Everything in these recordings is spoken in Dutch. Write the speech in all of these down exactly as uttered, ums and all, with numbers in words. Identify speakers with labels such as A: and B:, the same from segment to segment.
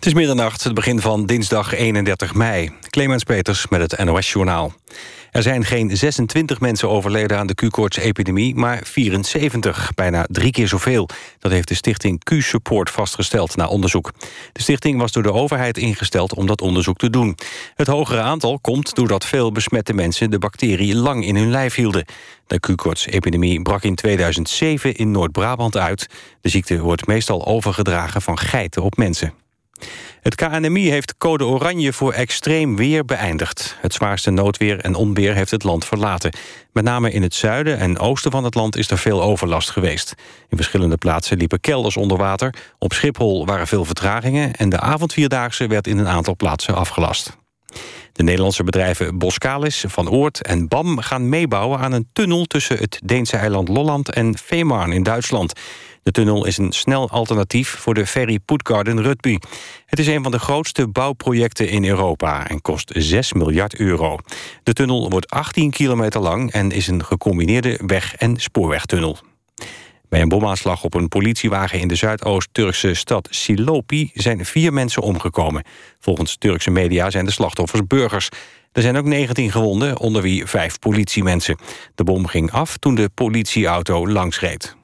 A: Het is middernacht, het begin van dinsdag eenendertig mei. Clemens Peters met het N O S-journaal. Er zijn geen zesentwintig mensen overleden aan de Q-koorts-epidemie, maar vierenzeventig, bijna drie keer zoveel. Dat heeft de stichting Q-Support vastgesteld na onderzoek. De stichting was door de overheid ingesteld om dat onderzoek te doen. Het hogere aantal komt doordat veel besmette mensen de bacterie lang in hun lijf hielden. De Q-koorts-epidemie brak in tweeduizend zeven in Noord-Brabant uit. De ziekte wordt meestal overgedragen van geiten op mensen. Het K N M I heeft code oranje voor extreem weer beëindigd. Het zwaarste noodweer en onweer heeft het land verlaten. Met name in het zuiden en oosten van het land is er veel overlast geweest. In verschillende plaatsen liepen kelders onder water. Op Schiphol waren veel vertragingen en de avondvierdaagse werd in een aantal plaatsen afgelast. De Nederlandse bedrijven Boskalis, Van Oort en B A M gaan meebouwen aan een tunnel tussen het Deense eiland Lolland en Fehmarn in Duitsland. De tunnel is een snel alternatief voor de ferry Puttgarden Rugby. Het is een van de grootste bouwprojecten in Europa en kost zes miljard euro. De tunnel wordt achttien kilometer lang en is een gecombineerde weg- en spoorwegtunnel. Bij een bomaanslag op een politiewagen in de Zuidoost-Turkse stad Silopi zijn vier mensen omgekomen. Volgens Turkse media zijn de slachtoffers burgers. Er zijn ook negentien gewonden, onder wie vijf politiemensen. De bom ging af toen de politieauto langsreed.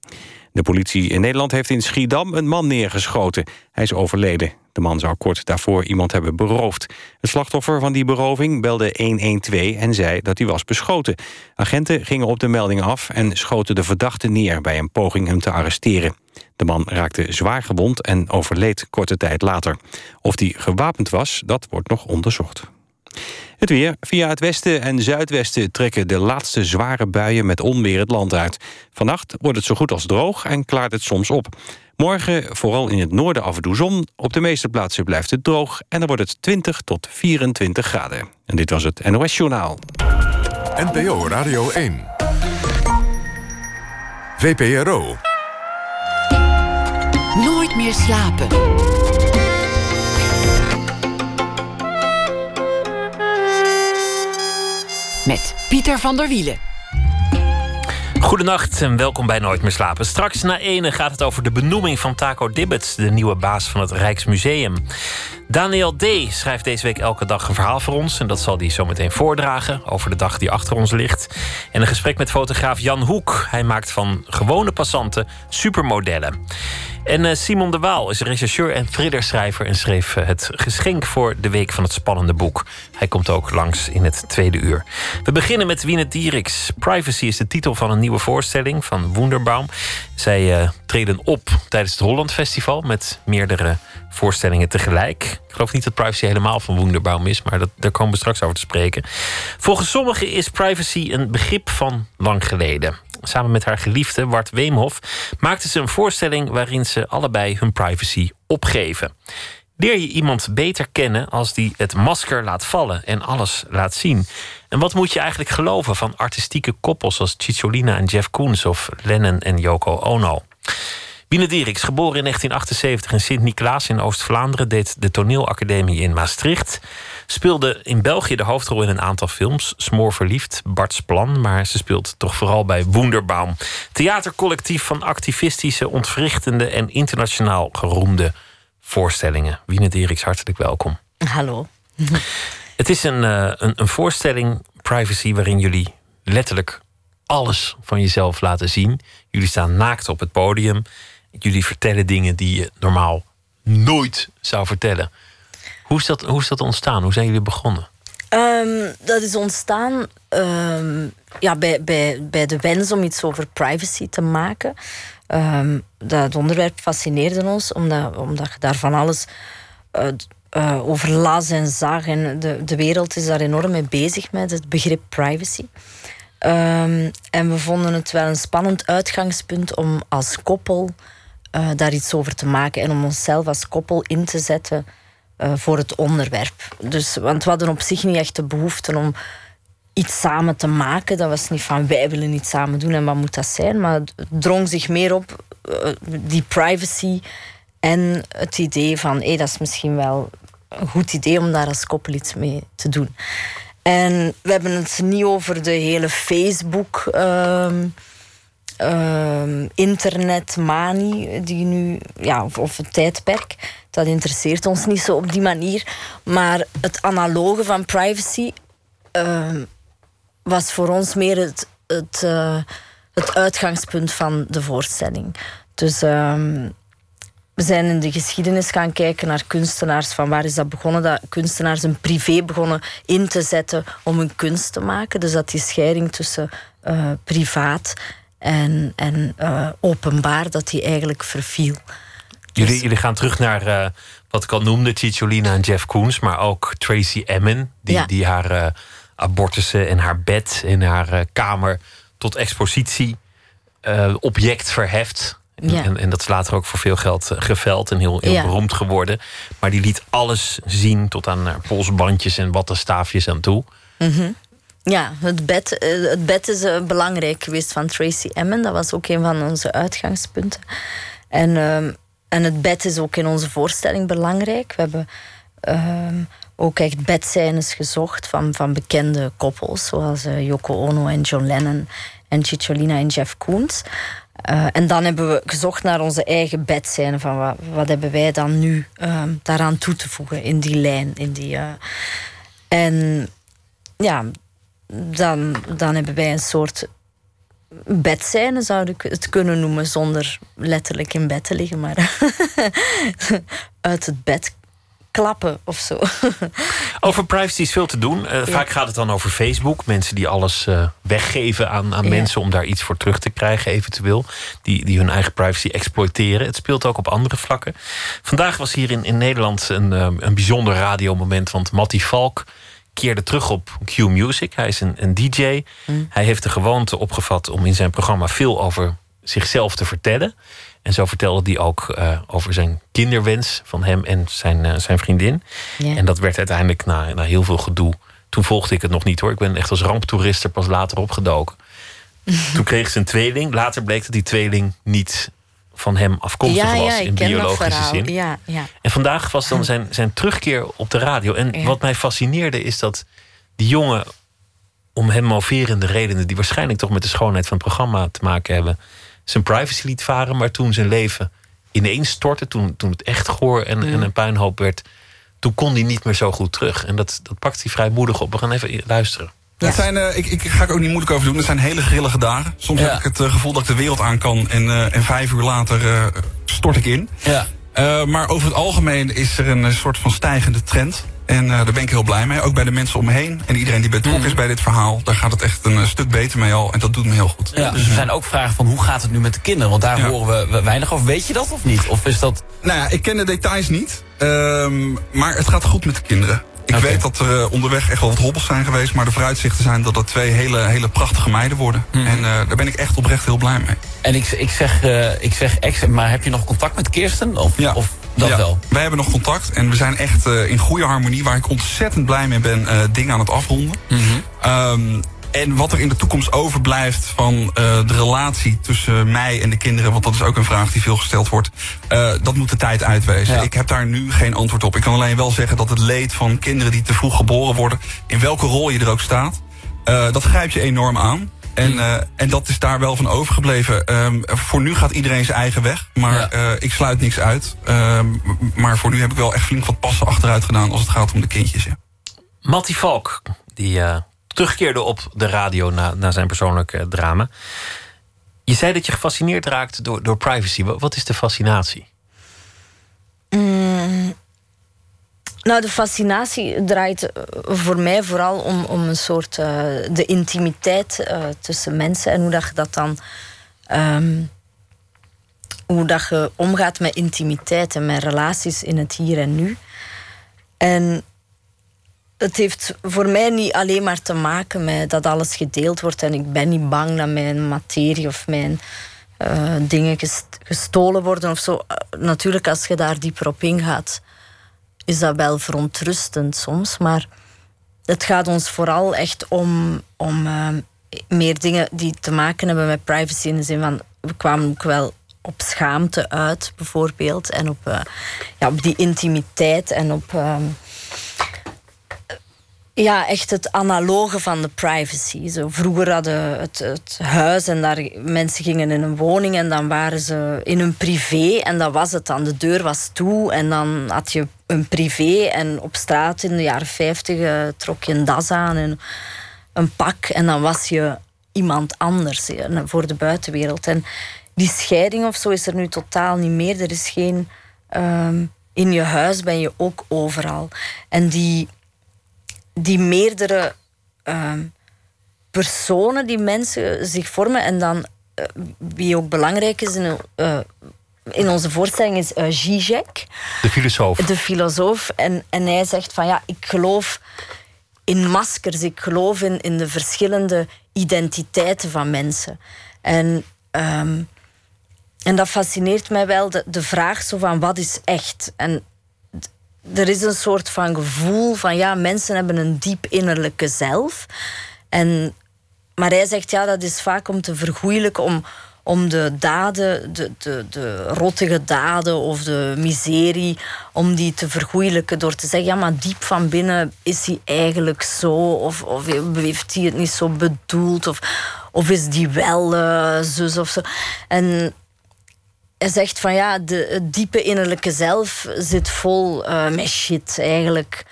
A: De politie in Nederland heeft in Schiedam een man neergeschoten. Hij is overleden. De man zou kort daarvoor iemand hebben beroofd. Het slachtoffer van die beroving belde honderdtwaalf en zei dat hij was beschoten. Agenten gingen op de melding af en schoten de verdachte neer bij een poging hem te arresteren. De man raakte zwaar gewond en overleed korte tijd later. Of hij gewapend was, dat wordt nog onderzocht. Het weer. Via het westen en zuidwesten trekken de laatste zware buien met onweer het land uit. Vannacht wordt het zo goed als droog en klaart het soms op. Morgen vooral in het noorden af en toe zon. Op de meeste plaatsen blijft het droog en dan wordt het twintig tot vierentwintig graden. En dit was het N O S-journaal.
B: N P O Radio één. V P R O.
C: Nooit meer slapen. Met Pieter van der Wielen.
D: Goedenacht en welkom bij Nooit meer slapen. Straks na ene gaat het over de benoeming van Taco Dibbets, de nieuwe baas van het Rijksmuseum. Daniel D. schrijft deze week elke dag een verhaal voor ons en dat zal hij zo meteen voordragen over de dag die achter ons ligt. En een gesprek met fotograaf Jan Hoek. Hij maakt van gewone passanten supermodellen. En Simon de Waal is rechercheur en thrillerschrijver en schreef het geschenk voor de week van het spannende boek. Hij komt ook langs in het tweede uur. We beginnen met Wiene Dieriks. Privacy is de titel van een nieuwe voorstelling van Wunderbaum. Zij uh, treden op tijdens het Holland Festival met meerdere voorstellingen tegelijk. Ik geloof niet dat privacy helemaal van Wunderbaum is, maar dat, daar komen we straks over te spreken. Volgens sommigen is privacy een begrip van lang geleden. Samen met haar geliefde Wart Weemhof maakten ze een voorstelling waarin ze allebei hun privacy opgeven. Leer je iemand beter kennen als die het masker laat vallen en alles laat zien? En wat moet je eigenlijk geloven van artistieke koppels als Cicciolina en Jeff Koons of Lennon en Yoko Ono? Wiene Dieriks, geboren in negentien achtenzeventig in Sint-Niklaas in Oost-Vlaanderen, deed de toneelacademie in Maastricht. Speelde in België de hoofdrol in een aantal films. Smoorverliefd, Bart's Plan, maar ze speelt toch vooral bij Wunderbaum. Theatercollectief van activistische, ontwrichtende en internationaal geroemde voorstellingen. Wiene Dieriks, hartelijk welkom.
E: Hallo.
D: Het is een, uh, een, een voorstelling, Privacy, waarin jullie letterlijk alles van jezelf laten zien. Jullie staan naakt op het podium. Jullie vertellen dingen die je normaal nooit zou vertellen. Hoe is dat, hoe is dat ontstaan? Hoe zijn jullie begonnen?
E: Um, dat is ontstaan um, ja, bij, bij, bij de wens om iets over privacy te maken. Um, dat onderwerp fascineerde ons, omdat, omdat je daar van alles uh, uh, over las en zag. En de, de wereld is daar enorm mee bezig met het begrip privacy. Um, en we vonden het wel een spannend uitgangspunt om als koppel uh, daar iets over te maken en om onszelf als koppel in te zetten uh, voor het onderwerp. Dus, want we hadden op zich niet echt de behoefte om iets samen te maken. Dat was niet van wij willen iets samen doen en wat moet dat zijn, maar het drong zich meer op uh, die privacy en het idee van hey, dat is misschien wel een goed idee om daar als koppel iets mee te doen. En we hebben het niet over de hele Facebook uh, uh, internetmanie die nu, ja, of, of het tijdperk, dat interesseert ons niet zo op die manier. Maar het analoge van privacy uh, was voor ons meer het, het, uh, het uitgangspunt van de voorstelling. Dus uh, we zijn in de geschiedenis gaan kijken naar kunstenaars. Van waar is dat begonnen? Dat kunstenaars een privé begonnen in te zetten om hun kunst te maken. Dus dat die scheiding tussen uh, privaat en, en uh, openbaar, dat die eigenlijk verviel.
D: Jullie, jullie gaan terug naar uh, wat ik al noemde, Cicciolina en Jeff Koons, maar ook Tracy Emin, die, ja. die haar uh, abortussen en haar bed in haar uh, kamer tot expositie uh, object verheft. Ja. En, en dat is later ook voor veel geld uh, geveld en heel, heel ja. beroemd geworden. Maar die liet alles zien, tot aan uh, polsbandjes en wattenstaafjes aan toe.
E: Mm-hmm. Ja, het bed, uh, het bed is uh, belangrijk geweest van Tracy Emin. Dat was ook een van onze uitgangspunten. En, uh, en het bed is ook in onze voorstelling belangrijk. We hebben uh, ook echt bedscènes gezocht van, van bekende koppels, zoals uh, Yoko Ono en John Lennon en Cicciolina en Jeff Koons. Uh, en dan hebben we gezocht naar onze eigen bedscène. Van wat, wat hebben wij dan nu uh, daaraan toe te voegen in die lijn. In die, uh... En ja, dan, dan hebben wij een soort bedscène, zou ik het kunnen noemen, zonder letterlijk in bed te liggen, maar uit het bed klappen of zo.
D: Over privacy is veel te doen. Uh, ja. Vaak gaat het dan over Facebook. Mensen die alles uh, weggeven aan, aan ja. mensen om daar iets voor terug te krijgen, eventueel. Die, die hun eigen privacy exploiteren. Het speelt ook op andere vlakken. Vandaag was hier in, in Nederland een, uh, een bijzonder radiomoment, want Matty Valk keerde terug op Q Music. Hij is een, een D J. Mm. Hij heeft de gewoonte opgevat om in zijn programma veel over zichzelf te vertellen. En zo vertelde hij ook uh, over zijn kinderwens van hem en zijn, uh, zijn vriendin. Yeah. En dat werd uiteindelijk na, na heel veel gedoe. Toen volgde ik het nog niet hoor. Ik ben echt als ramptoerist er pas later opgedoken. Toen kreeg ze een tweeling. Later bleek dat die tweeling niet van hem afkomstig
E: ja,
D: was
E: ja,
D: in biologische zin.
E: Ja, ja.
D: En vandaag was dan zijn, zijn terugkeer op de radio. En ja. wat mij fascineerde is dat die jongen, om hem moverende redenen die waarschijnlijk toch met de schoonheid van het programma te maken hebben, zijn privacy liet varen, maar toen zijn leven ineens stortte, toen, toen het echt goor en, mm. en een puinhoop werd, toen kon hij niet meer zo goed terug. En dat, dat pakt hij vrijmoedig op. We gaan even luisteren.
F: Ja. Het zijn, uh, ik, ik ga er ook niet moeilijk over doen. Het zijn hele grillige dagen. Soms ja. heb ik het uh, gevoel dat ik de wereld aan kan en, uh, en vijf uur later uh, stort ik in. Ja. Uh, maar over het algemeen is er een, een soort van stijgende trend. En uh, daar ben ik heel blij mee. Ook bij de mensen om me heen. En iedereen die betrokken mm. is bij dit verhaal. Daar gaat het echt een uh, stuk beter mee al. En dat doet me heel goed.
G: Ja, dus er zijn ook vragen van hoe gaat het nu met de kinderen? Want daar ja. horen we weinig over. Weet je dat of niet? Of is dat...
F: Nou ja, ik ken de details niet. Um, maar het gaat goed met de kinderen. Ik okay. weet dat er uh, onderweg echt wel wat hobbels zijn geweest. Maar de vooruitzichten zijn dat er twee hele, hele prachtige meiden worden. Mm. En uh, daar ben ik echt oprecht heel blij mee.
G: En ik, ik zeg, uh, ik zeg ex, maar heb je nog contact met Kirsten? Of,
F: ja.
G: of dat
F: ja.
G: wel?
F: Wij hebben nog contact. En we zijn echt uh, in goede harmonie. Waar ik ontzettend blij mee ben. Uh, dingen aan het afronden. Mm-hmm. Um, En wat er in de toekomst overblijft van uh, de relatie tussen mij en de kinderen, want dat is ook een vraag die veel gesteld wordt, uh, dat moet de tijd uitwijzen. Ja. Ik heb daar nu geen antwoord op. Ik kan alleen wel zeggen dat het leed van kinderen die te vroeg geboren worden, in welke rol je er ook staat, uh, dat grijpt je enorm aan. En, uh, en dat is daar wel van overgebleven. Um, voor nu gaat iedereen zijn eigen weg. Maar ja. uh, ik sluit niks uit. Um, maar voor nu heb ik wel echt flink wat passen achteruit gedaan als het gaat om de kindjes. Ja.
D: Matty Valk, die Uh... terugkeerde op de radio na, na zijn persoonlijke drama. Je zei dat je gefascineerd raakt door, door privacy. Wat is de fascinatie?
E: Mm, nou, de fascinatie draait voor mij vooral om, om een soort uh, de intimiteit uh, tussen mensen en hoe dat je dat dan um, hoe dat je omgaat met intimiteit en met relaties in het hier en nu. En het heeft voor mij niet alleen maar te maken met dat alles gedeeld wordt. En ik ben niet bang dat mijn materie of mijn uh, dingen gestolen worden of zo. Uh, natuurlijk, als je daar dieper op ingaat, is dat wel verontrustend soms. Maar het gaat ons vooral echt om, om uh, meer dingen die te maken hebben met privacy. In de zin van, we kwamen ook wel op schaamte uit, bijvoorbeeld. En op, uh, ja, op die intimiteit en op Uh, Ja, echt het analoge van de privacy. Zo, vroeger hadden het, het huis en daar mensen gingen in een woning en dan waren ze in hun privé en dat was het dan. De deur was toe en dan had je een privé en op straat in de jaren vijftig uh, trok je een das aan en een pak en dan was je iemand anders ja, voor de buitenwereld. En die scheiding of zo is er nu totaal niet meer. Er is geen... Um, in je huis ben je ook overal. En die... die meerdere uh, personen die mensen zich vormen. En dan, uh, wie ook belangrijk is in, uh, in onze voorstelling, is uh, Zizek.
D: De filosoof.
E: De filosoof. En, en hij zegt van ja, ik geloof in maskers. Ik geloof in, in de verschillende identiteiten van mensen. En, um, en dat fascineert mij wel, de, de vraag zo van wat is echt? En er is een soort van gevoel van ja, mensen hebben een diep innerlijke zelf. En, maar hij zegt ja, dat is vaak om te vergoeilijken, om, om de daden, de, de, de rottige daden of de miserie, om die te vergoeilijken door te zeggen ja, maar diep van binnen is hij eigenlijk zo, of, of heeft hij het niet zo bedoeld, of, of is die wel uh, zus of zo. En hij zegt van ja, de, het diepe innerlijke zelf zit vol uh, met shit eigenlijk.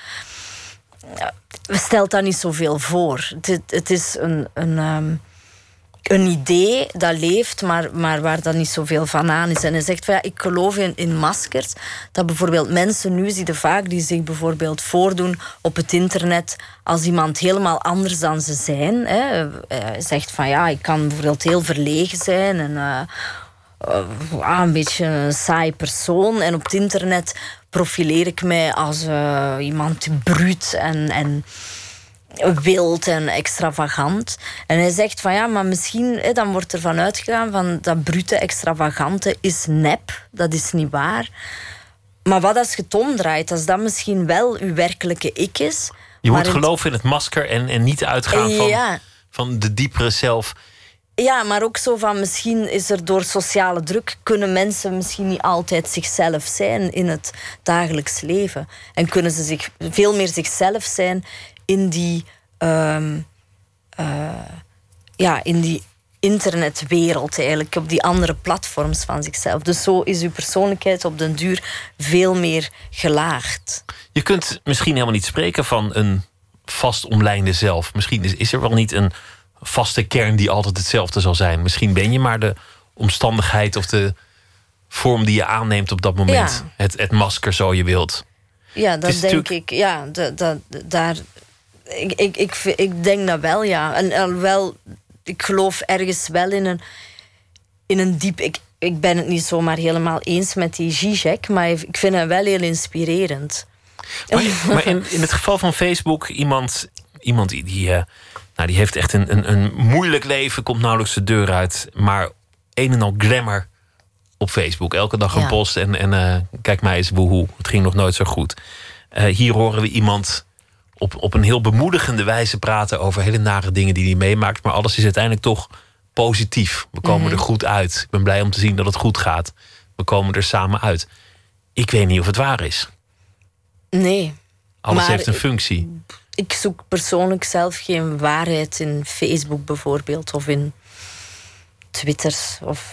E: We stelt daar niet zoveel voor. Het, het is een, een, um, een idee dat leeft, maar, maar waar dan niet zoveel van aan is. En hij zegt van ja, ik geloof in, in maskers. Dat bijvoorbeeld mensen nu zie je vaak die zich bijvoorbeeld voordoen op het internet als iemand helemaal anders dan ze zijn. Hè. Hij zegt van ja, ik kan bijvoorbeeld heel verlegen zijn en Uh, Uh, een beetje een saai persoon. En op het internet profileer ik mij als uh, iemand bruut en, en wild en extravagant. En hij zegt van ja, maar misschien, hè, dan wordt er van uitgegaan van dat brute, extravagante is nep. Dat is niet waar. Maar wat als je het omdraait, als dat misschien wel uw werkelijke ik is.
D: Je moet geloven in het masker en, en niet uitgaan van,
E: ja.
D: van de diepere zelf.
E: Ja, maar ook zo van misschien is er door sociale druk kunnen mensen misschien niet altijd zichzelf zijn in het dagelijks leven. En kunnen ze zich veel meer zichzelf zijn in die, um, uh, ja, in die internetwereld eigenlijk, op die andere platforms van zichzelf. Dus zo is uw persoonlijkheid op den duur veel meer gelaagd.
D: Je kunt misschien helemaal niet spreken van een vast omlijnde zelf. Misschien is, is er wel niet een vaste kern die altijd hetzelfde zal zijn. Misschien ben je maar de omstandigheid of de vorm die je aanneemt op dat moment. Ja. Het, het masker zo je wilt.
E: Ja, dat denk natuurlijk... ik. Ja, dat, dat, daar, ik, ik, ik, ik denk dat wel, ja. En alhoewel, ik geloof ergens wel in een, in een diep... Ik, ik ben het niet zomaar helemaal eens met die Zizek, maar ik vind hem wel heel inspirerend.
D: Maar, maar in, in het geval van Facebook, iemand, iemand die... die uh, Nou, die heeft echt een, een, een moeilijk leven, komt nauwelijks de deur uit. Maar een en al glamour op Facebook. Elke dag een ja. post en, en uh, kijk mij eens, woehoe. Het ging nog nooit zo goed. Uh, hier horen we iemand op, op een heel bemoedigende wijze praten over hele nare dingen die hij meemaakt. Maar alles is uiteindelijk toch positief. We komen mm-hmm. er goed uit. Ik ben blij om te zien dat het goed gaat. We komen er samen uit. Ik weet niet of het waar is.
E: Nee.
D: Alles heeft een functie.
E: Ik zoek persoonlijk zelf geen waarheid in Facebook bijvoorbeeld. Of in Twitter. Of...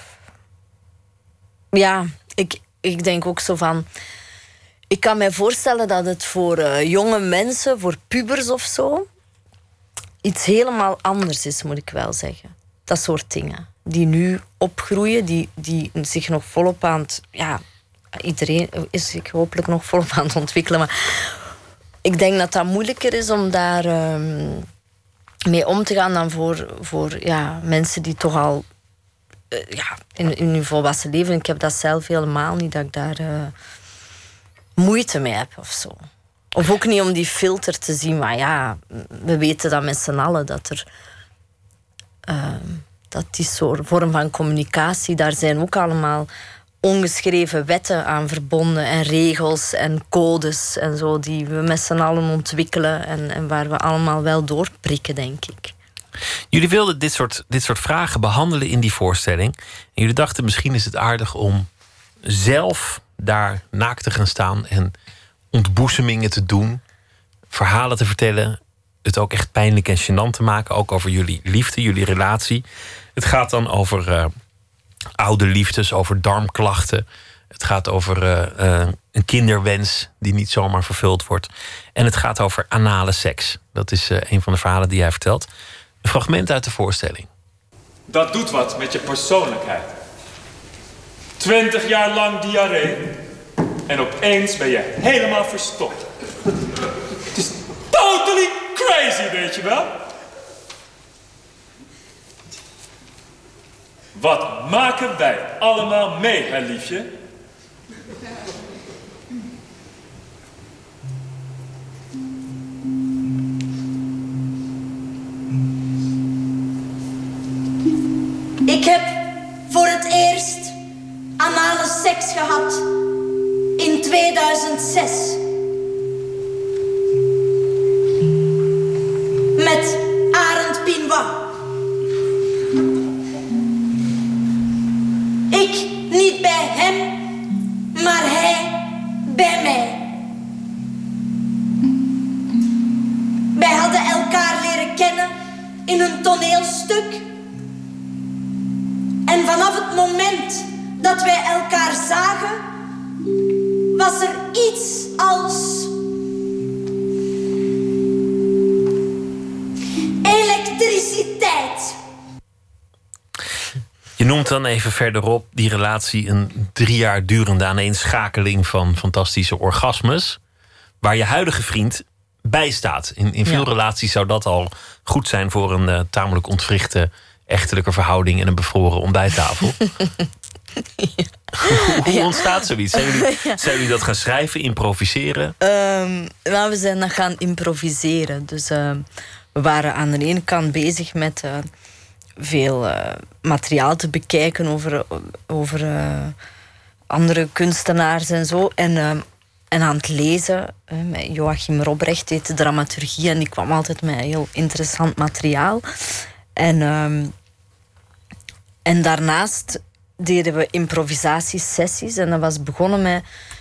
E: Ja, ik, ik denk ook zo van... Ik kan mij voorstellen dat het voor uh, jonge mensen, voor pubers of zo... iets helemaal anders is, moet ik wel zeggen. Dat soort dingen. Die nu opgroeien, die, die zich nog volop aan het... Ja, iedereen is zich hopelijk nog volop aan het ontwikkelen, maar... Ik denk dat dat moeilijker is om daar um, mee om te gaan dan voor, voor ja, mensen die toch al uh, ja, in, in hun volwassen leven. Ik heb dat zelf helemaal niet, dat ik daar uh, moeite mee heb of zo. Of ook niet om die filter te zien, maar ja, we weten dat met z'n allen dat er uh, dat die soort vorm van communicatie, daar zijn ook allemaal ongeschreven wetten aan verbonden en regels en codes en zo die we met z'n allen ontwikkelen en, en waar we allemaal wel doorprikken, denk ik.
D: Jullie wilden dit soort, dit soort vragen behandelen in die voorstelling. En jullie dachten misschien is het aardig om zelf daar naakt te gaan staan en ontboezemingen te doen, verhalen te vertellen het ook echt pijnlijk en gênant te maken. Ook over jullie liefde, jullie relatie. Het gaat dan over uh, oude liefdes, over darmklachten. Het gaat over uh, uh, een kinderwens die niet zomaar vervuld wordt. En het gaat over anale seks. Dat is uh, een van de verhalen die hij vertelt. Een fragment uit de voorstelling.
H: Dat doet wat met je persoonlijkheid. Twintig jaar lang diarree. En opeens ben je helemaal verstopt. Het is totally crazy, weet je wel? Wat maken wij allemaal mee, hè, liefje?
I: Ik heb voor het eerst anale seks gehad in tweeduizend zes. Met Arend Pinois. Ik niet bij hem, maar hij bij mij. Wij hadden elkaar leren kennen in een toneelstuk. En vanaf het moment dat wij elkaar zagen, was er iets als elektriciteit.
D: Je noemt dan even verderop die relatie een drie jaar durende aaneenschakeling van fantastische orgasmes, waar je huidige vriend bij staat. In, in veel ja. relaties zou dat al goed zijn voor een uh, tamelijk ontwrichte echtelijke verhouding en een bevroren ontbijttafel. Ja. Hoe ja. ontstaat zoiets? Zijn jullie, ja. zijn jullie dat gaan schrijven, improviseren?
E: Um, nou, we zijn dat gaan improviseren. Dus uh, we waren aan de ene kant bezig met uh, veel uh, materiaal te bekijken over, over uh, andere kunstenaars en zo. En, uh, en aan het lezen. Uh, met Joachim Robrecht deed de dramaturgie en die kwam altijd met heel interessant materiaal. En, um, en daarnaast deden we improvisatiesessies. En dat was begonnen met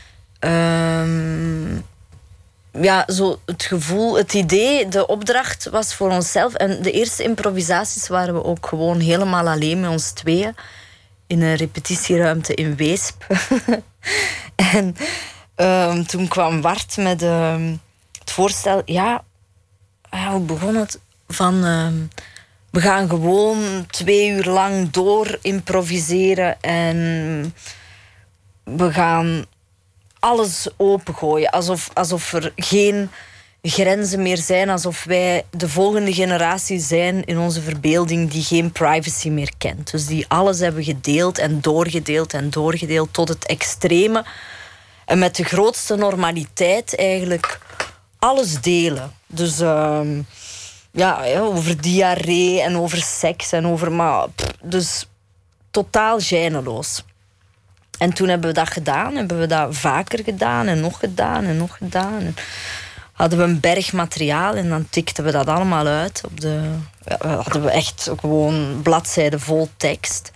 E: um, ja, zo het gevoel, het idee, de opdracht was voor onszelf. En de eerste improvisaties waren we ook gewoon helemaal alleen met ons tweeën in een repetitieruimte in Weesp. En um, toen kwam Wart met um, het voorstel. Ja, hoe begon het? Van um, we gaan gewoon twee uur lang door improviseren en we gaan alles opengooien. Alsof, alsof er geen grenzen meer zijn. Alsof wij de volgende generatie zijn in onze verbeelding die geen privacy meer kent. Dus die alles hebben gedeeld en doorgedeeld en doorgedeeld tot het extreme. En met de grootste normaliteit eigenlijk alles delen. Dus uh, ja, ja, over diarree en over seks en over... Maar, pff, dus totaal gêneloos. En toen hebben we dat gedaan. Hebben we dat vaker gedaan en nog gedaan en nog gedaan. En hadden we een berg materiaal en dan tikten we dat allemaal uit. Op de, ja, hadden we echt gewoon bladzijden vol tekst.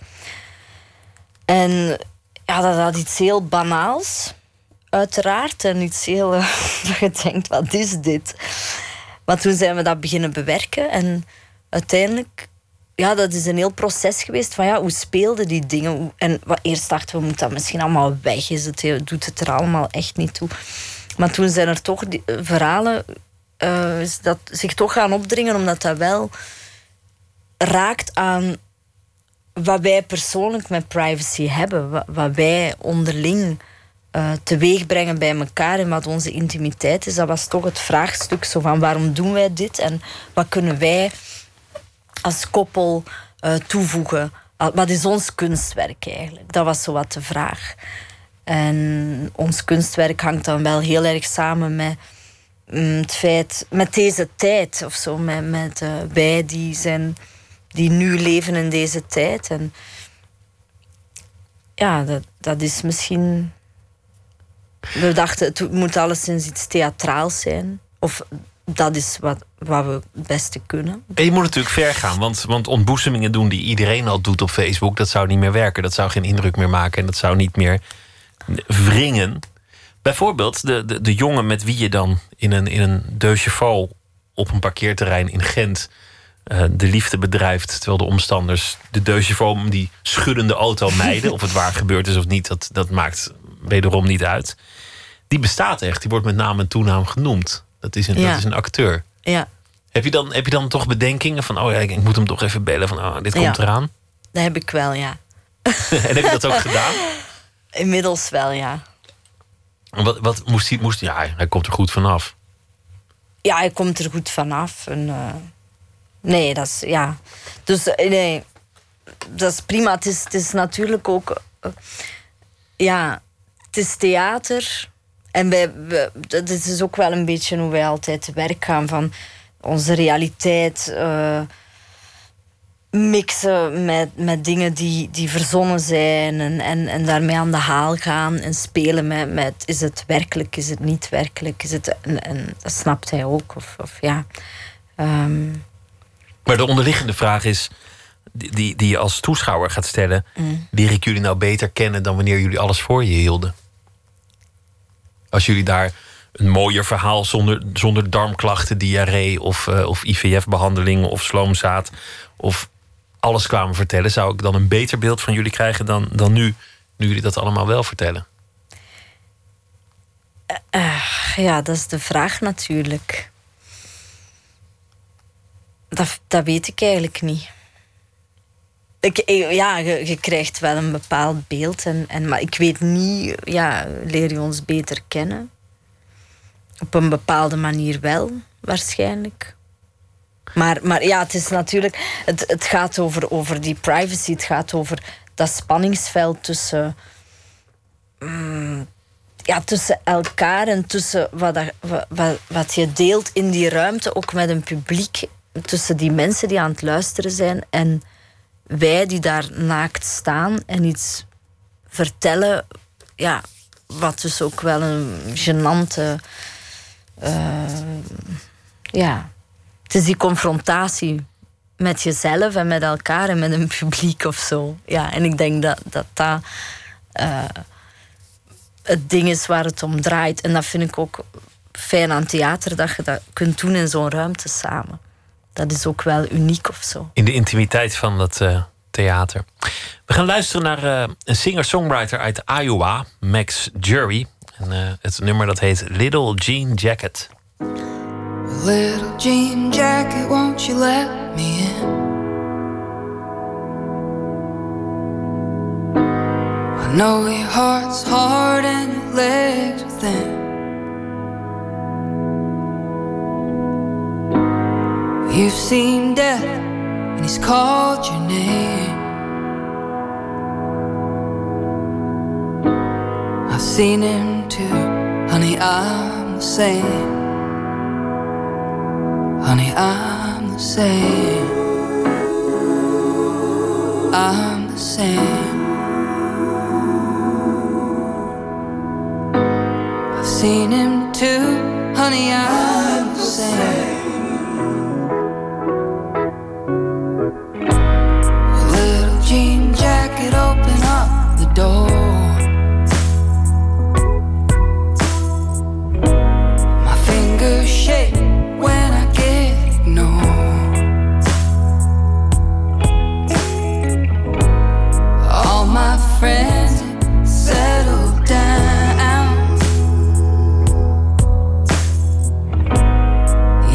E: En ja, dat had iets heel banaals, uiteraard. En iets heel... Uh, dat je denkt, wat is dit? Maar toen zijn we dat beginnen bewerken. En uiteindelijk... Ja, dat is een heel proces geweest van ja, hoe speelden die dingen? En wat, eerst dachten we, moet dat misschien allemaal weg? Is het, doet het er allemaal echt niet toe? Maar toen zijn er toch die, uh, verhalen uh, dat zich toch gaan opdringen, omdat dat wel raakt aan wat wij persoonlijk met privacy hebben. Wat, wat wij onderling uh, teweeg brengen bij elkaar en wat onze intimiteit is. Dat was toch het vraagstuk zo van waarom doen wij dit? En wat kunnen wij als koppel uh, toevoegen? Wat is ons kunstwerk eigenlijk? Dat was zo wat de vraag. En ons kunstwerk hangt dan wel heel erg samen met mm, het feit, met deze tijd of zo, met, met uh, wij die zijn, die nu leven in deze tijd. En ja, dat, dat is misschien. We dachten, het moet alleszins iets theatraals zijn. Of dat is wat, wat we het beste kunnen.
D: En je moet natuurlijk ver gaan, want, want ontboezemingen doen die iedereen al doet op Facebook, dat zou niet meer werken. Dat zou geen indruk meer maken en dat zou niet meer wringen. Bijvoorbeeld de, de, de jongen met wie je dan in een, in een deux chevaux op een parkeerterrein in Gent uh, de liefde bedrijft, terwijl de omstanders de deux chevaux die schuddende auto mijden. Of het waar gebeurd is of niet, dat, dat maakt wederom niet uit. Die bestaat echt, die wordt met naam en toenaam genoemd. Dat is een,
E: Ja.
D: dat is een acteur.
E: Ja,
D: Heb je, dan, heb je dan toch bedenkingen van, oh ja, ik, ik moet hem toch even bellen van, oh, dit komt
E: Ja.
D: eraan?
E: dat heb ik wel, ja.
D: En heb je dat ook gedaan?
E: Inmiddels wel, ja.
D: Wat, wat moest hij, moest, ja, hij komt er goed vanaf.
E: Ja, hij komt er goed vanaf. En, uh, nee, dat is, ja. Dus, uh, nee, dat is prima. Het is, het is natuurlijk ook... Uh, ja, het is theater. En wij, we, dat is ook wel een beetje hoe wij altijd te werk gaan. Van onze realiteit uh, mixen met, met dingen die, die verzonnen zijn. En, en, en daarmee aan de haal gaan. En spelen met, met is het werkelijk, is het niet werkelijk. Is het, en, en dat snapt hij ook. Of, of, ja. um,
D: Maar de onderliggende vraag is, die, die, die je als toeschouwer gaat stellen,
E: Mm.
D: leer ik jullie nou beter kennen dan wanneer jullie alles voor je hielden? Als jullie daar een mooier verhaal zonder, zonder darmklachten, diarree of, uh, of I V F-behandeling of sloomzaad of alles kwamen vertellen, zou ik dan een beter beeld van jullie krijgen dan, dan nu, nu jullie dat allemaal wel vertellen?
E: Uh, ja, dat is de vraag natuurlijk. Dat, dat weet ik eigenlijk niet. Ik, ja, je, je krijgt wel een bepaald beeld. En, en, maar ik weet niet... Ja, leer je ons beter kennen? Op een bepaalde manier wel, waarschijnlijk. Maar, maar ja, het is natuurlijk... Het, het gaat over, over die privacy. Het gaat over dat spanningsveld tussen... Mm, ja, tussen elkaar en tussen wat, dat, wat, wat je deelt in die ruimte, ook met een publiek, tussen die mensen die aan het luisteren zijn en wij die daar naakt staan en iets vertellen, ja, wat dus ook wel een gênante... Uh, ja, het is die confrontatie met jezelf en met elkaar en met een publiek of zo. Ja, en ik denk dat dat... dat uh, het ding is waar het om draait. En dat vind ik ook fijn aan theater, dat je dat kunt doen in zo'n ruimte samen. Dat is ook wel uniek of zo.
D: In de intimiteit van dat uh, theater. We gaan luisteren naar uh, een singer-songwriter uit Iowa, Max Jury. En uh, het nummer dat heet Little Jean Jacket.
J: Little jean jacket, won't you let me in? I know your heart's hard and your legs are thin. You've seen death and he's called your name. I've seen him too, honey, I'm the same. Honey, I'm the same. I'm the same. I've seen him too, honey, I'm the same. A little jean jacket, open up the door. My fingers shake when I get ignored. All my friends settle down.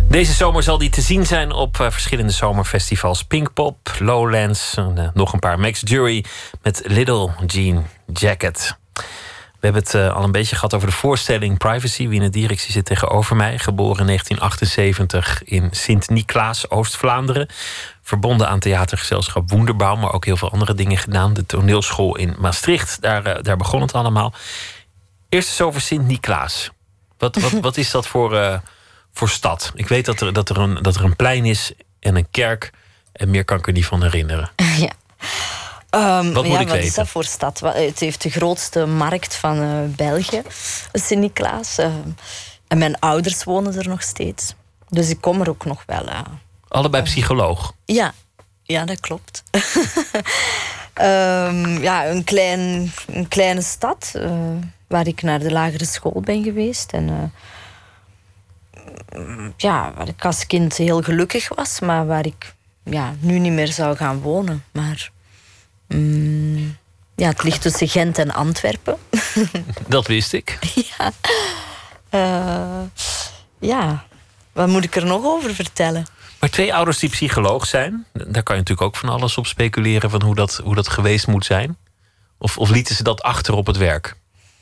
D: Deze zomer zal die te zien zijn op uh, verschillende zomerfestivals. Pinkpop, Lowlands, en uh, nog een paar. Max Jury met Little Jean Jacket. We hebben het uh, al een beetje gehad over de voorstelling Privacy. Wiene Dieriks zit tegenover mij. Geboren in negentien achtenzeventig in Sint-Niklaas, Oost-Vlaanderen. Verbonden aan theatergezelschap Wunderbaum, maar ook heel veel andere dingen gedaan. De toneelschool in Maastricht, daar, uh, daar begon het allemaal. Eerst eens over Sint-Niklaas. Wat, wat, wat is dat voor, uh, voor stad? Ik weet dat er, dat, er een, dat er een plein is en een kerk. En meer kan ik er niet van herinneren.
E: Ja. Um,
D: wat moet
E: ja,
D: ik
E: wat
D: weten?
E: is dat voor stad? Het heeft de grootste markt van uh, België, Sint-Niklaas. Uh, en mijn ouders wonen er nog steeds. Dus ik kom er ook nog wel. Uh,
D: Allebei psycholoog?
E: Ja, ja dat klopt. um, ja, een, klein, een kleine stad uh, waar ik naar de lagere school ben geweest. En uh, ja, waar ik als kind heel gelukkig was, maar waar ik ja, nu niet meer zou gaan wonen. Maar um, ja, het ligt tussen Gent en Antwerpen.
D: Dat wist ik.
E: Ja. Uh, ja, wat moet ik er nog over vertellen?
D: Maar twee ouders die psycholoog zijn, daar kan je natuurlijk ook van alles op speculeren van hoe dat, hoe dat geweest moet zijn. Of, of lieten ze dat achter op het werk?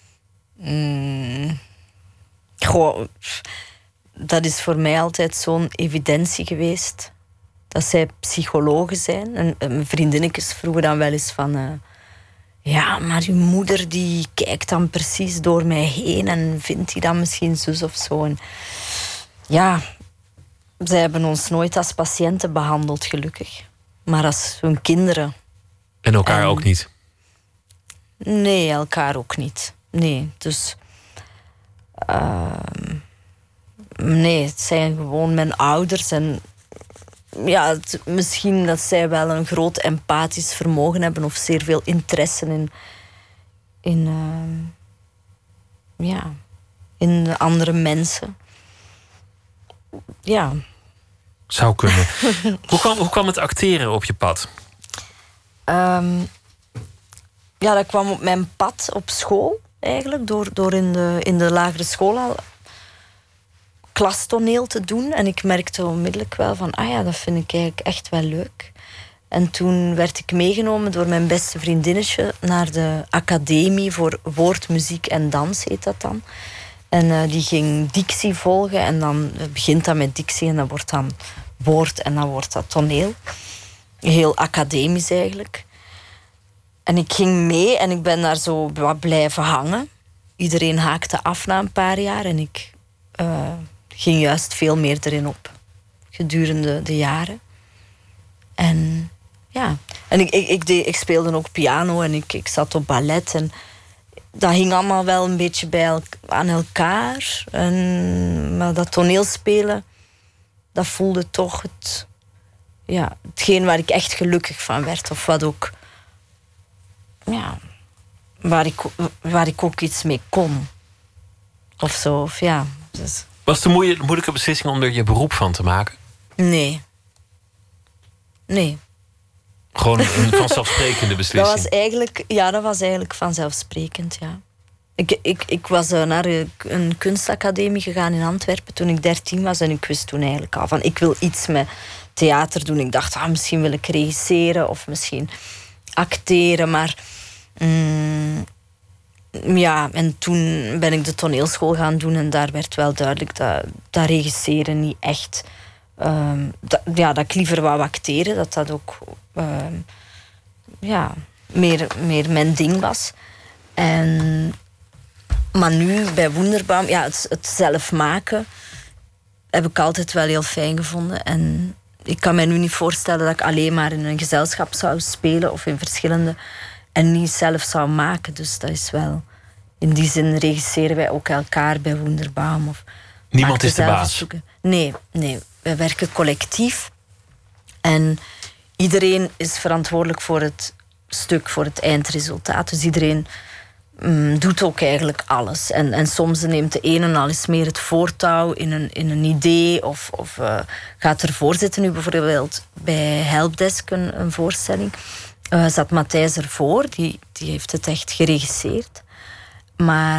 E: Mm, goh, dat is voor mij altijd zo'n evidentie geweest. Dat zij psychologen zijn. En, en mijn vriendinnetjes vroegen dan wel eens van... Uh, ja, maar uw moeder die kijkt dan precies door mij heen... en vindt die dan misschien zus of zo. En ja, zij hebben ons nooit als patiënten behandeld, gelukkig. Maar als hun kinderen.
D: En elkaar
E: en,
D: ook niet?
E: Nee, elkaar ook niet. Nee, dus... Uh, nee, het zijn gewoon mijn ouders. En ja, het, misschien dat zij wel een groot empathisch vermogen hebben... of zeer veel interesse in... in uh, ja, in andere mensen. Ja.
D: Zou kunnen. hoe, kwam, hoe kwam het acteren op je pad?
E: Um, ja, dat kwam op mijn pad op school, eigenlijk. Door, door in, de, in de lagere school al klastoneel te doen. En ik merkte onmiddellijk wel van... ah ja, dat vind ik eigenlijk echt wel leuk. En toen werd ik meegenomen door mijn beste vriendinnetje... naar de Academie voor Woord, Muziek en Dans, heet dat dan. En uh, die ging dictie volgen. En dan begint dat met dictie en dat wordt dan woord en dan wordt dat toneel. Heel academisch eigenlijk. En ik ging mee en ik ben daar zo wat blijven hangen. Iedereen haakte af na een paar jaar en ik uh, ging juist veel meer erin op. Gedurende de jaren. En ja, en ik, ik, ik, deed, ik speelde ook piano en ik, ik zat op ballet. En dat hing allemaal wel een beetje bij el- aan elkaar. En, maar dat toneelspelen, dat voelde toch het, ja, hetgeen waar ik echt gelukkig van werd. Of wat ook... Ja, waar ik, waar ik ook iets mee kon. Of zo, of ja. Dus.
D: Was het een moeie, moeilijke beslissing om er je beroep van te maken?
E: Nee. Nee.
D: Gewoon een vanzelfsprekende beslissing?
E: Dat was eigenlijk, ja, dat was eigenlijk vanzelfsprekend, ja. Ik, ik, ik was uh, naar een kunstacademie gegaan in Antwerpen toen ik dertien was. En ik wist toen eigenlijk al van, ik wil iets met theater doen. Ik dacht, ah, misschien wil ik regisseren of misschien acteren, maar... Mm, ja, en toen ben ik de toneelschool gaan doen en daar werd wel duidelijk dat, dat regisseren niet echt... Um, dat, ja, dat ik liever wou acteren, dat dat ook um, ja, meer, meer mijn ding was. En, maar nu bij Wunderbaum, ja, het, het zelf maken heb ik altijd wel heel fijn gevonden. En ik kan mij nu niet voorstellen dat ik alleen maar in een gezelschap zou spelen of in verschillende en niet zelf zou maken. Dus dat is wel... In die zin regisseren wij ook elkaar bij Wunderbaum. Of
D: niemand is de baas?
E: Zoeken. Nee, nee, wij werken collectief. En iedereen is verantwoordelijk voor het stuk, voor het eindresultaat. Dus iedereen mm, doet ook eigenlijk alles. En, en soms neemt de ene al eens meer het voortouw in een, in een idee... of, of uh, gaat ervoor zitten. Nu bijvoorbeeld bij Helpdesk een, een voorstelling... Uh, zat Matthijs ervoor, die, die heeft het echt geregisseerd. Maar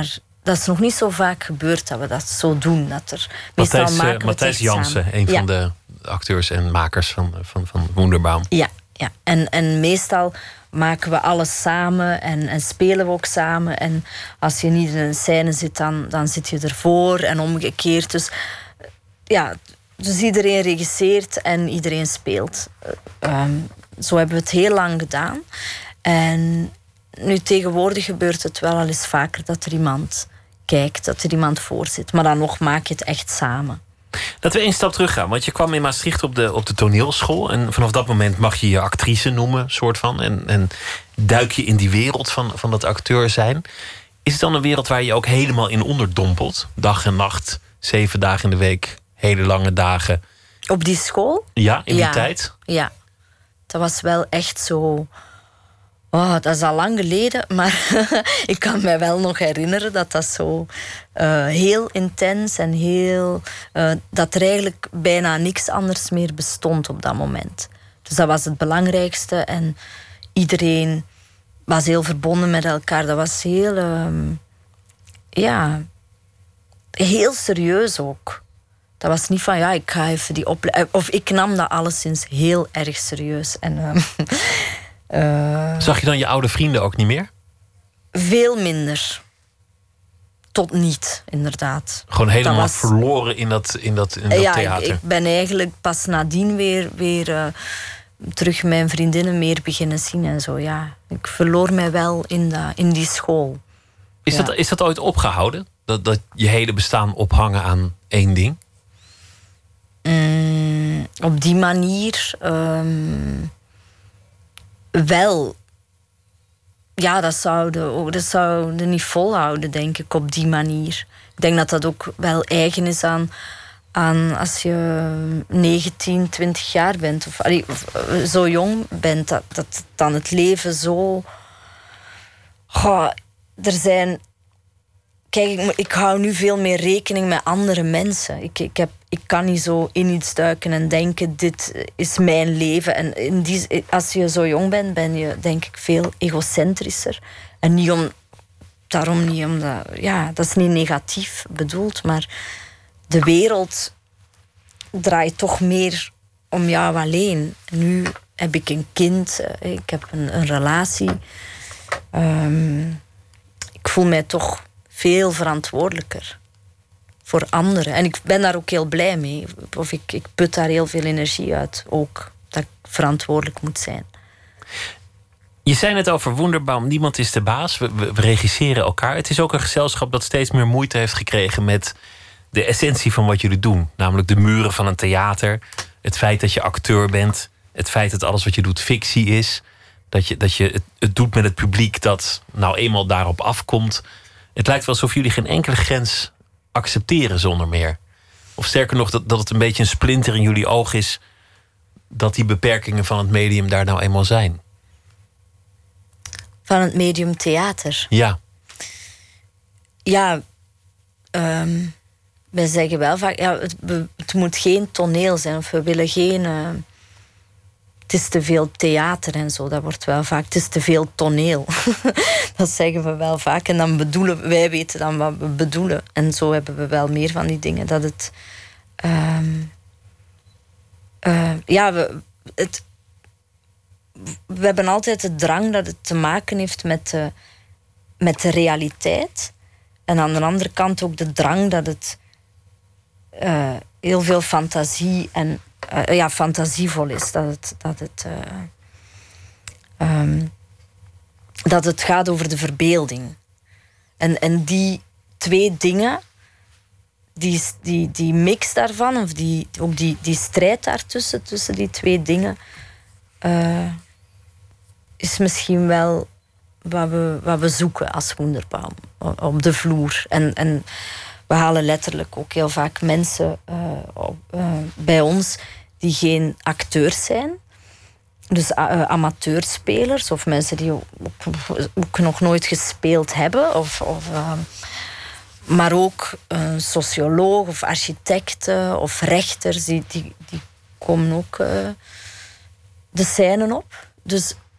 E: dat is nog niet zo vaak gebeurd dat we dat zo doen. Dat er meestal
D: Matthijs,
E: maken we
D: Matthijs
E: het echt
D: Jansen,
E: samen.
D: een
E: Ja.
D: van de acteurs en makers van, van, van Wunderbaum.
E: Ja, ja. En, en meestal maken we alles samen en, en spelen we ook samen. En als je niet in een scène zit, dan, dan zit je ervoor en omgekeerd. Dus ja, dus iedereen regisseert en iedereen speelt. Um, zo hebben we het heel lang gedaan. En nu tegenwoordig gebeurt het wel al eens vaker dat er iemand kijkt, dat er iemand voor zit. Maar dan nog maak je het echt samen.
D: Laten we één stap terug gaan. Want je kwam in Maastricht op de, op de toneelschool. En vanaf dat moment mag je je actrice noemen, soort van. En, en duik je in die wereld van, van dat acteur zijn. Is het dan een wereld waar je ook helemaal in onderdompelt? Dag en nacht, zeven dagen in de week, hele lange dagen.
E: Op die school?
D: Ja, in die
E: Ja,
D: tijd?
E: Ja. Dat was wel echt zo... Oh, dat is al lang geleden, maar ik kan me wel nog herinneren dat dat zo uh, heel intens en heel... Uh, dat er eigenlijk bijna niks anders meer bestond op dat moment. Dus dat was het belangrijkste en iedereen was heel verbonden met elkaar. Dat was heel... Um, ja... Heel serieus ook. Dat was niet van, ja, ik ga even die opleiding... Of ik nam dat alleszins heel erg serieus. En... Um, Uh,
D: Zag je dan je oude vrienden ook niet meer?
E: Veel minder. Tot niet, inderdaad.
D: Gewoon helemaal
E: dat was,
D: verloren in dat, in dat, in dat
E: ja,
D: theater?
E: Ik, ik ben eigenlijk pas nadien weer, weer uh, terug mijn vriendinnen meer beginnen zien en zo, ja. Ik verloor mij wel in, de, in die school.
D: Is,
E: ja.
D: dat, is dat ooit opgehouden? Dat, dat je hele bestaan ophangen aan één ding?
E: Mm, op die manier... Um, Wel, ja, dat zouden dat zou niet volhouden, denk ik, op die manier. Ik denk dat dat ook wel eigen is aan, aan als je negentien, twintig jaar bent, of, allee, of zo jong bent, dat, dat dan het leven zo... Goh, er zijn... Kijk, ik, ik hou nu veel meer rekening met andere mensen. Ik, ik, heb, ik kan niet zo in iets duiken en denken, dit is mijn leven. En in die, als je zo jong bent, ben je denk ik veel egocentrischer. En niet om, daarom niet omdat... Ja, dat is niet negatief bedoeld, maar de wereld draait toch meer om jou alleen. Nu heb ik een kind, ik heb een, een relatie. Um, ik voel mij toch... veel verantwoordelijker voor anderen. En ik ben daar ook heel blij mee. Of ik, ik put daar heel veel energie uit. Ook dat ik verantwoordelijk moet zijn.
D: Je zei het over Wunderbaum. Niemand is de baas. We, we, we regisseren elkaar. Het is ook een gezelschap dat steeds meer moeite heeft gekregen met de essentie van wat jullie doen. Namelijk de muren van een theater. Het feit dat je acteur bent. Het feit dat alles wat je doet fictie is. Dat je, dat je het, het doet met het publiek dat nou eenmaal daarop afkomt. Het lijkt wel alsof jullie geen enkele grens accepteren zonder meer. Of sterker nog, dat, dat het een beetje een splinter in jullie oog is... dat die beperkingen van het medium daar nou eenmaal zijn.
E: Van het medium theater?
D: Ja.
E: Ja, um, wij zeggen wel vaak... Ja, het, het moet geen toneel zijn. Of we willen geen... Uh, het is te veel theater en zo. Dat wordt wel vaak... Het is te veel toneel. Dat zeggen we wel vaak. En dan bedoelen... Wij weten dan wat we bedoelen. En zo hebben we wel meer van die dingen. Dat het... Um, uh, ja, we... Het, we hebben altijd de drang dat het te maken heeft met de, met de realiteit. En aan de andere kant ook de drang dat het uh, heel veel fantasie en uh, ja, fantasievol is. Dat het, dat, het, uh, um, dat het gaat over de verbeelding. En, en die twee dingen, die, die, die mix daarvan, of die, ook die, die strijd daartussen, tussen die twee dingen... Uh, is misschien wel wat we, wat we zoeken als Wunderbaum op de vloer. En, en we halen letterlijk ook heel vaak mensen uh, op, uh, bij ons die geen acteurs zijn. Dus uh, amateurspelers of mensen die ook, ook nog nooit gespeeld hebben. Of, of, uh, maar ook uh, sociologen of architecten of rechters, die, die, die komen ook uh, de scène op. Dus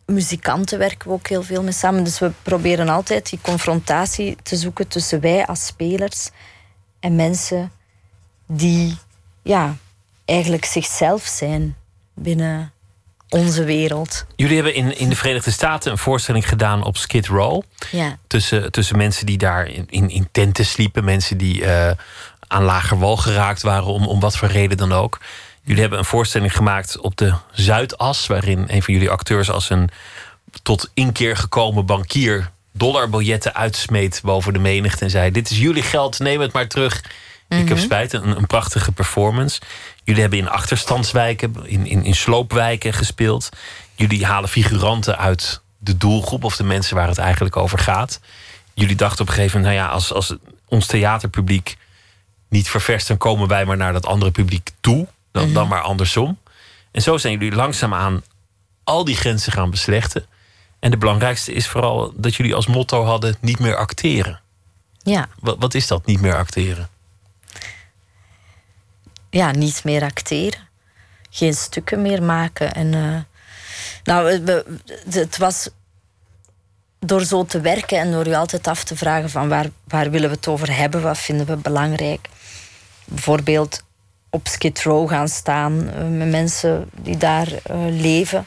E: muzikanten werken we ook heel veel mee samen. Dus we proberen altijd die confrontatie te zoeken tussen wij als spelers en mensen die ja, eigenlijk zichzelf zijn binnen onze wereld.
D: Jullie hebben in, in de Verenigde Staten een voorstelling gedaan op Skid Row.
E: Ja.
D: Tussen, tussen mensen die daar in, in, in tenten sliepen. Mensen die uh, aan lager wal geraakt waren, om, om wat voor reden dan ook. Jullie hebben een voorstelling gemaakt op de Zuidas, waarin een van jullie acteurs als een tot inkeer gekomen bankier dollarbiljetten uitsmeet boven de menigte en zei: dit is jullie geld, neem het maar terug. Mm-hmm. Ik heb spijt, een, een prachtige performance. Jullie hebben in achterstandswijken, in, in, in sloopwijken gespeeld. Jullie halen figuranten uit de doelgroep of de mensen waar het eigenlijk over gaat. Jullie dachten op een gegeven moment, nou ja, als, als ons theaterpubliek niet ververst, dan komen wij maar naar dat andere publiek toe. Dan, mm-hmm. dan maar andersom. En zo zijn jullie langzaamaan al die grenzen gaan beslechten. En de belangrijkste is vooral dat jullie als motto hadden: niet meer acteren.
E: Ja.
D: Wat, wat is dat, niet meer acteren?
E: Ja, niet meer acteren. Geen stukken meer maken. En, uh, nou, we, het was door zo te werken en door je altijd af te vragen van waar, waar willen we het over hebben, wat vinden we belangrijk. Bijvoorbeeld op Skid Row gaan staan uh, met mensen die daar uh, leven.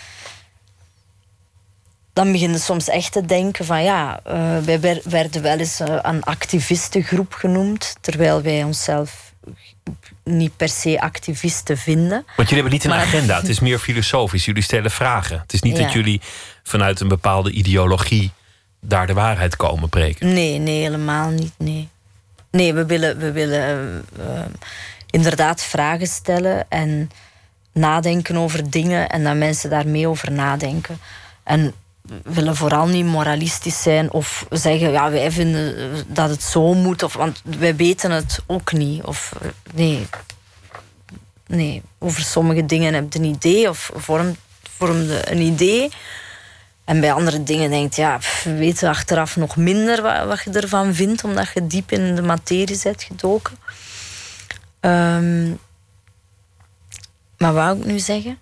E: Dan begin je soms echt te denken van ja, uh, wij werden wel eens uh, een activistengroep genoemd, terwijl wij onszelf niet per se activisten vinden.
D: Want jullie hebben niet een maar... agenda, het is meer filosofisch. Jullie stellen vragen. Het is niet ja. dat jullie vanuit een bepaalde ideologie daar de waarheid komen preken.
E: Nee, nee, helemaal niet. Nee, nee we willen, we willen uh, uh, inderdaad vragen stellen en nadenken over dingen en dat mensen daar mee over nadenken. En we willen vooral niet moralistisch zijn of zeggen, ja, wij vinden dat het zo moet, of, want wij weten het ook niet. Of nee, nee, over sommige dingen heb je een idee of vorm, vormde een idee. En bij andere dingen denkt, ja, pff, we weten achteraf nog minder wat, wat je ervan vindt, omdat je diep in de materie bent gedoken. Um, maar wat wou ik nu zeggen?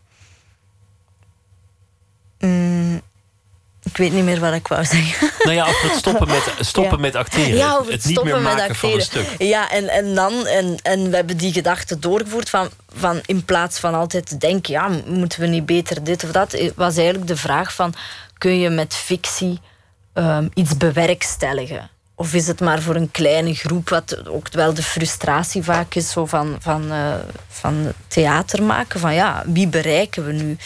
E: Mm, Ik weet niet meer wat ik wou zeggen.
D: Nou ja, over het stoppen met, stoppen ja. met acteren.
E: Ja, over het,
D: het niet meer maken van een stuk.
E: Ja, en, en dan... En, en we hebben die gedachte doorgevoerd van, van... In plaats van altijd te denken... Ja, moeten we niet beter dit of dat? Was eigenlijk de vraag van... Kun je met fictie um, iets bewerkstelligen? Of is het maar voor een kleine groep... Wat ook wel de frustratie vaak is... Zo van, van, uh, van theater maken. Van ja, wie bereiken we nu?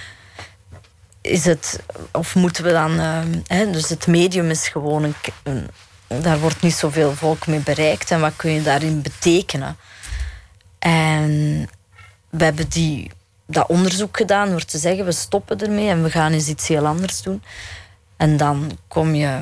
E: Is het, of moeten we dan... Uh, hè, dus het medium is gewoon... Een, een, daar wordt niet zoveel volk mee bereikt. En wat kun je daarin betekenen? En we hebben die, dat onderzoek gedaan door te zeggen... we stoppen ermee en we gaan eens iets heel anders doen. En dan kom je...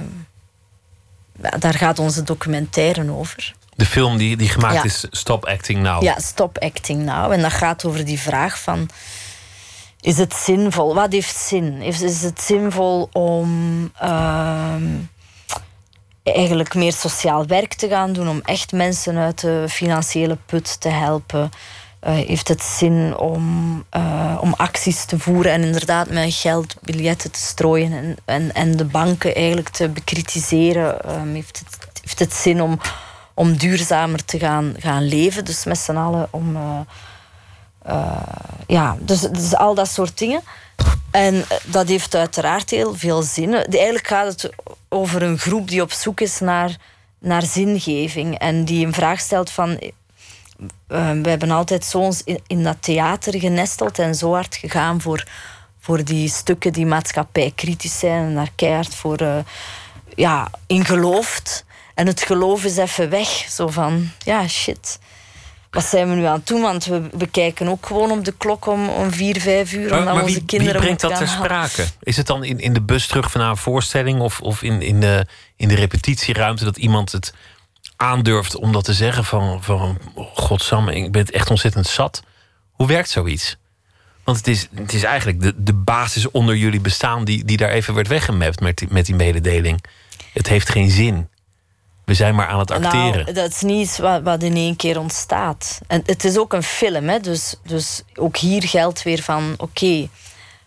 E: Ja, daar gaat onze documentaire over.
D: De film die, die gemaakt
E: ja.
D: is Stop Acting Now.
E: Ja, Stop Acting Now. En dat gaat over die vraag van... Is het zinvol? Wat heeft zin? Is, is het zinvol om uh, eigenlijk meer sociaal werk te gaan doen, om echt mensen uit de financiële put te helpen? Uh, heeft het zin om, uh, om acties te voeren en inderdaad met geld biljetten te strooien en, en, en de banken eigenlijk te bekritiseren? Uh, heeft, het, heeft het zin om, om duurzamer te gaan, gaan leven? Dus met z'n allen om... Uh, Uh, ja, dus, dus al dat soort dingen. En dat heeft uiteraard heel veel zin. Eigenlijk gaat het over een groep die op zoek is naar, naar zingeving. En die een vraag stelt van... Uh, we hebben altijd zo ons in, in dat theater genesteld en zo hard gegaan voor, voor die stukken die maatschappijkritisch zijn en daar keihard voor uh, ja, in geloofd. En het geloof is even weg. Zo van, ja, shit... Wat zijn we nu aan het doen? Want we, we kijken ook gewoon op de klok om, om vier, vijf uur.
D: Maar, maar
E: onze
D: wie,
E: kinderen
D: wie brengt dat ter sprake? Is het dan in, in de bus terug van een voorstelling... of, of in, in, de, in de repetitieruimte dat iemand het aandurft om dat te zeggen? Van, van godsamme, ik ben het echt ontzettend zat. Hoe werkt zoiets? Want het is, het is eigenlijk de, de basis onder jullie bestaan... die, die daar even werd weggemapt met die, met die mededeling. Het heeft geen zin. We zijn maar aan het acteren.
E: Nou, dat is niet iets wat, wat in één keer ontstaat. En het is ook een film, hè? Dus, dus ook hier geldt weer van... Oké, okay,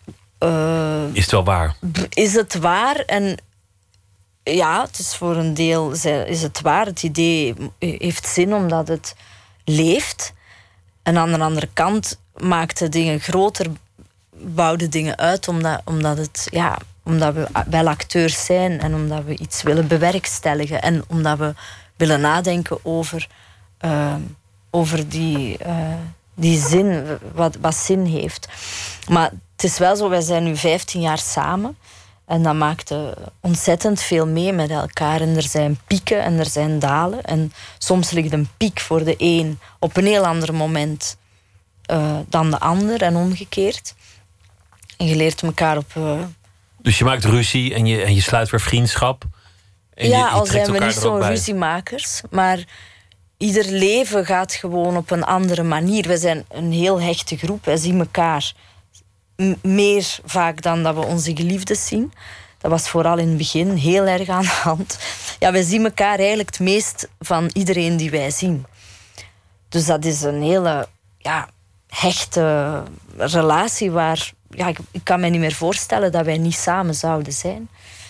E: Uh,
D: is het wel waar?
E: Is het waar? En ja, het is voor een deel is het waar. Het idee heeft zin omdat het leeft. En aan de andere kant maakt de dingen groter, bouwde dingen uit omdat, omdat, het, ja, omdat we wel acteurs zijn en omdat we iets willen bewerkstelligen en omdat we willen nadenken over, uh, over die, uh, die zin, wat, wat zin heeft. Maar het is wel zo, wij zijn nu vijftien jaar samen en dat maakt uh, ontzettend veel mee met elkaar. En er zijn pieken en er zijn dalen. En soms ligt een piek voor de een op een heel ander moment uh, dan de ander en omgekeerd. En je leert elkaar op... Uh...
D: Dus je maakt ruzie en je, en je sluit weer vriendschap. En
E: ja,
D: je, je
E: al zijn we niet zo'n
D: bij.
E: ruziemakers. Maar ieder leven gaat gewoon op een andere manier. We zijn een heel hechte groep. Wij zien elkaar m- meer vaak dan dat we onze geliefdes zien. Dat was vooral in het begin heel erg aan de hand. Ja, wij zien elkaar eigenlijk het meest van iedereen die wij zien. Dus dat is een hele ja, hechte relatie waar... Ja, ik, ik kan me niet meer voorstellen dat wij niet samen zouden zijn.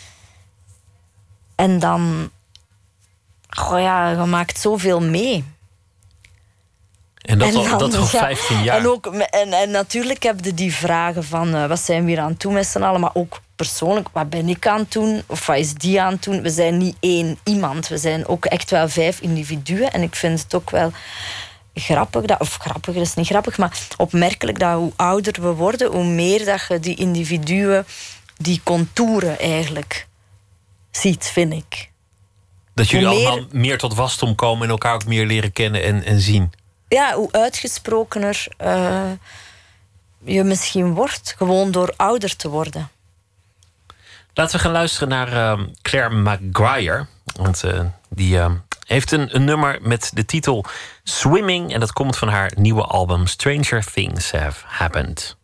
E: En dan... Goh ja, je maakt zoveel mee.
D: En dat,
E: en
D: al,
E: dan,
D: dat al
E: ja,
D: vijftien jaar.
E: En, ook, en, en natuurlijk heb je die vragen van... Uh, wat zijn we hier aan het doen met z'n allen? Maar ook persoonlijk, wat ben ik aan het doen? Of wat is die aan het doen? We zijn niet één iemand. We zijn ook echt wel vijf individuen. En ik vind het ook wel... grappig, dat, of grappig, dat is niet grappig, maar opmerkelijk dat hoe ouder we worden, hoe meer dat je die individuen, die contouren eigenlijk ziet, vind ik.
D: Dat jullie
E: hoe
D: allemaal meer... meer tot wasdom komen en elkaar ook meer leren kennen en, en zien.
E: Ja, hoe uitgesprokener uh, je misschien wordt, gewoon door ouder te worden.
D: Laten we gaan luisteren naar uh, Claire Maguire. Want uh, die... Uh, heeft een, een nummer met de titel Swimming. En dat komt van haar nieuwe album Stranger Things Have Happened.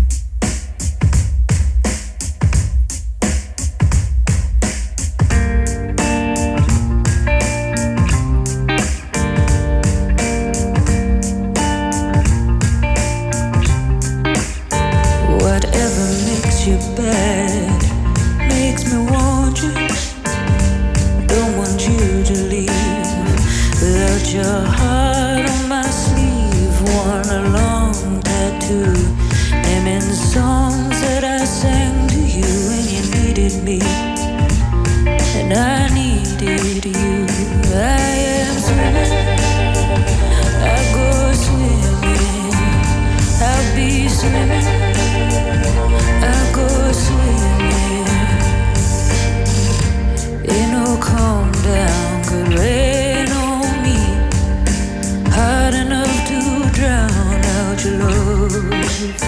J: Whatever makes you bad makes me want you. Don't want you to leave without your heart on my sleeve. Want a long tattoo, naming songs that I sang to you when you needed me, and I needed you. I am swimming, I go swimming, I'll be swimming, I go swimming. Ain't no calm down, could rain on me, hard enough to drown out your love.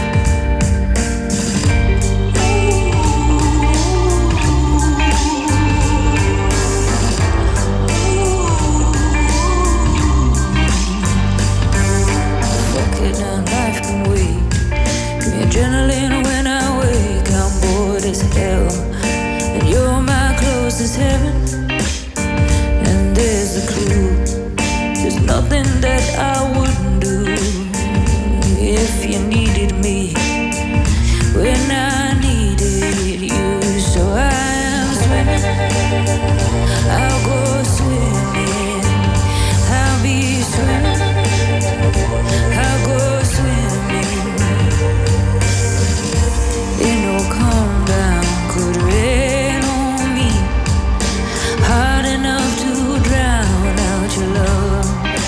J: Fuck it, now life can wait. Give me adrenaline when I wake. I'm bored as hell, and you're my closest heaven. And there's a clue, there's nothing that I wouldn't do if you needed me when I needed you. So I am swimming, I'll go swimming, I'll be swimming, I'll go swimming. Ain't no calm down, could rain on me, hard enough to drown out your love.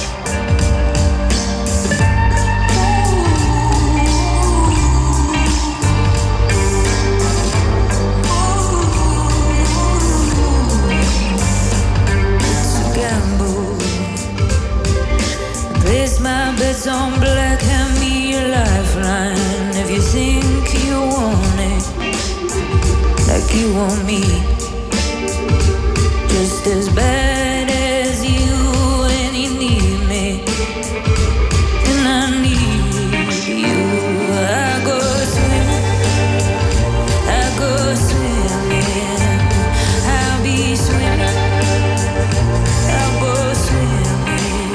J: It's a gamble. Place my bets on black, hand me your lifeline. If you think you want it like you want me, just as bad as you when you need me, and I need you. I go swimming, I go swimming, I'll be swimming, I'll go swimming.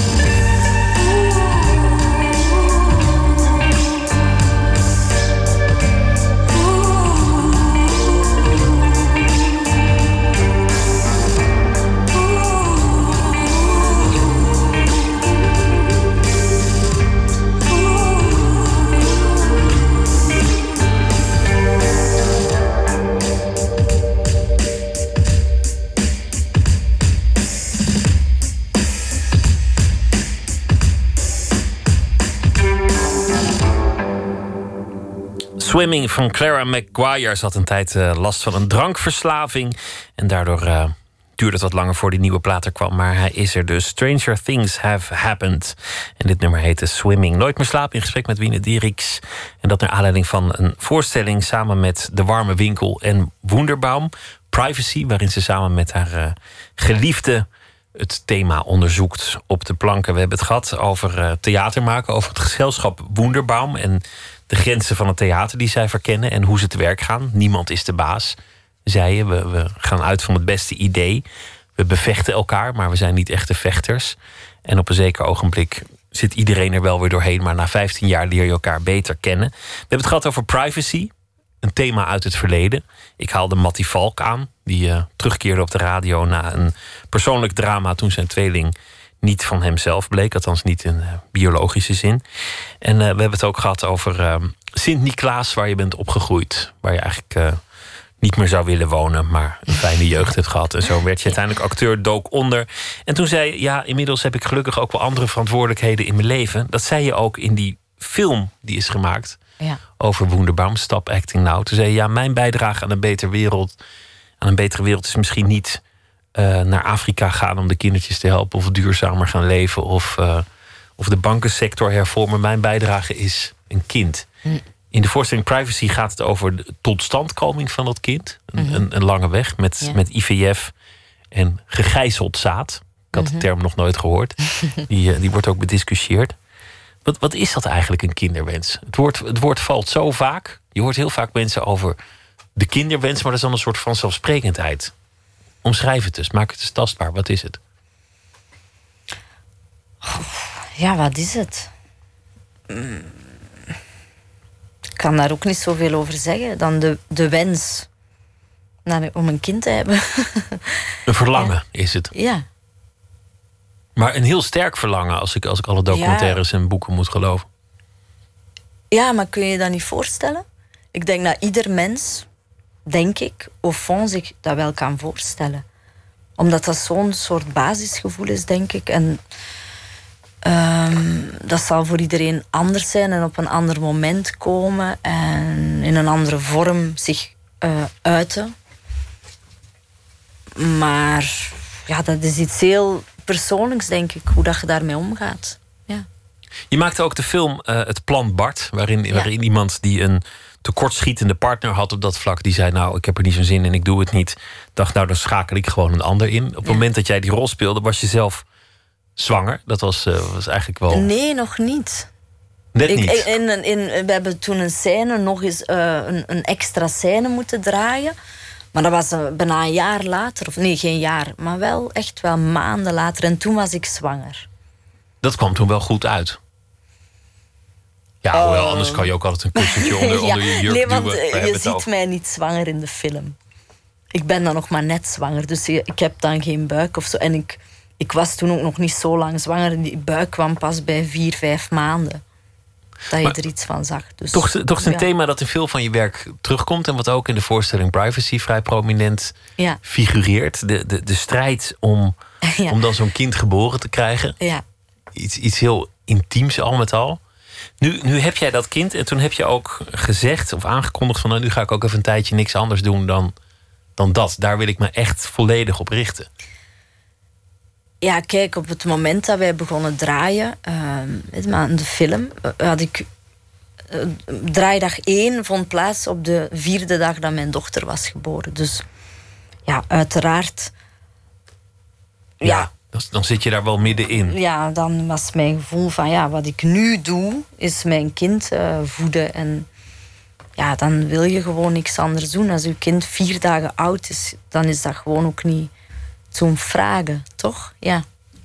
J: Ooh.
D: Swimming van Clara McGuire. Ze had een tijd uh, last van een drankverslaving. En daardoor uh, duurde het wat langer voor die nieuwe plaat er kwam. Maar hij is er dus. Stranger Things Have Happened. En dit nummer heette Swimming. Nooit meer slapen in gesprek met Wiene Dieriks. En dat naar aanleiding van een voorstelling samen met De Warme Winkel en Wunderbaum. Privacy, waarin ze samen met haar uh, geliefde het thema onderzoekt op de planken. We hebben het gehad over uh, theater maken, over het gezelschap Wunderbaum en de grenzen van het theater die zij verkennen en hoe ze te werk gaan. Niemand is de baas, zei je. We, we gaan uit van het beste idee. We bevechten elkaar, maar we zijn niet echte vechters. En op een zeker ogenblik zit iedereen er wel weer doorheen, maar na vijftien jaar leer je elkaar beter kennen. We hebben het gehad over privacy, een thema uit het verleden. Ik haalde Mattie Valk aan, die uh, terugkeerde op de radio na een persoonlijk drama toen zijn tweeling niet van hemzelf bleek, althans niet in uh, biologische zin. En uh, we hebben het ook gehad over uh, Sint-Niklaas, waar je bent opgegroeid, waar je eigenlijk uh, niet meer zou willen wonen, maar een fijne jeugd hebt gehad. En zo werd je uiteindelijk acteur, dook onder. En toen zei je, ja, inmiddels heb ik gelukkig ook wel andere verantwoordelijkheden in mijn leven. Dat zei je ook in die film die is gemaakt. Ja. Over Wunderbaum, Stop Acting Now. Toen zei je, ja, mijn bijdrage aan een betere wereld, aan een betere wereld is misschien niet uh, naar Afrika gaan om de kindertjes te helpen, of duurzamer gaan leven, of, uh, of de bankensector hervormen. Mijn bijdrage is een kind. Mm. In de voorstelling Privacy gaat het over de totstandkoming van dat kind. Een, mm-hmm. een, een lange weg met, ja. met I V F en gegijzeld zaad. Ik had mm-hmm. de term nog nooit gehoord. Die, uh, die wordt ook bediscussieerd. Wat, wat is dat eigenlijk, een kinderwens? Het woord, het woord valt zo vaak. Je hoort heel vaak mensen over de kinderwens, maar dat is dan een soort van zelfsprekendheid. Omschrijf het dus, maak het eens tastbaar. Wat is het?
E: Ja, wat is het? Ik kan daar ook niet zoveel over zeggen dan de, de wens naar, om een kind te hebben.
D: Een verlangen
E: ja.
D: is het.
E: Ja.
D: Maar een heel sterk verlangen, als ik, als ik alle documentaires ja. en boeken moet geloven.
E: Ja, maar kun je je dat niet voorstellen? Ik denk dat ieder mens, denk ik, au fond zich dat wel kan voorstellen. Omdat dat zo'n soort basisgevoel is, denk ik. En um, dat zal voor iedereen anders zijn en op een ander moment komen. En in een andere vorm zich uh, uiten. Maar ja, dat is iets heel persoonlijks, denk ik, hoe dat je daarmee omgaat. Ja.
D: Je maakte ook de film uh, Het Plan Bart, waarin, ja. waarin iemand die een tekortschietende partner had op dat vlak, die zei, nou, ik heb er niet zo'n zin in, ik doe het niet. Dacht, nou, dan schakel ik gewoon een ander in. Op het ja. moment dat jij die rol speelde, was je zelf zwanger. Dat was, uh, was eigenlijk wel...
E: Nee, nog niet.
D: Net niet?
E: Ik, in, in, we hebben toen een scène, nog eens uh, een, een extra scène moeten draaien. Maar dat was uh, bijna een jaar later. Of nee, geen jaar. Maar wel echt wel maanden later. En toen was ik zwanger.
D: Dat kwam toen wel goed uit. Ja, hoewel, uh, anders kan je ook altijd een kussentje onder, ja, onder je jurk
E: nee, want,
D: duwen.
E: Uh, je ziet over. mij niet zwanger in de film. Ik ben dan nog maar net zwanger. Dus je, ik heb dan geen buik of zo. En ik, ik was toen ook nog niet zo lang zwanger. En die buik kwam pas bij vier, vijf maanden. Dat je maar er iets van zag. Dus,
D: toch, toch is een
E: ja.
D: thema dat in veel van je werk terugkomt. En wat ook in de voorstelling Privacy vrij prominent ja. figureert. De, de, de strijd om, ja. om dan zo'n kind geboren te krijgen.
E: Ja.
D: Iets, iets heel intiems al met al. Nu, nu heb jij dat kind en toen heb je ook gezegd of aangekondigd van, nou, nu ga ik ook even een tijdje niks anders doen dan, dan dat. Daar wil ik me echt volledig op richten.
E: Ja, kijk, op het moment dat wij begonnen draaien, uh, de film, had ik... Uh, draaidag één vond plaats op de vierde dag dat mijn dochter was geboren. Dus ja, uiteraard...
D: Ja, ja dan zit je daar wel middenin.
E: Ja, dan was mijn gevoel van, ja, wat ik nu doe, is mijn kind uh, voeden. En ja, dan wil je gewoon niks anders doen. Als je kind vier dagen oud is, dan is dat gewoon ook niet zo'n vragen, toch? Ja.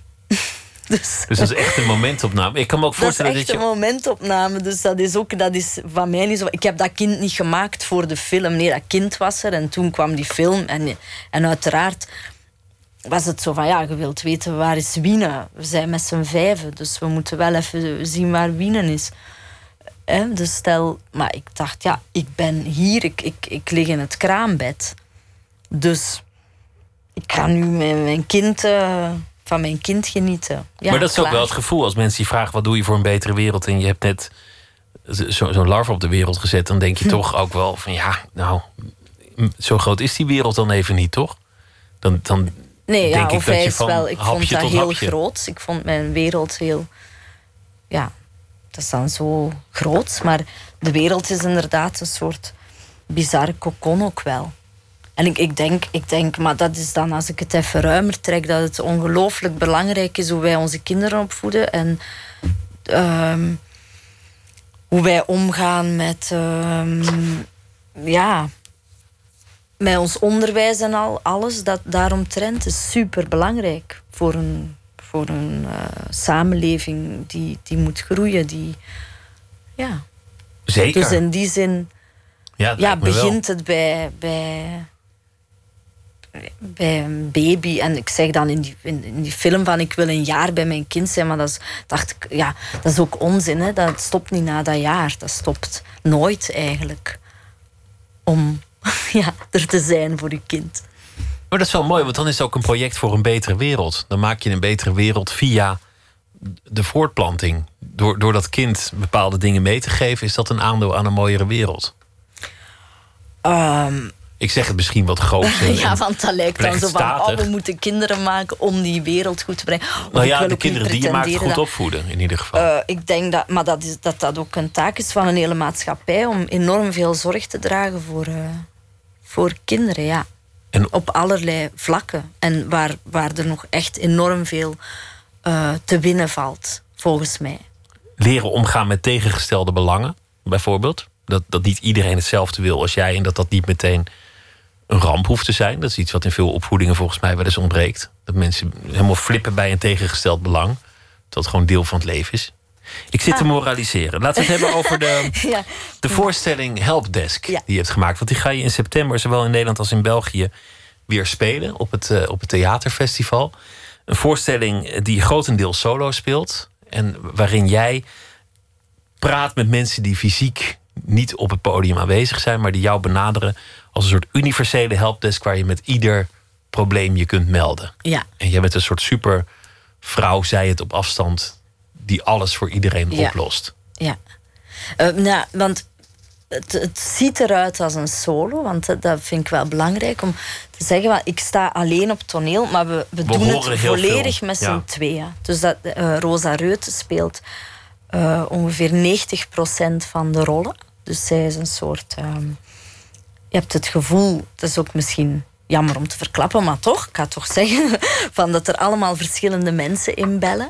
E: Dus,
D: dus dat is echt een momentopname. Ik kan me ook voorstellen
E: dat is
D: dat,
E: echt
D: je...
E: een momentopname. Dus dat is ook, dat is van mij niet zo... Ik heb dat kind niet gemaakt voor de film. Nee, dat kind was er en toen kwam die film. En, en uiteraard was het zo van, ja, je wilt weten waar is Wiene. We zijn met z'n vijven, dus we moeten wel even zien waar Wiene is. He, dus stel... Maar ik dacht, ja, ik ben hier, ik, ik, ik lig in het kraambed. Dus ik ga nu met mijn kind... Uh, van mijn kind genieten. Ja,
D: maar dat is
E: klaar.
D: ook wel het gevoel als mensen die vragen, wat doe je voor een betere wereld? En je hebt net zo, zo'n larve op de wereld gezet... dan denk je toch ook wel van ja, nou, zo groot is die wereld dan even niet, toch? Dan, dan
E: nee,
D: denk
E: ja,
D: ik
E: of
D: dat
E: hij
D: je
E: is
D: van
E: wel... Ik vond
D: hapje
E: dat
D: tot
E: heel
D: hapje.
E: groot. Ik vond mijn wereld heel... Ja, dat is dan zo groot. Maar de wereld is inderdaad een soort bizarre kokon ook wel. En ik, ik, denk, ik denk, maar dat is dan als ik het even ruimer trek... dat het ongelooflijk belangrijk is hoe wij onze kinderen opvoeden... en um, hoe wij omgaan met... Um, ja... met ons onderwijs en al, alles dat daaromtrent is super belangrijk voor een, voor een uh, samenleving die, die moet groeien. Die, ja.
D: Zeker.
E: Dus in die zin
D: ja, dat
E: ja,
D: lijkt me
E: begint
D: wel.
E: het bij, bij, bij een baby. En ik zeg dan in die, in, in die film van ik wil een jaar bij mijn kind zijn, maar dat is, dacht ik, ja, dat is ook onzin. Hè? Dat stopt niet na dat jaar. Dat stopt nooit eigenlijk. Om ja, er te zijn voor je kind.
D: Maar dat is wel mooi, want dan is het ook een project voor een betere wereld. Dan maak je een betere wereld via de voortplanting. Door, door dat kind bepaalde dingen mee te geven... is dat een aandeel aan een mooiere wereld.
E: Um,
D: ik zeg het misschien wat groots.
E: ja, want dat lijkt dan zo van...
D: statig.
E: Oh, we moeten kinderen maken om die wereld goed te brengen. Of
D: Nou
E: ik
D: ja,
E: wil
D: de
E: ook
D: kinderen
E: niet
D: die je maakt goed
E: pretenderen
D: opvoeden, in ieder geval.
E: Uh, ik denk dat, maar dat, is, dat dat ook een taak is van een hele maatschappij... om enorm veel zorg te dragen voor, uh, voor kinderen, ja.
D: En
E: op allerlei vlakken. En waar, waar er nog echt enorm veel uh, te winnen valt, volgens mij.
D: Leren omgaan met tegengestelde belangen, bijvoorbeeld. Dat, dat niet iedereen hetzelfde wil als jij... en dat dat niet meteen een ramp hoeft te zijn. Dat is iets wat in veel opvoedingen volgens mij wel eens ontbreekt. Dat mensen helemaal flippen bij een tegengesteld belang. Dat het gewoon deel van het leven is. Ik zit ah. te moraliseren. Laten we het hebben over de,
E: ja.
D: de voorstelling Helpdesk...
E: Ja.
D: die je hebt gemaakt. Want die ga je in september, zowel in Nederland als in België... weer spelen op het, uh, op het theaterfestival. Een voorstelling die grotendeels solo speelt... en waarin jij praat met mensen die fysiek niet op het podium aanwezig zijn... maar die jou benaderen als een soort universele helpdesk... waar je met ieder probleem je kunt melden.
E: Ja.
D: En jij bent een soort supervrouw, zij het op afstand... die alles voor iedereen
E: ja.
D: oplost.
E: Ja. Uh, nou, want het, het ziet eruit als een solo... want dat, dat vind ik wel belangrijk om te zeggen... Want ik sta alleen op toneel... maar we, we, we doen het volledig veel. met z'n ja. tweeën. Dus dat, uh, Rosa Reute speelt... Uh, ongeveer negentig procent van de rollen. Dus zij is een soort... Um, je hebt het gevoel, dat is ook misschien jammer om te verklappen... maar toch, ik ga het toch zeggen... van dat er allemaal verschillende mensen inbellen.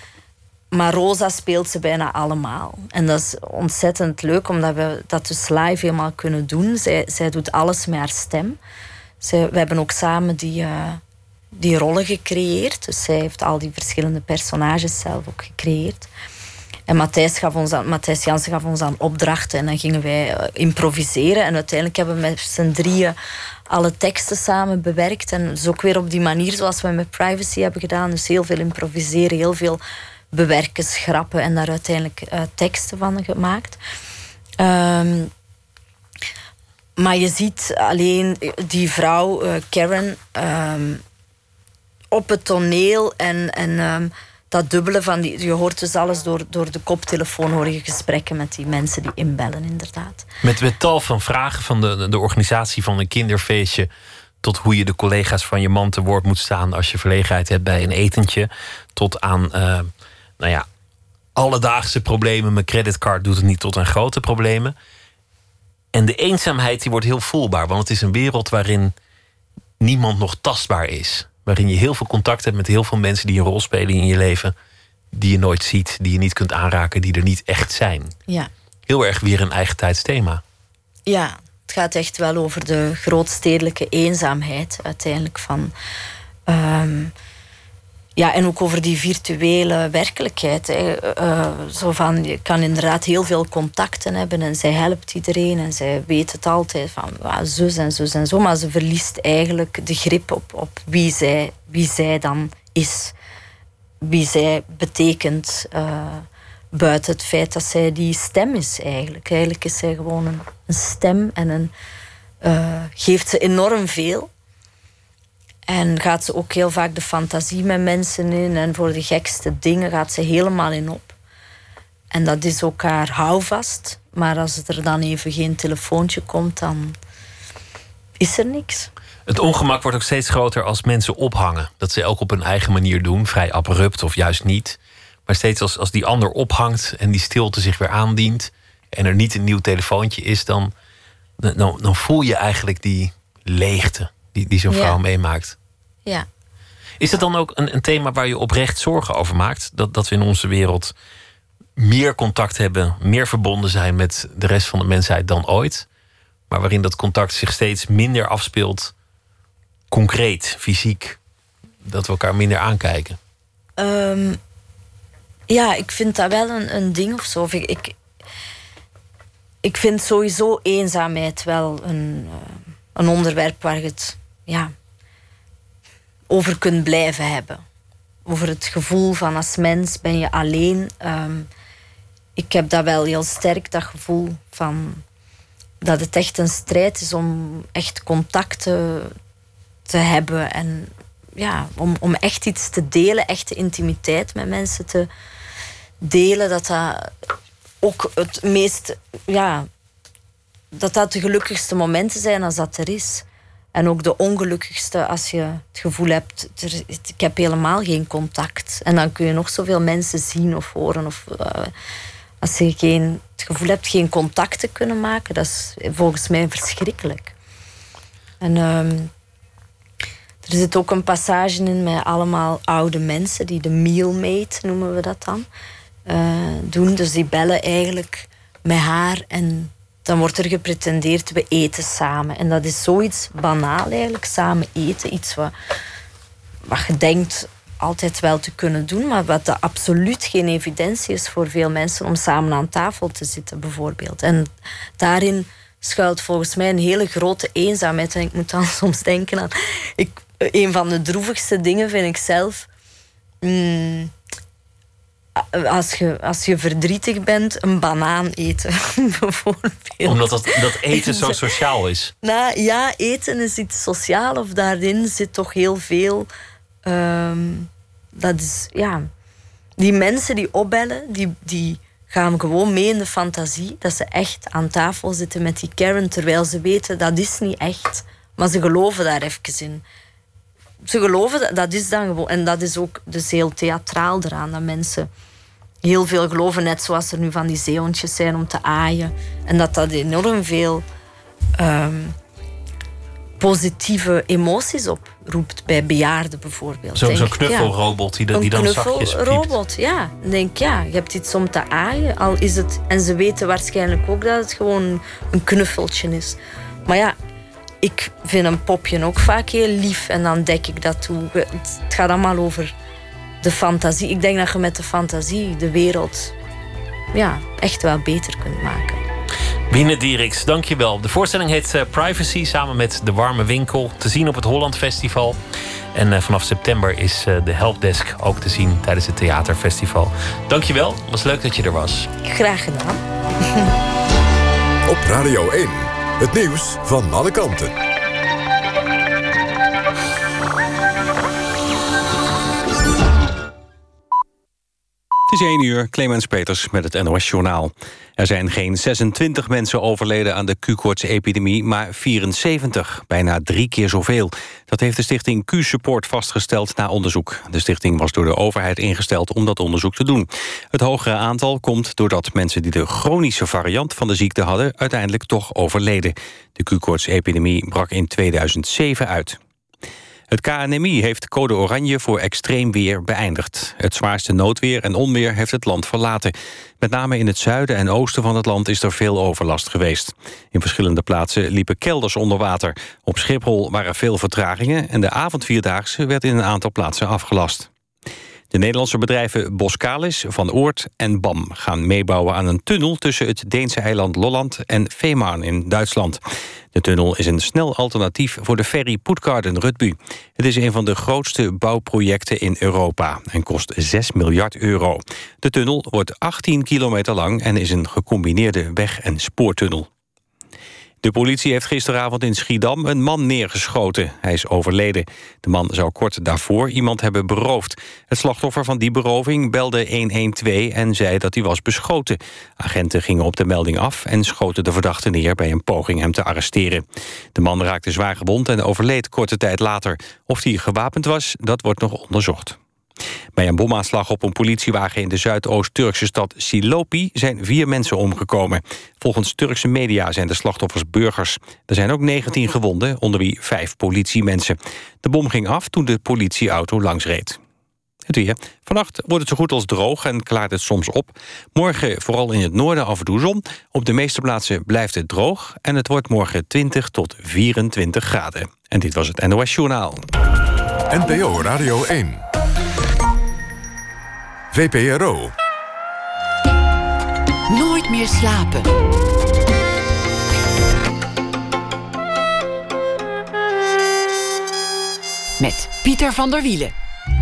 E: Maar Rosa speelt ze bijna allemaal. En dat is ontzettend leuk, omdat we dat dus live helemaal kunnen doen. Zij, zij doet alles met haar stem. Zij, we hebben ook samen die, uh, die rollen gecreëerd. Dus zij heeft al die verschillende personages zelf ook gecreëerd. En Matthijs, gaf ons aan, Matthijs Jansen gaf ons aan opdrachten en dan gingen wij uh, improviseren. En uiteindelijk hebben we met z'n drieën alle teksten samen bewerkt. En dus ook weer op die manier zoals we met Privacy hebben gedaan. Dus heel veel improviseren, heel veel bewerken, schrappen en daar uiteindelijk uh, teksten van gemaakt. Um, maar je ziet alleen die vrouw, uh, Karen, um, op het toneel en... en um, dat dubbele van die... Je hoort dus alles door, door de koptelefoon... hoor je gesprekken met die mensen die inbellen, inderdaad.
D: Met, met tal van vragen van de, de organisatie van een kinderfeestje... tot hoe je de collega's van je man te woord moet staan... als je verlegenheid hebt bij een etentje... tot aan, uh, nou ja, alledaagse problemen. Mijn creditcard doet het niet, tot aan grote problemen. En de eenzaamheid die wordt heel voelbaar. Want het is een wereld waarin niemand nog tastbaar is... waarin je heel veel contact hebt met heel veel mensen... die een rol spelen in je leven... die je nooit ziet, die je niet kunt aanraken... die er niet echt zijn.
E: Ja.
D: Heel erg weer een eigentijds thema.
E: Ja, het gaat echt wel over de grootstedelijke eenzaamheid... uiteindelijk van... Um, ja, en ook over die virtuele werkelijkheid. Hè. Uh, zo van, je kan inderdaad heel veel contacten hebben... en zij helpt iedereen en zij weet het altijd van ah, zus en zus en zo... maar ze verliest eigenlijk de grip op, op wie, zij, wie zij dan is. Wie zij betekent... Uh, buiten het feit dat zij die stem is eigenlijk. Eigenlijk is zij gewoon een, een stem en een, uh, geeft ze enorm veel... En gaat ze ook heel vaak de fantasie met mensen in. En voor de gekste dingen gaat ze helemaal in op. En dat is elkaar houvast. Maar als er dan even geen telefoontje komt, dan is er niks.
D: Het ongemak wordt ook steeds groter als mensen ophangen. Dat ze elk op hun eigen manier doen, vrij abrupt of juist niet. Maar steeds als, als die ander ophangt en die stilte zich weer aandient en er niet een nieuw telefoontje is, dan, dan, dan voel je eigenlijk die leegte die, die zo'n
E: Ja.
D: vrouw meemaakt.
E: Ja.
D: Is het dan ook een, een thema waar je oprecht zorgen over maakt? Dat, dat we in onze wereld meer contact hebben, meer verbonden zijn met de rest van de mensheid dan ooit, maar waarin dat contact zich steeds minder afspeelt, concreet, fysiek, dat we elkaar minder aankijken?
E: Um, ja, ik vind dat wel een, een ding of zo. Of ik, ik, ik vind sowieso eenzaamheid wel een, uh, een onderwerp waar je het ja, over kunt blijven hebben. Over het gevoel van als mens ben je alleen. Um, ik heb dat wel heel sterk, dat gevoel van dat het echt een strijd is om echt contacten te hebben en ja, om, om echt iets te delen, echte intimiteit met mensen te delen, dat dat ook het meest, ja, dat dat de gelukkigste momenten zijn als dat er is. En ook de ongelukkigste als je het gevoel hebt, er, ik heb helemaal geen contact. En dan kun je nog zoveel mensen zien of horen. Of, uh, als je geen, het gevoel hebt geen contact te kunnen maken, dat is volgens mij verschrikkelijk. En um, er zit ook een passage in met allemaal oude mensen die de mealmate, noemen we dat dan, uh, doen. Dus die bellen eigenlijk met haar en dan wordt er gepretendeerd, we eten samen. En dat is zoiets banaal eigenlijk, samen eten. Iets wat, wat je denkt altijd wel te kunnen doen, maar wat er absoluut geen evidentie is voor veel mensen om samen aan tafel te zitten, bijvoorbeeld. En daarin schuilt volgens mij een hele grote eenzaamheid. En ik moet dan soms denken aan... Ik, een van de droevigste dingen vind ik zelf... Mm, als, je, als je verdrietig bent, een banaan eten, bijvoorbeeld.
D: Omdat dat, dat eten zo sociaal is.
E: Nou ja, eten is iets sociaal, of daarin zit toch heel veel... Um, dat is, ja... Die mensen die opbellen, die... die gaan gewoon mee in de fantasie dat ze echt aan tafel zitten met die Karen, terwijl ze weten dat is niet echt, maar ze geloven daar even in. Ze geloven dat, dat is dan gewoon, en dat is ook dus heel theatraal eraan, dat mensen heel veel geloven, net zoals er nu van die zeehondjes zijn om te aaien, en dat dat enorm veel um, positieve emoties oproept bij bejaarden bijvoorbeeld.
D: Zo'n zo knuffelrobot die, de, die dan zachtjes piept.
E: Een knuffelrobot, ja. Dan denk ik, ja, je hebt iets om te aaien. Al is het, en ze weten waarschijnlijk ook dat het gewoon een knuffeltje is. Maar ja, ik vind een popje ook vaak heel lief. En dan dek ik dat toe. Het gaat allemaal over de fantasie. Ik denk dat je met de fantasie de wereld ja, echt wel beter kunt maken.
D: Wiene Dieriks, dankjewel. De voorstelling heet uh, Privacy, samen met De Warme Winkel. Te zien op het Holland Festival. En uh, vanaf september is uh, de Helpdesk ook te zien tijdens het Theaterfestival. Dankjewel, het was leuk dat je er was.
E: Graag gedaan.
B: Op Radio één, het nieuws van alle kanten.
A: Het is één uur, Clemens Peters met het N O S-journaal. Er zijn geen zesentwintig mensen overleden aan de Q-koorts-epidemie, maar vierenzeventig, bijna drie keer zoveel. Dat heeft de stichting Q-Support vastgesteld na onderzoek. De stichting was door de overheid ingesteld om dat onderzoek te doen. Het hogere aantal komt doordat mensen die de chronische variant van de ziekte hadden uiteindelijk toch overleden. De Q-koorts-epidemie brak in tweeduizend zeven uit. Het K N M I heeft code oranje voor extreem weer beëindigd. Het zwaarste noodweer en onweer heeft het land verlaten. Met name in het zuiden en oosten van het land is er veel overlast geweest. In verschillende plaatsen liepen kelders onder water. Op Schiphol waren veel vertragingen en de avondvierdaagse werd in een aantal plaatsen afgelast. De Nederlandse bedrijven Boskalis, Van Oort en B A M gaan meebouwen aan een tunnel tussen het Deense eiland Lolland en Fehmarn in Duitsland. De tunnel is een snel alternatief voor de ferry Puttgarden Rudby. Het is een van de grootste bouwprojecten in Europa en kost zes miljard euro. De tunnel wordt achttien kilometer lang en is een gecombineerde weg- en spoortunnel. De politie heeft gisteravond in Schiedam een man neergeschoten. Hij is overleden. De man zou kort daarvoor iemand hebben beroofd. Het slachtoffer van die beroving belde honderdtwaalf en zei dat hij was beschoten. Agenten gingen op de melding af en schoten de verdachte neer bij een poging hem te arresteren. De man raakte zwaar gewond en overleed korte tijd later. Of hij gewapend was, dat wordt nog onderzocht. Bij een bomaanslag op een politiewagen in de Zuidoost-Turkse stad Silopi zijn vier mensen omgekomen. Volgens Turkse media zijn de slachtoffers burgers. Er zijn ook negentien gewonden, onder wie vijf politiemensen. De bom ging af toen de politieauto langsreed. Het weer. Vannacht wordt het zo goed als droog en klaart het soms op. Morgen vooral in het noorden af en toe zon. Op de meeste plaatsen blijft het droog en het wordt morgen twintig tot vierentwintig graden. En dit was het N O S Journaal.
B: N P O Radio één. V P R O.
C: Nooit meer slapen. Met Pieter van der Wielen.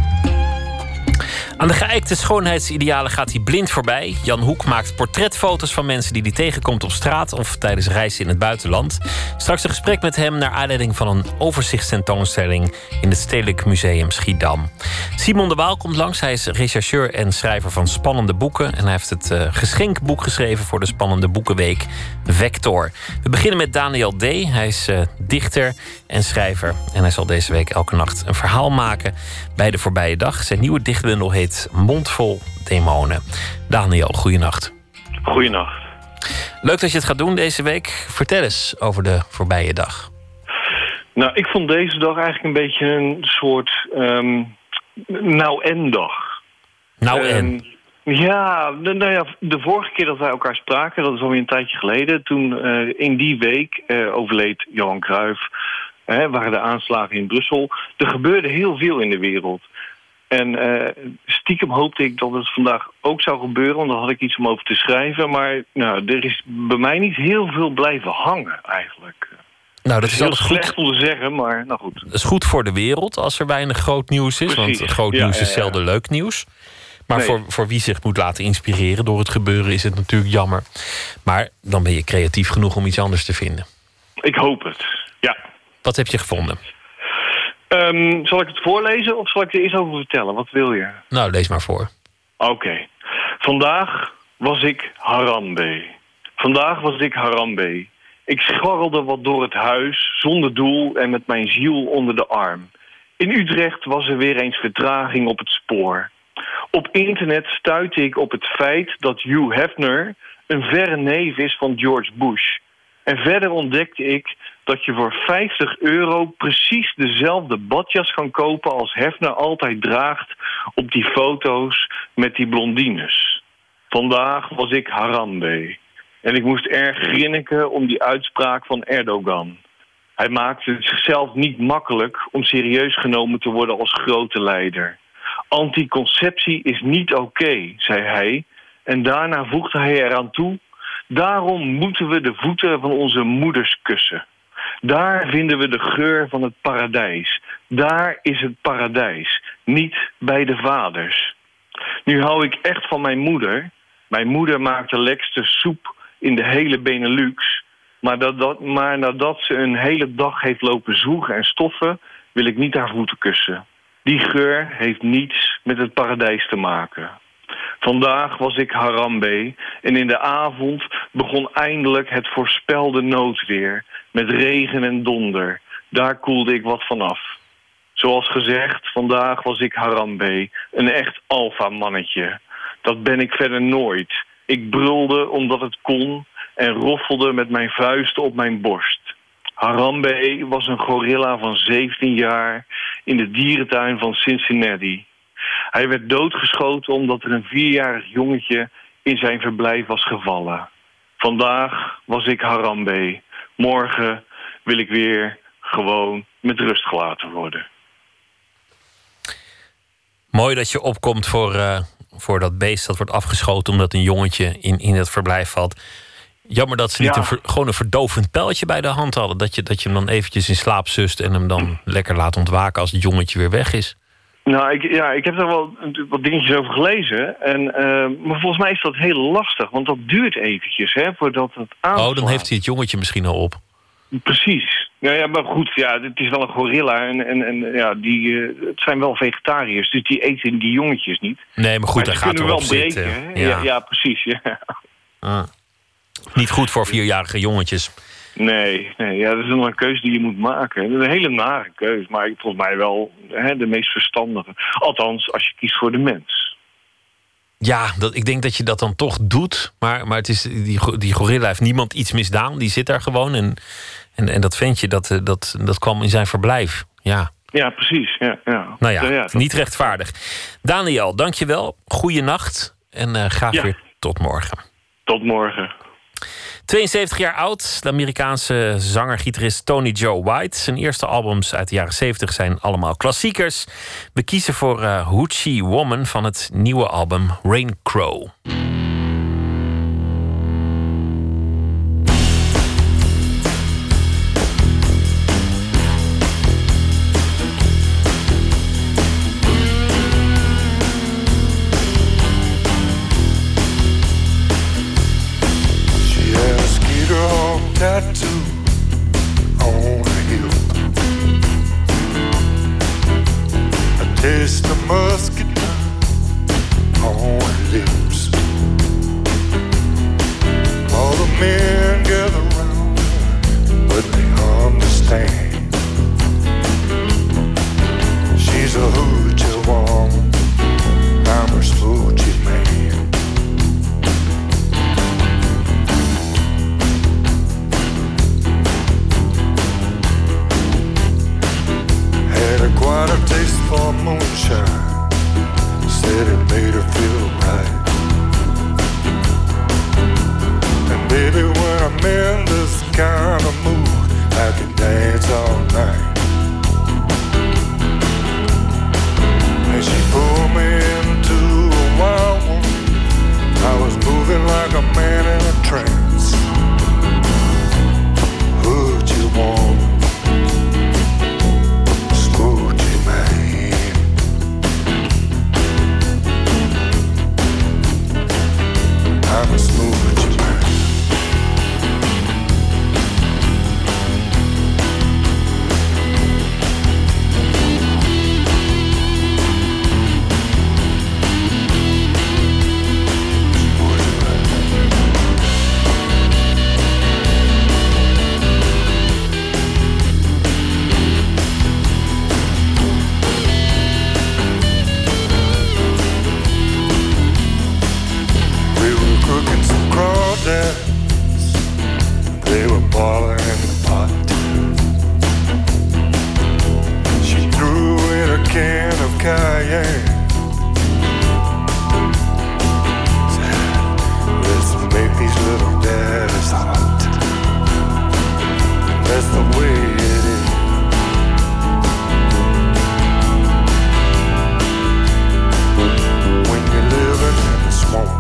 D: Aan de geëikte schoonheidsidealen gaat hij blind voorbij. Jan Hoek maakt portretfoto's van mensen die hij tegenkomt op straat of tijdens reizen in het buitenland. Straks een gesprek met hem naar aanleiding van een overzichtstentoonstelling in het Stedelijk Museum Schiedam. Simon de Waal komt langs. Hij is rechercheur en schrijver van spannende boeken. En hij heeft het uh, geschenkboek geschreven voor de Spannende Boekenweek Vector. We beginnen met Daniel D. Hij is uh, dichter en schrijver. En hij zal deze week elke nacht een verhaal maken bij de voorbije dag. Zijn nieuwe dichtbundel heet Mondvol Demonen. Daniel, goeienacht.
K: Goeienacht.
D: Leuk dat je het gaat doen deze week. Vertel eens over de voorbije dag.
K: Nou, ik vond deze dag eigenlijk een beetje een soort um, nou-en-dag.
D: Nou-en?
K: Um, ja, nou ja, de vorige keer dat wij elkaar spraken, dat is alweer een tijdje geleden. Toen uh, in die week uh, overleed Johan Cruijff. Uh, waren de aanslagen in Brussel. Er gebeurde heel veel in de wereld. En uh, stiekem hoopte ik dat het vandaag ook zou gebeuren, want dan had ik iets om over te schrijven. Maar nou, er is bij mij niet heel veel blijven hangen, eigenlijk.
D: Nou, dat
K: het
D: is,
K: is heel
D: alles
K: slecht
D: goed
K: om te zeggen, maar nou goed.
D: Het is goed voor de wereld als er weinig groot nieuws is.
K: Precies.
D: Want groot
K: Ja,
D: nieuws
K: ja,
D: is
K: ja.
D: zelden leuk nieuws. Maar
K: Nee.
D: voor, voor wie zich moet laten inspireren door het gebeuren is het natuurlijk jammer. Maar dan ben je creatief genoeg om iets anders te vinden.
K: Ik hoop het, ja.
D: Wat heb je gevonden?
K: Um, zal ik het voorlezen of zal ik er eerst over vertellen? Wat wil je?
D: Nou, lees maar voor.
K: Oké. Okay. Vandaag was ik Harambe. Vandaag was ik Harambe. Ik scharrelde wat door het huis, zonder doel en met mijn ziel onder de arm. In Utrecht was er weer eens vertraging op het spoor. Op internet stuitte ik op het feit dat Hugh Hefner een verre neef is van George Bush. En verder ontdekte ik dat je voor vijftig euro precies dezelfde badjas kan kopen als Hefner altijd draagt op die foto's met die blondines. Vandaag was ik Harambe. En ik moest erg grinniken om die uitspraak van Erdogan. Hij maakte het zichzelf niet makkelijk om serieus genomen te worden als grote leider. Anticonceptie is niet oké, okay, zei hij. En daarna voegde hij eraan toe: daarom moeten we de voeten van onze moeders kussen. Daar vinden we de geur van het paradijs. Daar is het paradijs, niet bij de vaders. Nu hou ik echt van mijn moeder. Mijn moeder maakt de lekkerste soep in de hele Benelux. Maar, dat, dat, maar nadat ze een hele dag heeft lopen zwoegen en stoffen, wil ik niet haar voeten kussen. Die geur heeft niets met het paradijs te maken. Vandaag was ik Harambe en in de avond begon eindelijk het voorspelde noodweer met regen en donder. Daar koelde ik wat vanaf. Zoals gezegd, vandaag was ik Harambe, een echt alfa-mannetje. Dat ben ik verder nooit. Ik brulde omdat het kon en roffelde met mijn vuisten op mijn borst. Harambe was een gorilla van zeventien jaar in de dierentuin van Cincinnati. Hij werd doodgeschoten omdat er een vierjarig jongetje in zijn verblijf was gevallen. Vandaag was ik Harambe. Morgen wil ik weer gewoon met rust gelaten worden.
D: Mooi dat je opkomt voor, uh, voor dat beest dat wordt afgeschoten omdat een jongetje in, in het verblijf valt. Jammer dat ze niet
K: Ja.
D: een ver, gewoon een verdovend pijltje bij de hand hadden. Dat je, dat je hem dan eventjes in slaap sust en hem dan lekker laat ontwaken als het jongetje weer weg is.
K: Nou, ik, ja, ik heb er wel wat dingetjes over gelezen. En, uh, maar volgens mij is dat heel lastig, want dat duurt eventjes, hè, voordat het aanslaat.
D: Oh, dan heeft hij het jongetje misschien al op.
K: Precies. Ja, ja, maar goed, ja, het is wel een gorilla. En, en, en ja, die, uh, het zijn wel vegetariërs, dus die eten die jongetjes niet.
D: Nee, maar goed,
K: maar
D: daar gaat
K: er
D: wel
K: wel breken.
D: zitten.
K: Hè?
D: Ja.
K: Ja, ja, precies. Ja.
D: Ah. Niet goed voor vierjarige jongetjes.
K: Nee, nee ja, dat is nog een keuze die je moet maken. Dat is een hele nare keuze, maar volgens mij wel hè, de meest verstandige. Althans, als je kiest voor de mens.
D: Ja, dat, ik denk dat je dat dan toch doet. Maar, maar het is, die, die gorilla heeft niemand iets misdaan. Die zit daar gewoon. En, en, en dat ventje, dat, dat, dat kwam in zijn verblijf. Ja,
K: ja precies. Ja, ja.
D: Nou ja,
K: ja, ja dat...
D: niet rechtvaardig. Daniel, dankjewel. Goeienacht. En uh, graag ja. weer tot morgen.
K: Tot morgen.
D: tweeënzeventig jaar oud, de Amerikaanse zanger-gitarist Tony Joe White. Zijn eerste albums uit de jaren zeventig zijn allemaal klassiekers. We kiezen voor uh, Hoochie Woman van het nieuwe album Rain Crow.
L: Tattoo on her hip, a taste of musket on her lips. All the men gather round, but they understand she's a hoochie woman, I'm her smoochie man. Quite a taste for moonshine, said it made her feel right. And baby, when I'm in this kind of mood, I can dance all night. And she pulled me into a wild one, I was moving like a man in a trance. Who'd you want? I'm a smoochie man. They were boiling in the pot. She threw in a can of cayenne. Said, let's make these little daddies hot. That's the way it is. When you're living in the swamp.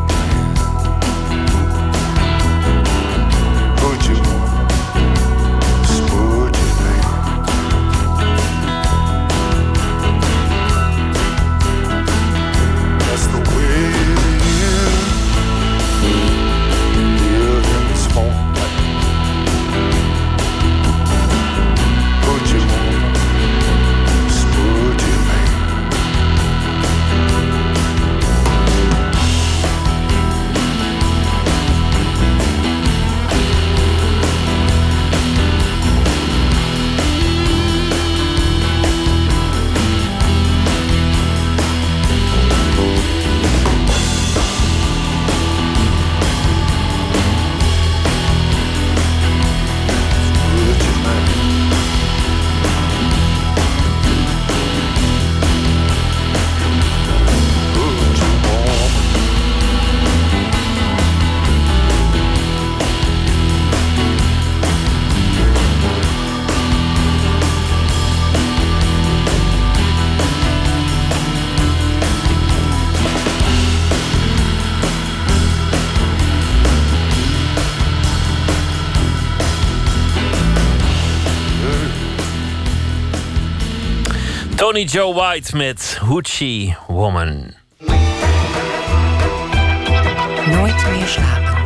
D: Tony Joe White met Hoochie Woman.
C: Nooit meer slapen.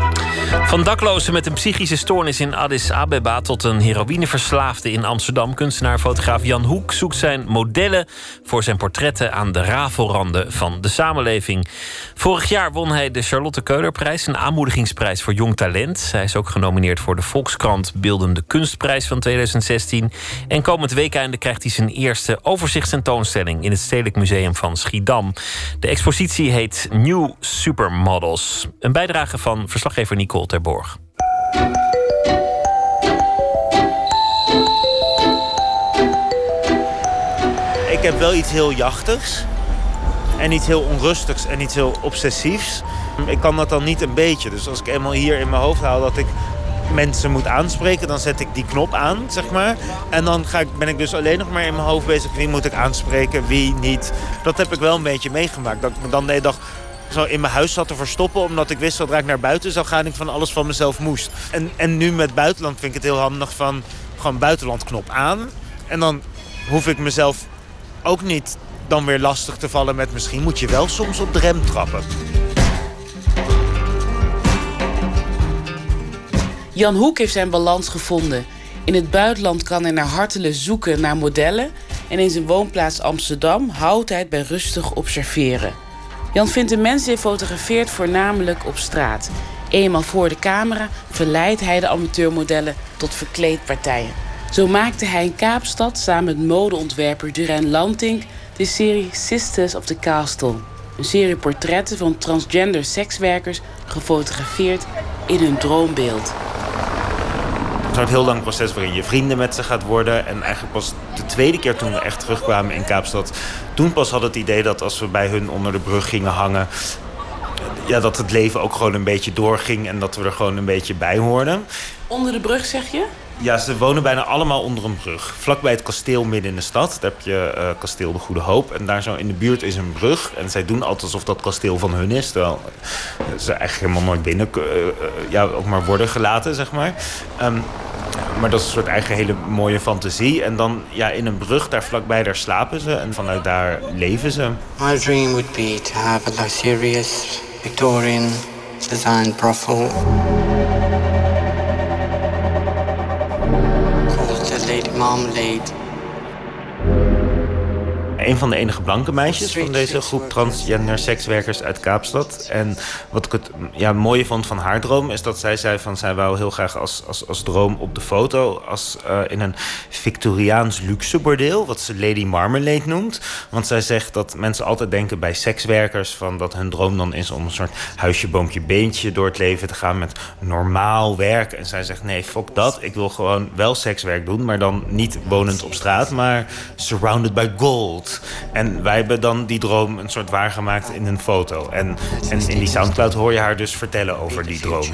D: Van daklozen met een psychische stoornis in Addis Abeba tot een heroïneverslaafde in Amsterdam. Kunstenaar-fotograaf Jan Hoek zoekt zijn modellen voor zijn portretten aan de rafelranden van de samenleving. Vorig jaar won hij de Charlotte Keulerprijs, een aanmoedigingsprijs voor jong talent. Hij is ook genomineerd voor de Volkskrant Beeldende Kunstprijs van tweeduizend zestien. En komend weekende krijgt hij zijn eerste overzichtstentoonstelling in het Stedelijk Museum van Schiedam. De expositie heet New Supermodels. Een bijdrage van verslaggever Nicole Terborg.
M: Ik heb wel iets heel jachtigs. En iets heel onrustigs en iets heel obsessiefs. Ik kan dat dan niet een beetje. Dus als ik eenmaal hier in mijn hoofd haal dat ik mensen moet aanspreken, dan zet ik die knop aan, zeg maar. En dan ga ik, ben ik dus alleen nog maar in mijn hoofd bezig. Wie moet ik aanspreken, wie niet. Dat heb ik wel een beetje meegemaakt. Dat ik me dan de hele dag zo in mijn huis zat te verstoppen, omdat ik wist zodra ik naar buiten zou gaan, ik van alles van mezelf moest. En, en nu met buitenland vind ik het heel handig van gewoon buitenlandknop aan. En dan hoef ik mezelf ook niet dan weer lastig te vallen met misschien moet je wel soms op de rem trappen.
N: Jan Hoek heeft zijn balans gevonden. In het buitenland kan hij naar Hartelen zoeken naar modellen. En in zijn woonplaats Amsterdam houdt hij het bij rustig observeren. Jan vindt de mensen die hij fotografeert voornamelijk op straat. Eenmaal voor de camera verleidt hij de amateurmodellen tot verkleedpartijen. Zo maakte hij in Kaapstad samen met modeontwerper Duran Lantink de serie Sisters of the Castle. Een serie portretten van transgender sekswerkers gefotografeerd in hun droombeeld.
M: Het is een heel lang proces waarin je vrienden met ze gaat worden. En eigenlijk pas de tweede keer toen we echt terugkwamen in Kaapstad, toen pas hadden het idee dat als we bij hun onder de brug gingen hangen, ja, dat het leven ook gewoon een beetje doorging en dat we er gewoon een beetje bij hoorden.
N: Onder de brug, zeg je?
M: Ja, ze wonen bijna allemaal onder een brug. Vlakbij het kasteel midden in de stad. Daar heb je uh, kasteel De Goede Hoop. En daar zo in de buurt is een brug. En zij doen altijd alsof dat kasteel van hun is. Terwijl ze eigenlijk helemaal nooit binnen uh, uh, ja, ook maar worden gelaten, zeg maar. Um, maar dat is een soort eigen hele mooie fantasie. En dan ja, in een brug, daar vlakbij, daar slapen ze. En vanuit daar leven ze.
O: My dream would be to have a luxurious Victorian designed brothel. Lady Marmalade.
M: Een van de enige blanke meisjes van deze groep transgender sekswerkers uit Kaapstad. En wat ik het ja, mooie vond van haar droom is dat zij zei van zij wou heel graag als, als, als droom op de foto als uh, in een Victoriaans luxe bordeel, wat ze Lady Marmalade noemt. Want zij zegt dat mensen altijd denken bij sekswerkers van dat hun droom dan is om een soort huisje, boompje, beentje door het leven te gaan met normaal werk. En zij zegt nee, fuck dat. Ik wil gewoon wel sekswerk doen, maar dan niet wonend op straat, maar surrounded by gold. En wij hebben dan die droom een soort waargemaakt in een foto. En, en in die Soundcloud hoor je haar dus vertellen over die droom.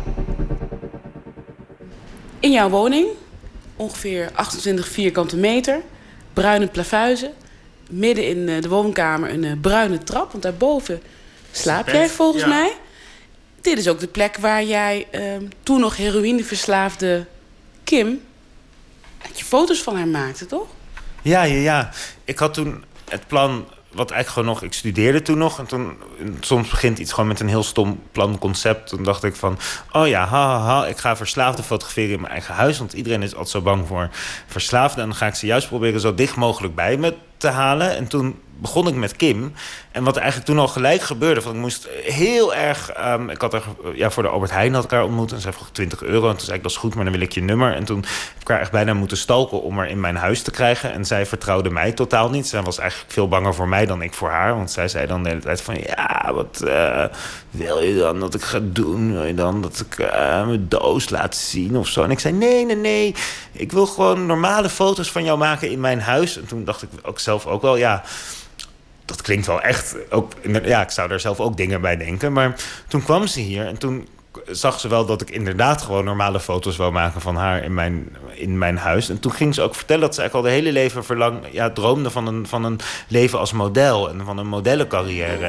N: In jouw woning, ongeveer achtentwintig vierkante meter, bruine plafuizen. Midden in de woonkamer een bruine trap, want daarboven slaap jij volgens ja. mij. Dit is ook de plek waar jij uh, toen nog heroïneverslaafde Kim dat je foto's van haar maakte, toch?
M: Ja, ja, ja. Ik had toen het plan, wat eigenlijk gewoon nog, ik studeerde toen nog. En toen, soms begint iets gewoon met een heel stom plan, concept. Toen dacht ik van, oh ja, ha, ha, ha, ik ga verslaafden fotograferen in mijn eigen huis. Want iedereen is altijd zo bang voor verslaafden. En dan ga ik ze juist proberen zo dicht mogelijk bij me te halen. En toen begon ik met Kim. En wat er eigenlijk toen al gelijk gebeurde, van ik moest heel erg, um, ik had er ja, voor de Albert Heijn had ik haar ontmoet en zij vroeg twintig euro. En toen zei ik, dat is goed, maar dan wil ik je nummer. En toen heb ik haar echt bijna moeten stalken om haar in mijn huis te krijgen. En zij vertrouwde mij totaal niet. Zij was eigenlijk veel banger voor mij dan ik voor haar. Want zij zei dan de hele tijd van, ja, wat uh, wil je dan dat ik ga doen? Wil je dan dat ik uh, mijn doos laat zien of zo? En ik zei, nee, nee, nee. Ik wil gewoon normale foto's van jou maken in mijn huis. En toen dacht ik ook zelf ook wel, ja, dat klinkt wel echt. Ook, ja, ik zou daar zelf ook dingen bij denken. Maar toen kwam ze hier en toen zag ze wel dat ik inderdaad gewoon normale foto's wou maken van haar in mijn, in mijn huis. En toen ging ze ook vertellen dat ze eigenlijk al de hele leven verlang, ja, droomde van een, van een leven als model en van een modellencarrière.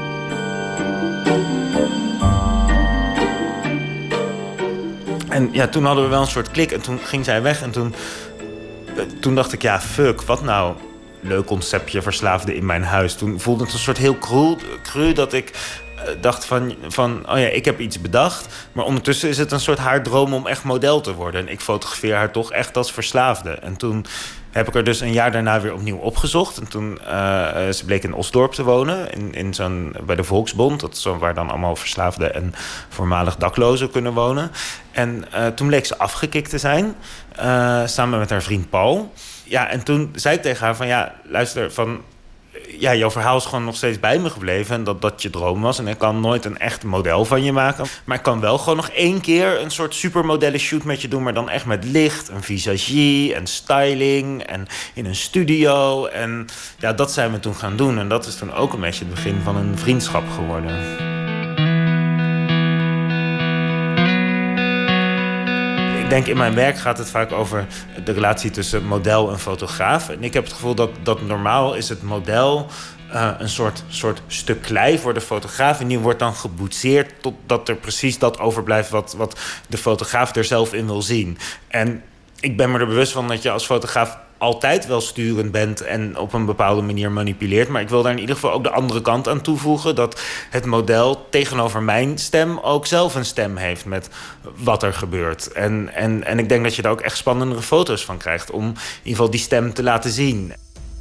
M: En ja, toen hadden we wel een soort klik en toen ging zij weg en toen, toen dacht ik, ja, fuck, wat nou? Leuk conceptje, verslaafde in mijn huis. Toen voelde het een soort heel cru, cru dat ik dacht van, van, oh ja, ik heb iets bedacht. Maar ondertussen is het een soort haar droom om echt model te worden. En ik fotografeer haar toch echt als verslaafde. En toen heb ik er dus een jaar daarna weer opnieuw opgezocht. En toen, uh, ze bleek in Osdorp te wonen, in, in zo'n, bij de Volksbond. Dat is zo waar dan allemaal verslaafden en voormalig daklozen kunnen wonen. En uh, toen bleek ze afgekikt te zijn, uh, samen met haar vriend Paul. Ja, en toen zei ik tegen haar van, ja, luister, van... ja, jouw verhaal is gewoon nog steeds bij me gebleven. En dat dat je droom was. En ik kan nooit een echt model van je maken. Maar ik kan wel gewoon nog één keer een soort supermodellen shoot met je doen. Maar dan echt met licht, een visagie en styling. En in een studio. En ja, dat zijn we toen gaan doen. En dat is toen ook een beetje het begin van een vriendschap geworden. Ik denk in mijn werk gaat het vaak over de relatie tussen model en fotograaf. En ik heb het gevoel dat, dat normaal is het model uh, een soort, soort stuk klei voor de fotograaf. En die wordt dan geboetseerd totdat er precies dat overblijft wat, wat de fotograaf er zelf in wil zien. En ik ben me er bewust van dat je als fotograaf altijd wel sturend bent en op een bepaalde manier manipuleert. Maar ik wil daar in ieder geval ook de andere kant aan toevoegen. Dat het model tegenover mijn stem ook zelf een stem heeft met wat er gebeurt. En, en, en ik denk dat je daar ook echt spannendere foto's van krijgt om in ieder geval die stem te laten zien.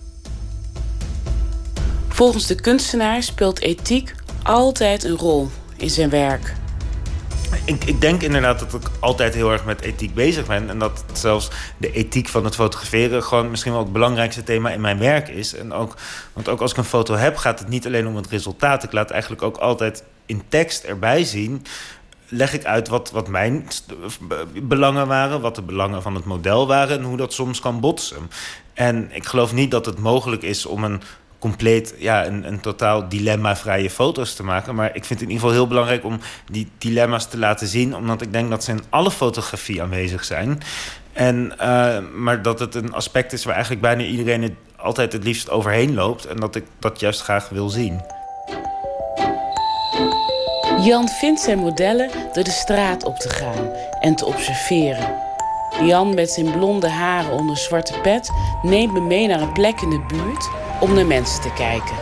N: Volgens de kunstenaar speelt ethiek altijd een rol in zijn werk.
M: Ik, ik denk inderdaad dat ik altijd heel erg met ethiek bezig ben. En dat zelfs de ethiek van het fotograferen gewoon misschien wel het belangrijkste thema in mijn werk is. En ook, want ook als ik een foto heb, gaat het niet alleen om het resultaat. Ik laat eigenlijk ook altijd in tekst erbij zien. Leg ik uit wat, wat mijn belangen waren, wat de belangen van het model waren en hoe dat soms kan botsen. En ik geloof niet dat het mogelijk is om een compleet, ja, een, een totaal dilemma-vrije foto's te maken. Maar ik vind het in ieder geval heel belangrijk om die dilemma's te laten zien, omdat ik denk dat ze in alle fotografie aanwezig zijn. En, uh, maar dat het een aspect is waar eigenlijk bijna iedereen het altijd het liefst overheen loopt. En dat ik dat juist graag wil zien.
N: Jan vindt zijn modellen door de straat op te gaan en te observeren. Jan met zijn blonde haren onder een zwarte pet neemt me mee naar een plek in de buurt om naar mensen te kijken.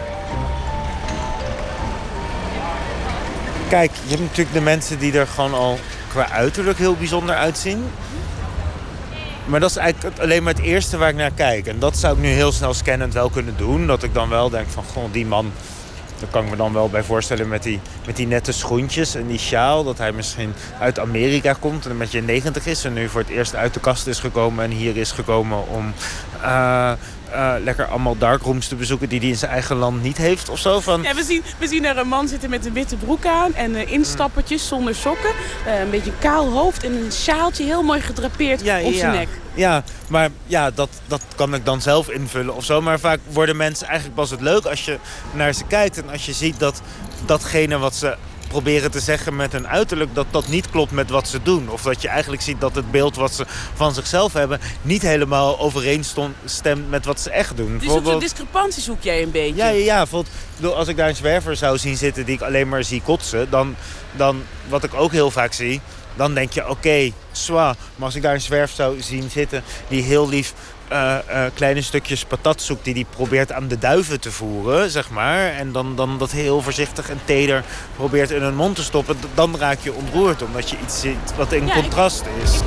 M: Kijk, je hebt natuurlijk de mensen die er gewoon al qua uiterlijk heel bijzonder uitzien. Maar dat is eigenlijk alleen maar het eerste waar ik naar kijk. En dat zou ik nu heel snel scannend wel kunnen doen. Dat ik dan wel denk van, goh, die man, daar kan ik me dan wel bij voorstellen met die, met die nette schoentjes en die sjaal. Dat hij misschien uit Amerika komt en een beetje negentig is. En nu voor het eerst uit de kast is gekomen en hier is gekomen om Uh, Uh, lekker allemaal darkrooms te bezoeken die hij in zijn eigen land niet heeft of zo. Van...
N: Ja, we, zien, we zien er een man zitten met een witte broek aan en uh, instappertjes zonder sokken. Uh, een beetje kaal hoofd en een sjaaltje heel mooi gedrapeerd
M: ja,
N: op
M: ja.
N: zijn nek.
M: Ja, maar ja, dat, dat kan ik dan zelf invullen of zo. Maar vaak worden mensen eigenlijk pas het leuk als je naar ze kijkt en als je ziet dat datgene wat ze proberen te zeggen met hun uiterlijk, dat dat niet klopt met wat ze doen. Of dat je eigenlijk ziet dat het beeld wat ze van zichzelf hebben niet helemaal overeenstemt met wat ze echt doen.
N: Dus op zo'n discrepantie zoek jij een beetje?
M: Ja, ja, ja. Bijvoorbeeld, als ik daar een zwerver zou zien zitten die ik alleen maar zie kotsen, dan, dan wat ik ook heel vaak zie, dan denk je, oké, okay, zwaar. Maar als ik daar een zwerf zou zien zitten die heel lief Uh, uh, kleine stukjes patat zoekt die hij probeert aan de duiven te voeren, zeg maar. En dan, dan dat heel voorzichtig en teder probeert in hun mond te stoppen. Dan raak je ontroerd, omdat je iets ziet wat in ja, contrast ik... is.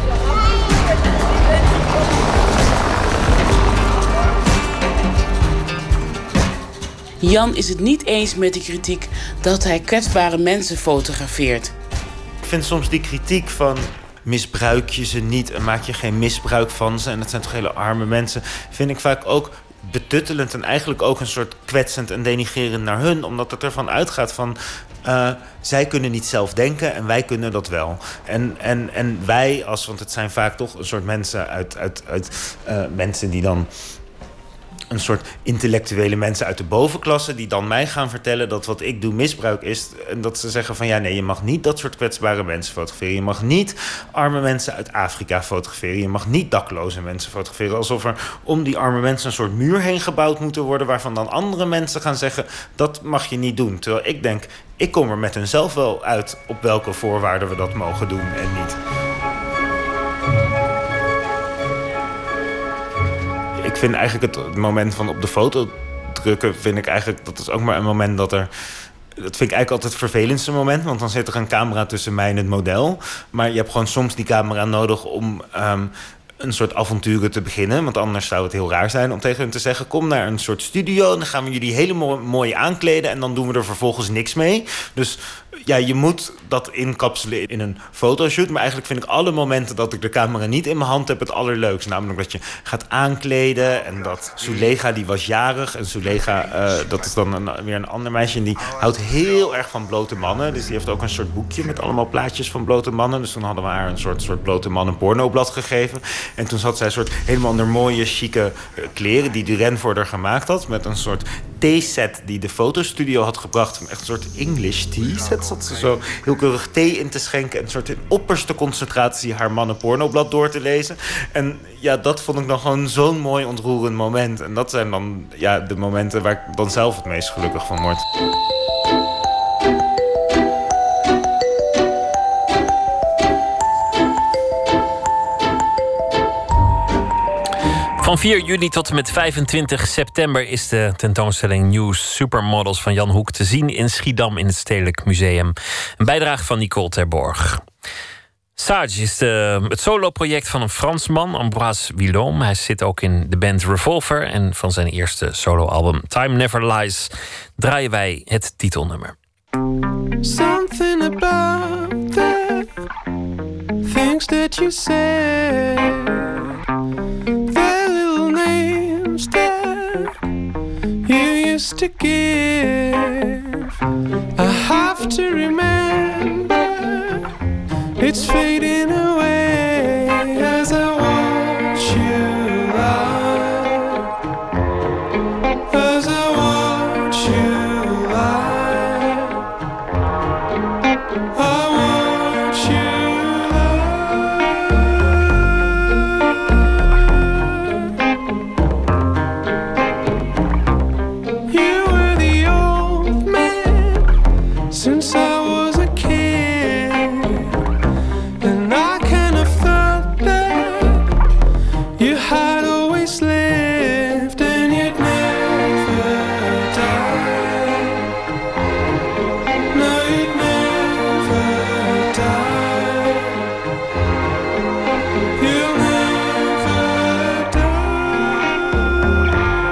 N: Jan is het niet eens met de kritiek dat hij kwetsbare mensen fotografeert.
M: Ik vind soms die kritiek van misbruik je ze niet en maak je geen misbruik van ze en het zijn toch hele arme mensen, vind ik vaak ook betuttelend en eigenlijk ook een soort kwetsend en denigrerend naar hun, omdat het ervan uitgaat van uh, zij kunnen niet zelf denken en wij kunnen dat wel. En, en, en wij, als, want het zijn vaak toch een soort mensen uit, uit, uit uh, mensen die dan een soort intellectuele mensen uit de bovenklasse die dan mij gaan vertellen dat wat ik doe misbruik is. En dat ze zeggen van ja, nee, je mag niet dat soort kwetsbare mensen fotograferen. Je mag niet arme mensen uit Afrika fotograferen. Je mag niet dakloze mensen fotograferen. Alsof er om die arme mensen een soort muur heen gebouwd moeten worden waarvan dan andere mensen gaan zeggen dat mag je niet doen. Terwijl ik denk, ik kom er met hunzelf wel uit op welke voorwaarden we dat mogen doen en niet. Ik vind eigenlijk het moment van op de foto drukken, vind ik eigenlijk, dat is ook maar een moment dat er dat vind ik eigenlijk altijd het vervelendste moment. Want dan zit er een camera tussen mij en het model. Maar je hebt gewoon soms die camera nodig om Um, een soort avonturen te beginnen. Want anders zou het heel raar zijn om tegen hun te zeggen: kom naar een soort studio en dan gaan we jullie helemaal mooi aankleden en dan doen we er vervolgens niks mee. Dus ja, je moet dat inkapselen in een fotoshoot. Maar eigenlijk vind ik alle momenten dat ik de camera niet in mijn hand heb het allerleukst. Namelijk dat je gaat aankleden en dat Sulega, die was jarig. En Sulega, uh, dat is dan een, weer een ander meisje en die houdt heel erg van blote mannen. Dus die heeft ook een soort boekje met allemaal plaatjes van blote mannen. Dus toen hadden we haar een soort, soort blote mannen pornoblad gegeven. En toen zat zij soort helemaal onder mooie, chique uh, kleren die Duren voor haar gemaakt had. Met een soort theeset die de fotostudio had gebracht. Echt een soort English tea set. Zat ze zo heel keurig thee in te schenken. En een soort in opperste concentratie haar mannen pornoblad door te lezen. En ja, dat vond ik dan gewoon zo'n mooi ontroerend moment. En dat zijn dan ja, de momenten waar ik dan zelf het meest gelukkig van word.
D: Van vier juni tot en met vijfentwintig september is de tentoonstelling New Supermodels van Jan Hoek te zien in Schiedam in het Stedelijk Museum. Een bijdrage van Nicole Terborg. Sage is de, het soloproject van een Fransman, Ambroise Villaume. Hij zit ook in de band Revolver en van zijn eerste soloalbum Time Never Lies draaien wij het titelnummer.
P: Something about the things that you said, the little names that you used to give, I have to remember it's fading away as I watch you lie, as I watch you lie, I watch you lie. You were the old man since I was a kid, and I kind of thought that you had always lived and you'd never die. No, you'd never die. You'll never die.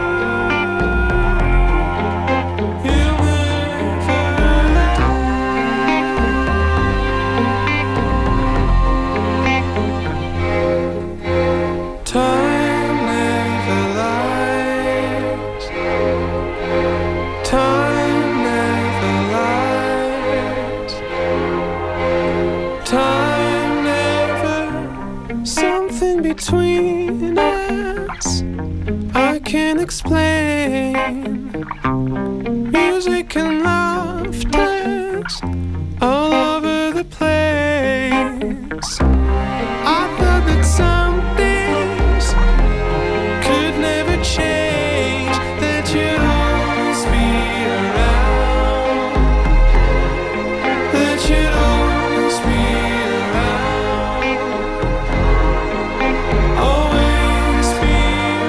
P: You'll never Time never lies. Time never lies. Time never. Something between us I can't explain. Music and laughter all over the place. I thought that some things could never change, that you'd always be around, that you'd always be around, always be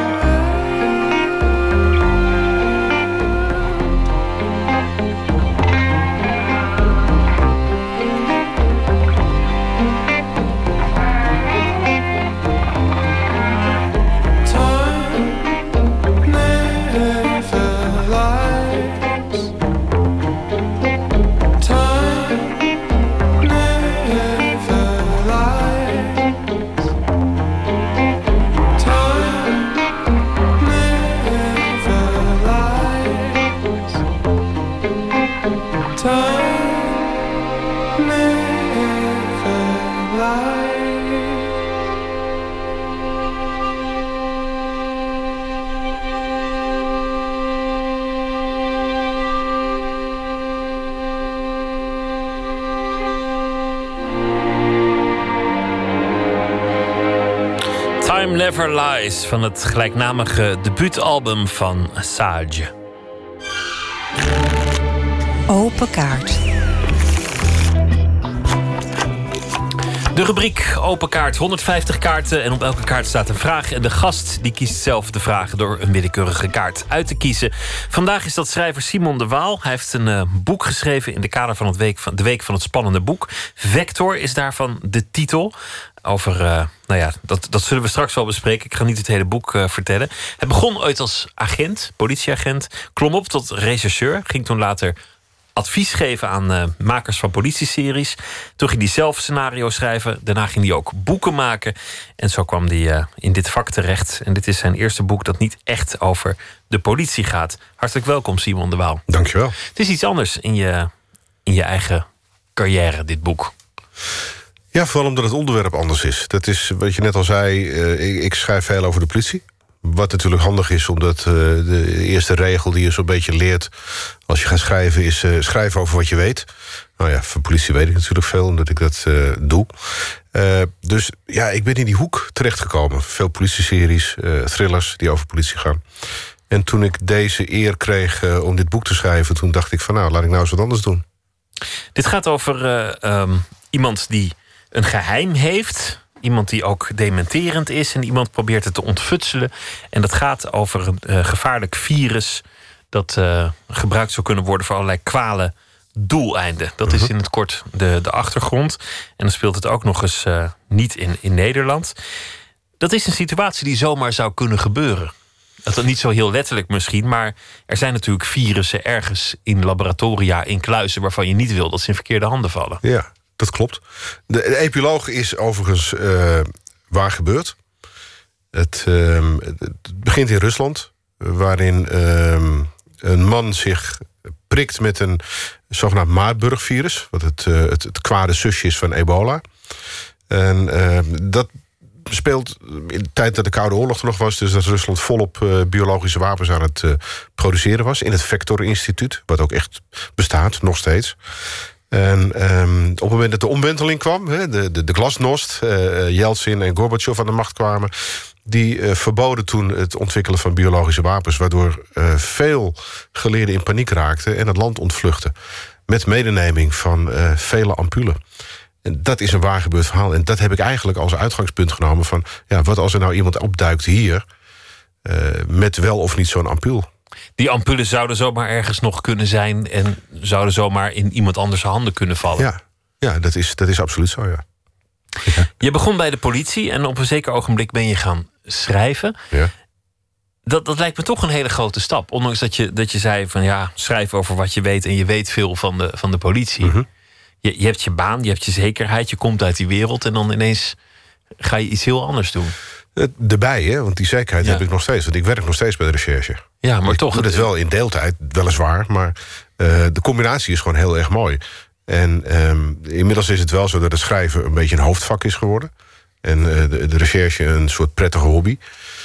D: Time Never Lies van het gelijknamige debuutalbum van Sage.
Q: Open kaart.
D: De rubriek Open Kaart, honderdvijftig kaarten en op elke kaart staat een vraag. En de gast die kiest zelf de vragen door een willekeurige kaart uit te kiezen. Vandaag is dat schrijver Simon de Waal. Hij heeft een uh, boek geschreven in de kader van, het week van de Week van het Spannende Boek. Vector is daarvan de titel. Over, uh, nou ja, dat, dat zullen we straks wel bespreken. Ik ga niet het hele boek uh, vertellen. Hij begon ooit als agent, politieagent. Klom op tot rechercheur. Ging toen later advies geven aan uh, makers van politieseries. Toen ging hij zelf scenario's schrijven. Daarna ging hij ook boeken maken. En zo kwam hij uh, in dit vak terecht. En dit is zijn eerste boek dat niet echt over de politie gaat. Hartelijk welkom, Simon de Waal.
Q: Dankjewel.
D: Het is iets anders in je, in je eigen carrière, dit boek.
Q: Ja, vooral omdat het onderwerp anders is. Dat is wat je net al zei, uh, ik, ik schrijf veel over de politie. Wat natuurlijk handig is, omdat uh, de eerste regel die je zo'n beetje leert als je gaat schrijven is uh, schrijven over wat je weet. Nou ja, van politie weet ik natuurlijk veel, omdat ik dat uh, doe. Uh, dus ja, ik ben in die hoek terechtgekomen. Veel politieseries, uh, thrillers die over politie gaan. En toen ik deze eer kreeg uh, om dit boek te schrijven, toen dacht ik van nou, laat ik nou eens wat anders doen.
D: Dit gaat over uh, um, iemand die een geheim heeft. Iemand die ook dementerend is en iemand probeert het te ontfutselen. En dat gaat over een uh, gevaarlijk virus dat uh, gebruikt zou kunnen worden voor allerlei kwalen doeleinden. Dat is in het kort de, de achtergrond. En dan speelt het ook nog eens uh, niet in, in Nederland. Dat is een situatie die zomaar zou kunnen gebeuren. Dat is niet zo heel letterlijk misschien, maar er zijn natuurlijk virussen ergens in laboratoria, in kluizen, waarvan je niet wil dat ze in verkeerde handen vallen.
Q: Ja. Dat klopt. De, de epiloog is overigens uh, waar gebeurd. Het, uh, het begint in Rusland, waarin uh, een man zich prikt met een zogenaamd Marburg-virus, wat het, uh, het, het kwade zusje is van ebola. En uh, dat speelt in de tijd dat de Koude Oorlog er nog was, dus dat Rusland volop uh, biologische wapens aan het uh, produceren was, in het Vector-instituut, wat ook echt bestaat, nog steeds. En um, op het moment dat de omwenteling kwam, he, de, de, de glasnost, uh, Yeltsin en Gorbachev aan de macht kwamen, die uh, verboden toen het ontwikkelen van biologische wapens, waardoor uh, veel geleerden in paniek raakten en het land ontvluchten. Met medeneming van uh, vele ampulen. En dat is een waar gebeurd verhaal. En dat heb ik eigenlijk als uitgangspunt genomen van, ja, wat als er nou iemand opduikt hier uh, met wel of niet zo'n ampul?
D: Die ampullen zouden zomaar ergens nog kunnen zijn en zouden zomaar in iemand anders handen kunnen vallen.
Q: Ja, ja dat, is, dat is absoluut zo, ja. ja.
D: Je begon bij de politie en op een zeker ogenblik ben je gaan schrijven.
Q: Ja.
D: Dat, dat lijkt me toch een hele grote stap. Ondanks dat je, dat je zei van ja, schrijf over wat je weet en je weet veel van de, van de politie.
Q: Mm-hmm.
D: je, je hebt je baan, je hebt je zekerheid, je komt uit die wereld en dan ineens ga je iets heel anders doen.
Q: Erbij, hè? Want die zekerheid
D: ja.
Q: heb ik nog steeds. Want ik werk nog steeds bij de recherche.
D: Ja, maar
Q: ik
D: toch.
Q: doe het wel in deeltijd, weliswaar. Maar uh, de combinatie is gewoon heel erg mooi. En um, inmiddels is het wel zo dat het schrijven een beetje een hoofdvak is geworden. En uh, de, de recherche een soort prettige hobby.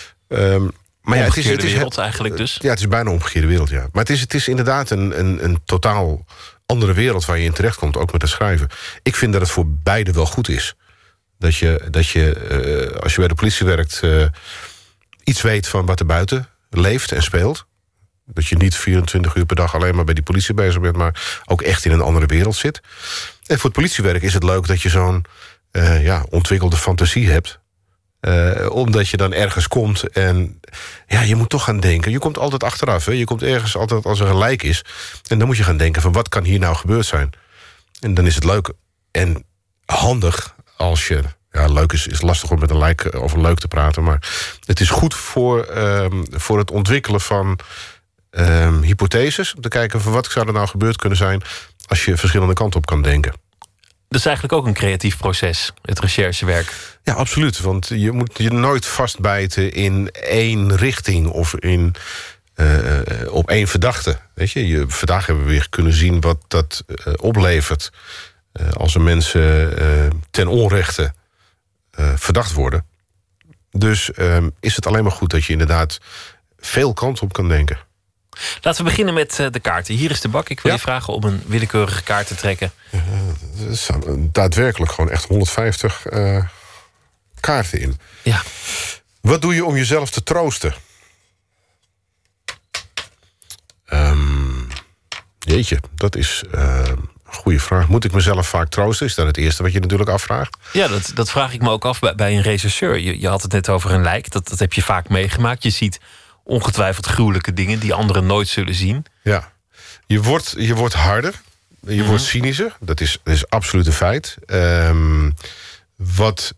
Q: Um, maar ja, het is, het is
D: wereld eigenlijk dus?
Q: Ja, het is bijna een omgekeerde wereld, ja. Maar het is, het is inderdaad een, een, een totaal andere wereld waar je in terechtkomt, ook met het schrijven. Ik vind dat het voor beide wel goed is. Dat je, dat je uh, als je bij de politie werkt, uh, iets weet van wat er buiten leeft en speelt. Dat je niet vierentwintig uur per dag alleen maar bij die politie bezig bent, maar ook echt in een andere wereld zit. En voor het politiewerk is het leuk dat je zo'n uh, ja, ontwikkelde fantasie hebt. Uh, omdat je dan ergens komt en ja, je moet toch gaan denken. Je komt altijd achteraf, hè? Je komt ergens altijd als er gelijk is. En dan moet je gaan denken van wat kan hier nou gebeurd zijn. En dan is het leuk en handig als je... Ja, leuk is, is lastig om met een lijk over leuk te praten, maar het is goed voor, um, voor het ontwikkelen van um, hypotheses. Om te kijken van wat zou er nou gebeurd kunnen zijn als je verschillende kanten op kan denken.
D: Dat is eigenlijk ook een creatief proces, het recherchewerk.
Q: Ja, absoluut. Want je moet je nooit vastbijten in één richting of in, uh, op één verdachte. Weet je? Je, vandaag hebben we weer kunnen zien wat dat uh, oplevert uh, als er mensen uh, ten onrechte uh, verdacht worden. Dus uh, is het alleen maar goed dat je inderdaad veel kanten op kan denken.
D: Laten we beginnen met uh, de kaarten. Hier is de bak. Ik wil ja. je vragen om een willekeurige kaart te trekken.
Q: Uh, er staan daadwerkelijk gewoon echt honderdvijftig uh, kaarten in.
D: Ja.
Q: Wat doe je om jezelf te troosten? Um, jeetje, dat is uh, Goeie vraag. Moet ik mezelf vaak troosten? Is dat het eerste wat je natuurlijk afvraagt?
D: Ja, dat, dat vraag ik me ook af bij, bij een rechercheur. Je, je had het net over een lijk. Dat, dat heb je vaak meegemaakt. Je ziet ongetwijfeld gruwelijke dingen die anderen nooit zullen zien.
Q: Ja. Je wordt, je wordt harder. Je mm-hmm. wordt cynischer. Dat is, dat is absoluut een feit. Um, wat,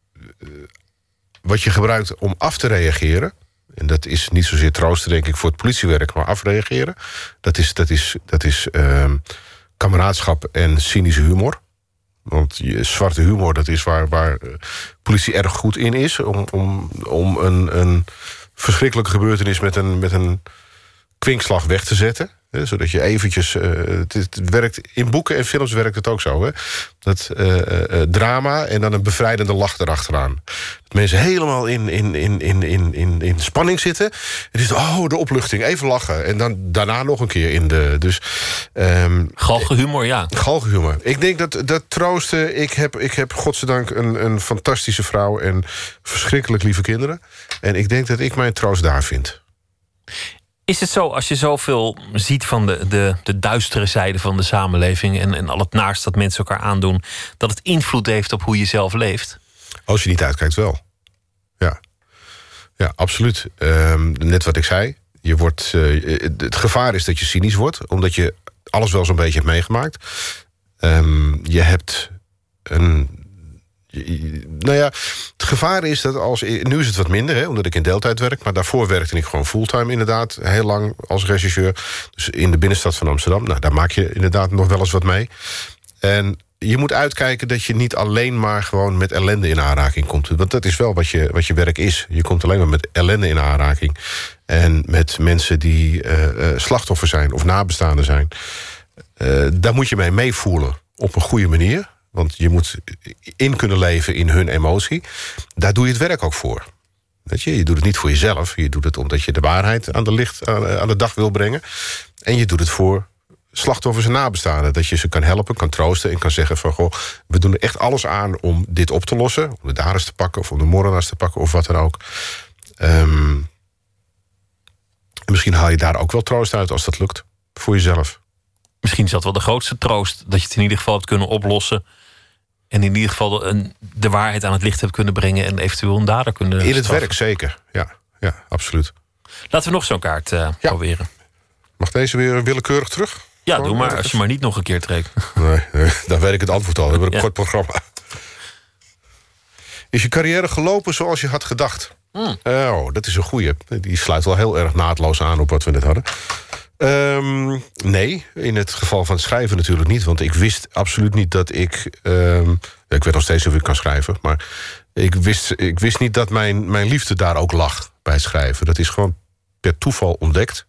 Q: wat je gebruikt om af te reageren... en dat is niet zozeer troosten, denk ik, voor het politiewerk... maar afreageren. Dat is, dat is, dat is um, kameraadschap en cynische humor. Want je, zwarte humor, dat is waar, waar politie erg goed in is... om, om, om een, een verschrikkelijke gebeurtenis met een, met een kwinkslag weg te zetten... He, zodat je eventjes... Uh, het, het werkt, in boeken en films werkt het ook zo. Hè? Dat uh, uh, drama en dan een bevrijdende lach erachteraan. Dat mensen helemaal in, in, in, in, in, in, in spanning zitten. Het is oh, de opluchting, even lachen. En dan daarna nog een keer in de... Dus, um,
D: galgenhumor, ja.
Q: Galgenhumor. Ik denk dat, dat troosten... Ik heb, ik heb godzijdank een, een fantastische vrouw... en verschrikkelijk lieve kinderen. En ik denk dat ik mijn troost daar vind.
D: Is het zo, als je zoveel ziet van de, de, de duistere zijde van de samenleving... En, en al het naast dat mensen elkaar aandoen... dat het invloed heeft op hoe je zelf leeft?
Q: Als je niet uitkijkt, wel. Ja, ja absoluut. Um, net wat ik zei. Je wordt, uh, het gevaar is dat je cynisch wordt... omdat je alles wel zo'n beetje hebt meegemaakt. Um, je hebt een... Nou ja, het gevaar is dat als... Nu is het wat minder, hè, omdat ik in deeltijd werk... maar daarvoor werkte ik gewoon fulltime inderdaad... heel lang als rechercheur. Dus in de binnenstad van Amsterdam. Nou, daar maak je inderdaad nog wel eens wat mee. En je moet uitkijken dat je niet alleen maar... gewoon met ellende in aanraking komt. Want dat is wel wat je, wat je werk is. Je komt alleen maar met ellende in aanraking. En met mensen die uh, uh, slachtoffer zijn of nabestaanden zijn. Uh, daar moet je mee meevoelen op een goede manier... Want je moet in kunnen leven in hun emotie. Daar doe je het werk ook voor. Weet je? Je doet het niet voor jezelf. Je doet het omdat je de waarheid aan de, licht, aan de dag wil brengen. En je doet het voor slachtoffers en nabestaanden. Dat je ze kan helpen, kan troosten en kan zeggen van... goh, we doen er echt alles aan om dit op te lossen. Om de daders te pakken of om de moordenaars te pakken of wat dan ook. Um, misschien haal je daar ook wel troost uit als dat lukt. Voor jezelf.
D: Misschien is dat wel de grootste troost. Dat je het in ieder geval hebt kunnen oplossen... en in ieder geval de, de waarheid aan het licht hebt kunnen brengen... en eventueel een dader kunnen
Q: In het
D: straffen.
Q: werk, zeker. Ja, ja, absoluut.
D: Laten we nog zo'n kaart uh, ja. proberen.
Q: Mag deze weer willekeurig terug?
D: Ja, Gewoon doe maar. Als je maar niet nog een keer trekt.
Q: Nee, nee, dan weet ik het antwoord al. We hebben een ja. kort programma. Is je carrière gelopen zoals je had gedacht? Mm. Oh, dat is een goeie. Die sluit wel heel erg naadloos aan op wat we net hadden. Um, nee, in het geval van het schrijven natuurlijk niet. Want ik wist absoluut niet dat ik... Um, ik weet nog steeds of ik kan schrijven. Maar ik wist, ik wist niet dat mijn, mijn liefde daar ook lag bij het schrijven. Dat is gewoon per toeval ontdekt.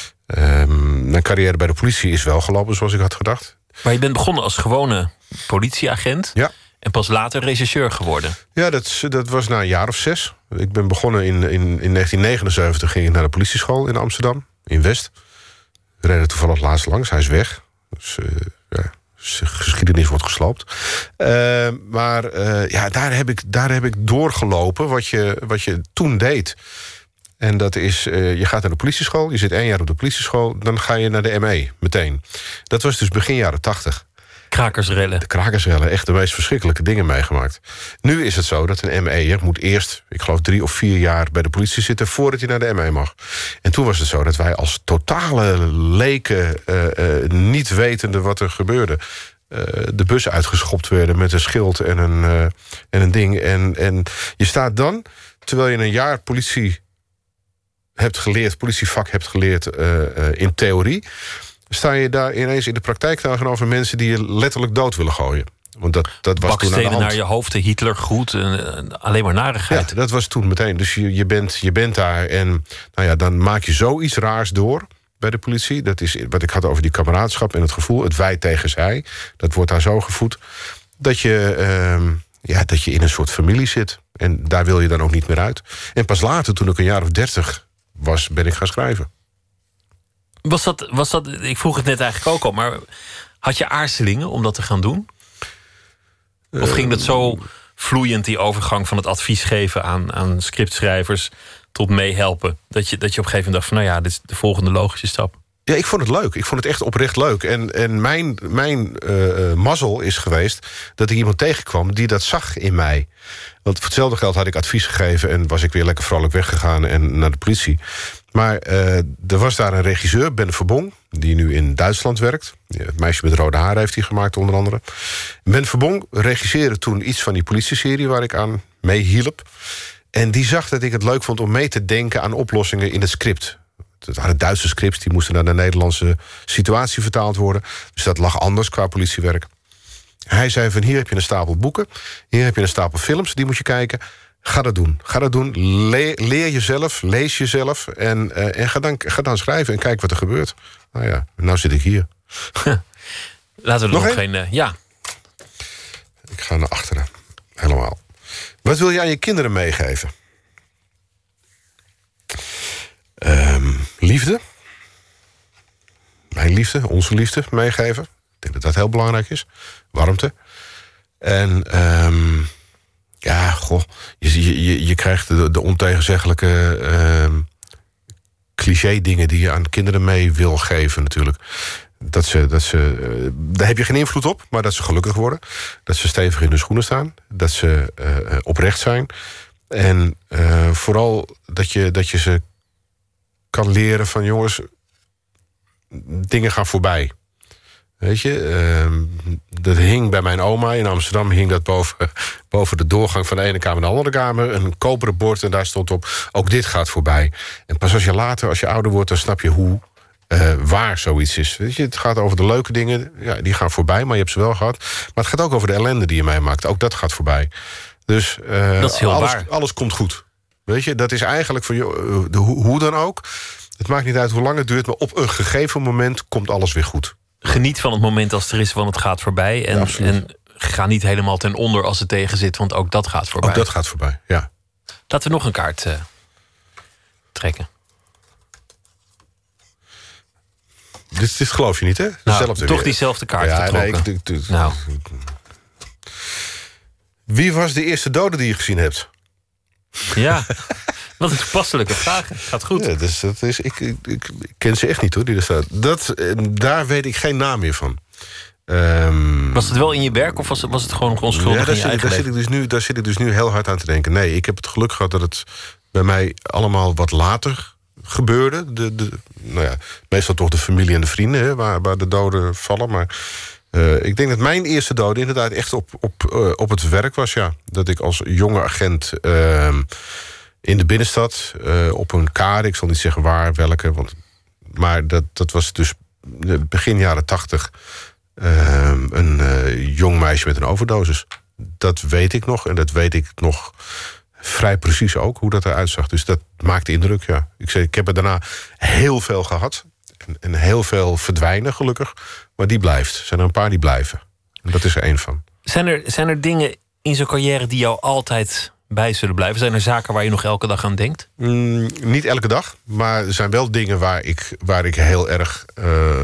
Q: Um, mijn carrière bij de politie is wel gelopen zoals ik had gedacht.
D: Maar je bent begonnen als gewone politieagent.
Q: Ja.
D: En pas later rechercheur geworden.
Q: Ja, dat, dat was na een jaar of zes. Ik ben begonnen in, in, in negentien negenenzeventig. Ging ik naar de politieschool in Amsterdam. In West. We reden toevallig laatst langs. Hij is weg. Dus uh, ja, geschiedenis wordt gesloopt. Uh, maar uh, ja, daar heb, ik, daar heb ik doorgelopen wat je, wat je toen deed. En dat is, uh, je gaat naar de politieschool. Je zit één jaar op de politieschool. Dan ga je naar de M E, meteen. Dat was dus begin jaren tachtig.
D: Krakersrellen.
Q: De krakersrellen, echt de meest verschrikkelijke dingen meegemaakt. Nu is het zo dat een M E'er moet eerst, ik geloof drie of vier jaar bij de politie zitten voordat hij naar de M E mag. En toen was het zo dat wij als totale leken, uh, uh, niet wetende wat er gebeurde, uh, de bus uitgeschopt werden met een schild en een, uh, en een ding. En, en je staat dan, terwijl je een jaar politie hebt geleerd, politievak hebt geleerd uh, uh, in theorie, sta je daar ineens in de praktijk tegenover mensen die je letterlijk dood willen gooien. Want dat, dat was toen aan de hand.
D: Naar je hoofd, de Hitler goed, alleen maar narigheid.
Q: Ja, dat was toen meteen. Dus je, je, bent, je bent daar en nou ja, dan maak je zoiets raars door bij de politie. Dat is wat ik had over die kameraadschap en het gevoel, het wij tegen zij. Dat wordt daar zo gevoed dat je, uh, ja, dat je in een soort familie zit. En daar wil je dan ook niet meer uit. En pas later, toen ik een jaar of dertig was, ben ik gaan schrijven.
D: Was dat, was dat, ik vroeg het net eigenlijk ook al, maar had je aarzelingen om dat te gaan doen? Of ging dat zo vloeiend, die overgang van het advies geven aan, aan scriptschrijvers tot meehelpen, dat je, dat je op een gegeven moment dacht van, nou ja, dit is de volgende logische stap?
Q: Ja, ik vond het leuk. Ik vond het echt oprecht leuk. En, en mijn, mijn uh, mazzel is geweest dat ik iemand tegenkwam die dat zag in mij. Want voor hetzelfde geld had ik advies gegeven en was ik weer lekker vrolijk weggegaan en naar de politie. Maar uh, er was daar een regisseur, Ben Verbong, die nu in Duitsland werkt. Het meisje met rode haar heeft hij gemaakt, onder andere. Ben Verbong regisseerde toen iets van die politieserie waar ik aan meehielp. En die zag dat ik het leuk vond om mee te denken aan oplossingen in het script. Het waren Duitse scripts, die moesten naar de Nederlandse situatie vertaald worden. Dus dat lag anders qua politiewerk. Hij zei van, hier heb je een stapel boeken, hier heb je een stapel films, die moet je kijken. Ga dat doen. Ga dat doen. Le- leer jezelf, lees jezelf en, uh, en ga, dan, ga dan schrijven en kijk wat er gebeurt. Nou ja, nou zit ik hier.
D: Laten we er nog, nog geen... Uh, ja.
Q: Ik ga naar achteren. Helemaal. Wat wil je aan je kinderen meegeven? Um, liefde. Mijn liefde, onze liefde meegeven. Ik denk dat dat heel belangrijk is. Warmte. En um, ja, goh, je, je, je krijgt de, de ontegenzeggelijke um, cliché dingen die je aan kinderen mee wil geven natuurlijk. Dat ze, dat ze, uh, daar heb je geen invloed op, maar dat ze gelukkig worden. Dat ze stevig in hun schoenen staan. Dat ze uh, oprecht zijn. En uh, vooral dat je, dat je ze kan leren van, jongens, dingen gaan voorbij. Weet je, uh, dat hing bij mijn oma in Amsterdam, hing dat boven, boven de doorgang van de ene kamer naar de andere kamer. Een koperen bord en daar stond op, ook dit gaat voorbij. En pas als je later, als je ouder wordt, dan snap je hoe, uh, waar zoiets is. Weet je, het gaat over de leuke dingen, ja, die gaan voorbij, maar je hebt ze wel gehad. Maar het gaat ook over de ellende die je meemaakt, ook dat gaat voorbij. Dus uh,
D: dat is heel
Q: alles,
D: waar.
Q: alles komt goed. Weet je, dat is eigenlijk voor je, de, hoe dan ook. Het maakt niet uit hoe lang het duurt, maar op een gegeven moment komt alles weer goed.
D: Geniet van het moment als het er is, want het gaat voorbij. En, ja, en ga niet helemaal ten onder als het tegen zit, want ook dat gaat voorbij.
Q: Ook dat gaat voorbij, ja.
D: Laten we nog een kaart uh, trekken.
Q: Dit, dit geloof je niet, hè?
D: Nou, toch weer. Diezelfde kaart ja, getrokken. Nee, ik, ik, ik, nou.
Q: Wie was de eerste dode die je gezien hebt?
D: Ja, wat een toepasselijke vraag. Gaat goed.
Q: Ja, dus dat is, ik, ik, ik ken ze echt niet, hoor, die er staat. Dat, daar weet ik geen naam meer van. Um,
D: was het wel in je werk of was het, was het gewoon onschuldig ja,
Q: daar
D: in je
Q: zit,
D: eigen
Q: daar
D: leven?
Q: Zit ik dus nu, daar zit ik dus nu heel hard aan te denken. Nee, ik heb het geluk gehad dat het bij mij allemaal wat later gebeurde. De, de, nou ja, meestal toch de familie en de vrienden, hè, waar, waar de doden vallen. Maar uh, ik denk dat mijn eerste dode inderdaad echt op, op, uh, op het werk was. Ja. Dat ik als jonge agent uh, in de binnenstad, uh, op een kade, ik zal niet zeggen waar, welke, want, maar dat, dat was dus begin jaren tachtig. Uh, een uh, jong meisje met een overdosis. Dat weet ik nog. En dat weet ik nog vrij precies ook, hoe dat eruit zag. Dus dat maakte indruk, ja. Ik, zei, ik heb er daarna heel veel gehad. En, en heel veel verdwijnen, gelukkig. Maar die blijft. Er zijn er een paar die blijven. En dat is er één van.
D: Zijn er, zijn er dingen in zo'n carrière die jou altijd bij zullen blijven? Zijn er zaken waar je nog elke dag aan denkt?
Q: Mm, niet elke dag. Maar er zijn wel dingen waar ik, waar ik heel erg Uh,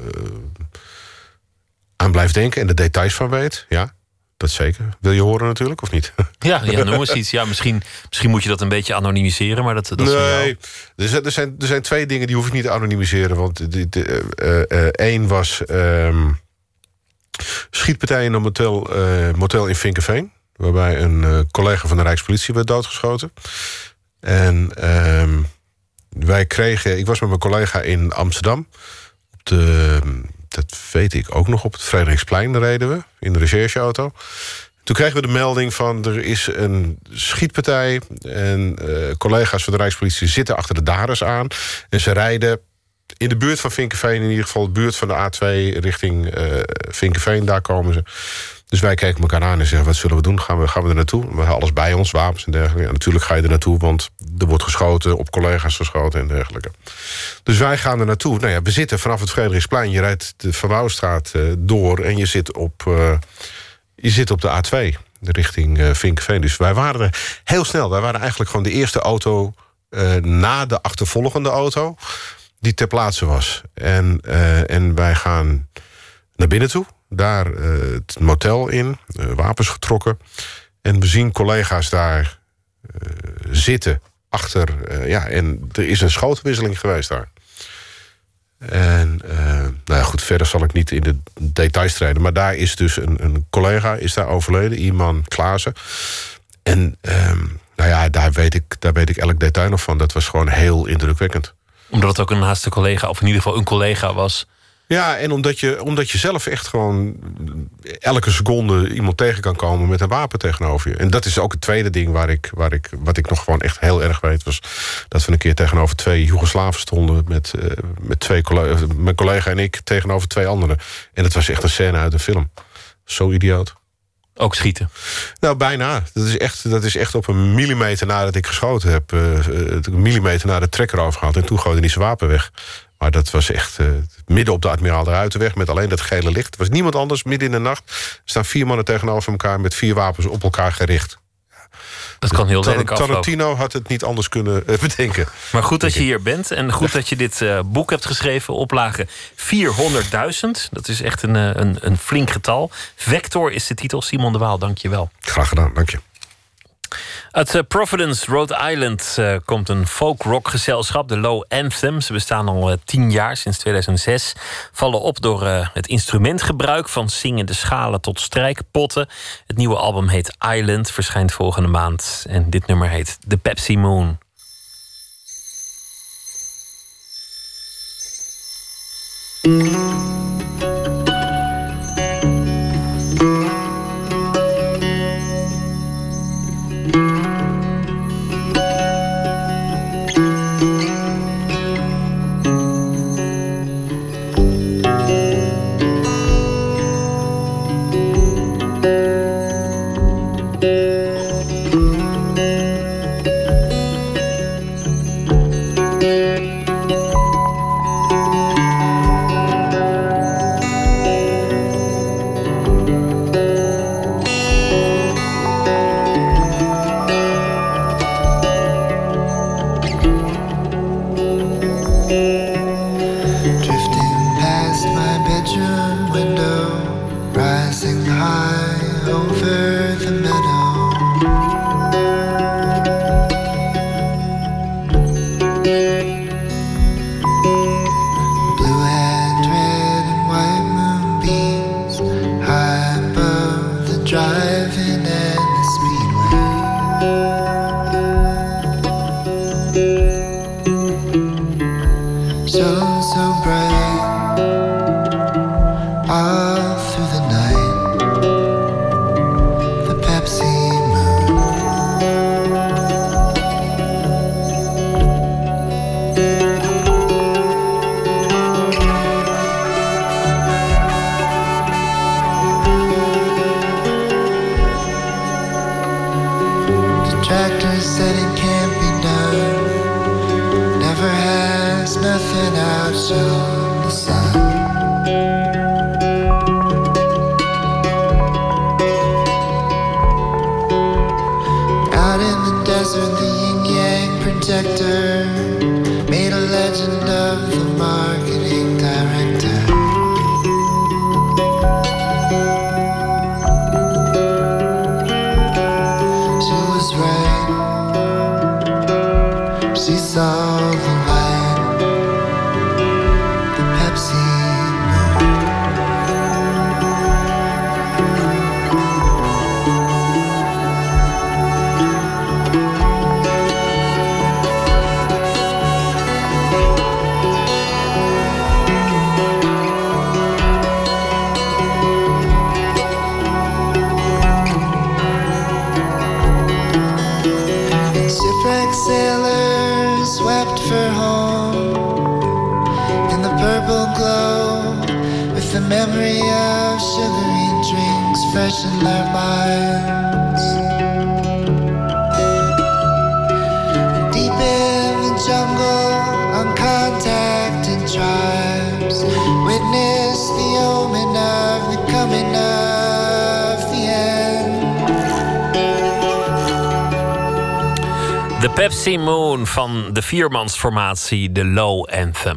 Q: aan blijf denken en de details van weet. Ja, dat zeker. Wil je horen natuurlijk, of niet?
D: Ja, ja noem eens iets. Ja, misschien, misschien moet je dat een beetje anonymiseren, maar dat, dat
Q: nee, is er, er, zijn, er zijn twee dingen die hoef ik niet te anonymiseren. Want de, de, uh, uh, één was um, schietpartij in een motel, uh, motel in Vinkeveen. Waarbij een uh, collega van de Rijkspolitie werd doodgeschoten. En um, wij kregen, ik was met mijn collega in Amsterdam. Op de, dat weet ik ook nog, op het Frederiksplein reden we, in de rechercheauto. Toen kregen we de melding van, er is een schietpartij en uh, collega's van de Rijkspolitie zitten achter de daders aan. En ze rijden in de buurt van Vinkeveen, in ieder geval de buurt van de A twee richting uh, Vinkeveen, daar komen ze. Dus wij kijken elkaar aan en zeggen, wat zullen we doen? Gaan we, gaan we er naartoe? We hebben alles bij ons, wapens en dergelijke. Ja, natuurlijk ga je er naartoe, want er wordt geschoten, op collega's geschoten en dergelijke. Dus wij gaan er naartoe. Nou ja, we zitten vanaf het Frederiksplein, je rijdt de Van Wouwstraat uh, door en je zit op, uh, je zit op de A twee richting uh, Vinkeveen. Dus wij waren er heel snel. Wij waren eigenlijk gewoon de eerste auto uh, na de achtervolgende auto die ter plaatse was. En, uh, en wij gaan naar binnen toe. Daar uh, het motel in, uh, wapens getrokken. En we zien collega's daar uh, zitten achter. Uh, ja, en er is een schotenwisseling geweest daar. En uh, nou ja, goed, verder zal ik niet in de details treden. Maar daar is dus een, een collega is daar overleden, Iman Klaassen. En um, nou ja, daar weet, ik, daar weet ik elk detail nog van. Dat was gewoon heel indrukwekkend.
D: Omdat het ook een naaste collega, of in ieder geval een collega was.
Q: Ja, en omdat je, omdat je zelf echt gewoon elke seconde iemand tegen kan komen met een wapen tegenover je. En dat is ook het tweede ding waar ik, waar ik, wat ik nog gewoon echt heel erg weet, was dat we een keer tegenover twee Joegoslaven stonden met, uh, met twee collega, mijn collega en ik tegenover twee anderen. En dat was echt een scène uit een film. Zo idioot.
D: Ook schieten?
Q: Nou, bijna. Dat is echt, dat is echt op een millimeter nadat ik geschoten heb. Uh, een millimeter na de trekker overgehaald. En toen gooide hij zijn wapen weg. Maar dat was echt uh, midden op de Admiraal de Ruitenweg met alleen dat gele licht. Er was niemand anders, midden in de nacht. Er staan vier mannen tegenover elkaar met vier wapens op elkaar gericht.
D: Dat kan heel lelijk aflopen.
Q: Tarantino had het niet anders kunnen uh, bedenken.
D: Maar goed dat je hier bent en goed dat je dit uh, boek hebt geschreven. Oplage vierhonderdduizend. Dat is echt een, een, een flink getal. Vector is de titel. Simon de Waal, dank je wel.
Q: Graag gedaan, dank je.
D: Uit uh, Providence, Rhode Island, uh, komt een folk-rock-gezelschap, de Low Anthem. Ze bestaan al uh, tien jaar, sinds tweeduizend zes. Vallen op door uh, het instrumentgebruik, van zingende schalen tot strijkpotten. Het nieuwe album heet Island, verschijnt volgende maand. En dit nummer heet The Pepsi Moon. The Pepsi Moon van de viermansformatie The Low Anthem.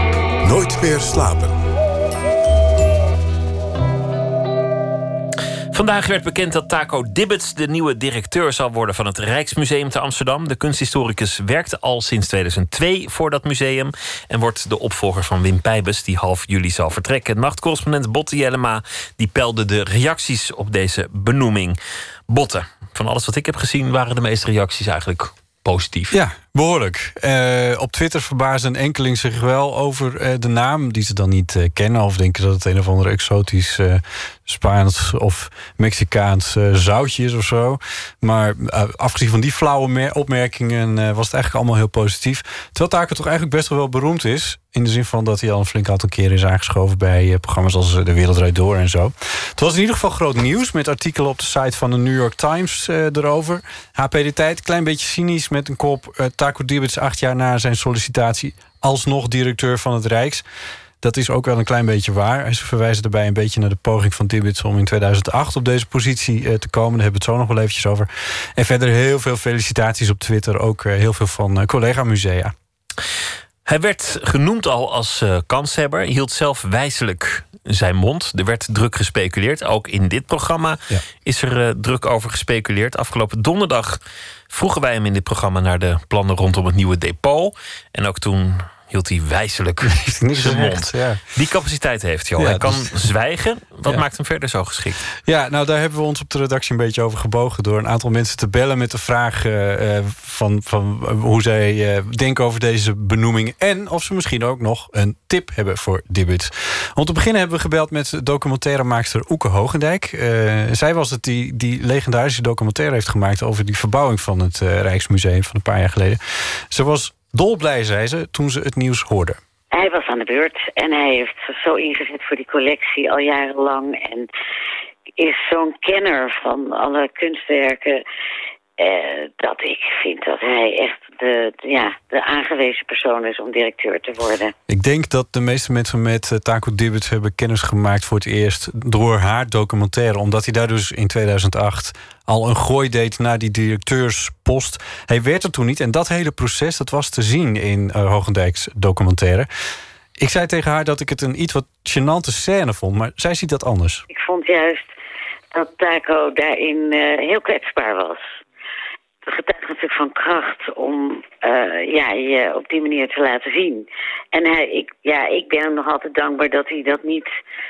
B: Nooit meer slapen.
D: Vandaag werd bekend dat Taco Dibbets de nieuwe directeur zal worden van het Rijksmuseum te Amsterdam. De kunsthistoricus werkte al sinds tweeduizend twee voor dat museum en wordt de opvolger van Wim Pijbes, die half juli zal vertrekken. Nachtcorrespondent Botte Jellema die peilde de reacties op deze benoeming. Botte, van alles wat ik heb gezien waren de meeste reacties eigenlijk positief.
R: Ja, behoorlijk. Uh, op Twitter verbaasde een enkeling zich wel over uh, de naam, die ze dan niet uh, kennen of denken dat het een of andere exotisch uh, Spaans of Mexicaans uh, zoutje is of zo. Maar uh, afgezien van die flauwe opmerkingen uh, was het eigenlijk allemaal heel positief. Terwijl Taco toch eigenlijk best wel beroemd is, in de zin van dat hij al een flink aantal keren is aangeschoven bij uh, programma's als De Wereld Draait Door en zo. Het was in ieder geval groot nieuws met artikelen op de site van de New York Times uh, erover. H P De Tijd, klein beetje cynisch met een kop. Uh, Taco Dibbets acht jaar na zijn sollicitatie alsnog directeur van het Rijks. Dat is ook wel een klein beetje waar. Ze verwijzen daarbij een beetje naar de poging van Dibbets om in tweeduizend acht op deze positie uh, te komen. Daar hebben we het zo nog wel eventjes over. En verder heel veel felicitaties op Twitter. Ook uh, heel veel van uh, collega-musea.
D: Hij werd genoemd al als uh, kanshebber. Hij hield zelf wijselijk zijn mond. Er werd druk gespeculeerd. Ook in dit programma ja. is er uh, druk over gespeculeerd. Afgelopen donderdag vroegen wij hem in dit programma naar de plannen rondom het nieuwe depot. En ook toen hield hij wijselijk zijn mond. Ja. Die capaciteit heeft hij al. Ja, hij kan dus zwijgen. Wat ja. maakt hem verder zo geschikt?
R: Ja, nou daar hebben we ons op de redactie een beetje over gebogen door een aantal mensen te bellen met de vraag uh, van, van hoe zij uh, denken over deze benoeming en of ze misschien ook nog een tip hebben voor Dibbets. Om te beginnen hebben we gebeld met documentairemaakster Oeke Hoogendijk. Uh, zij was het die die legendarische documentaire heeft gemaakt over die verbouwing van het uh, Rijksmuseum van een paar jaar geleden. Ze was dolblij, zei ze, toen ze het nieuws hoorde.
S: Hij was aan de beurt en hij heeft zo ingezet voor die collectie al jarenlang. En is zo'n kenner van alle kunstwerken. Eh, dat ik vind dat hij echt de, de, ja, de aangewezen persoon is om directeur te worden.
R: Ik denk dat de meeste mensen met uh, Taco Dibbets hebben kennis gemaakt voor het eerst door haar documentaire. Omdat hij daar dus in tweeduizend acht al een gooi deed naar die directeurspost. Hij werd er toen niet en dat hele proces dat was te zien in uh, Hoogendijks documentaire. Ik zei tegen haar dat ik het een iets wat gênante scène vond, maar zij ziet dat anders.
S: Ik vond juist dat Taco daarin uh, heel kwetsbaar was. Het getuigt natuurlijk van kracht om uh, ja, je op die manier te laten zien. En hij, ik, ja, ik ben hem nog altijd dankbaar dat hij dat niet,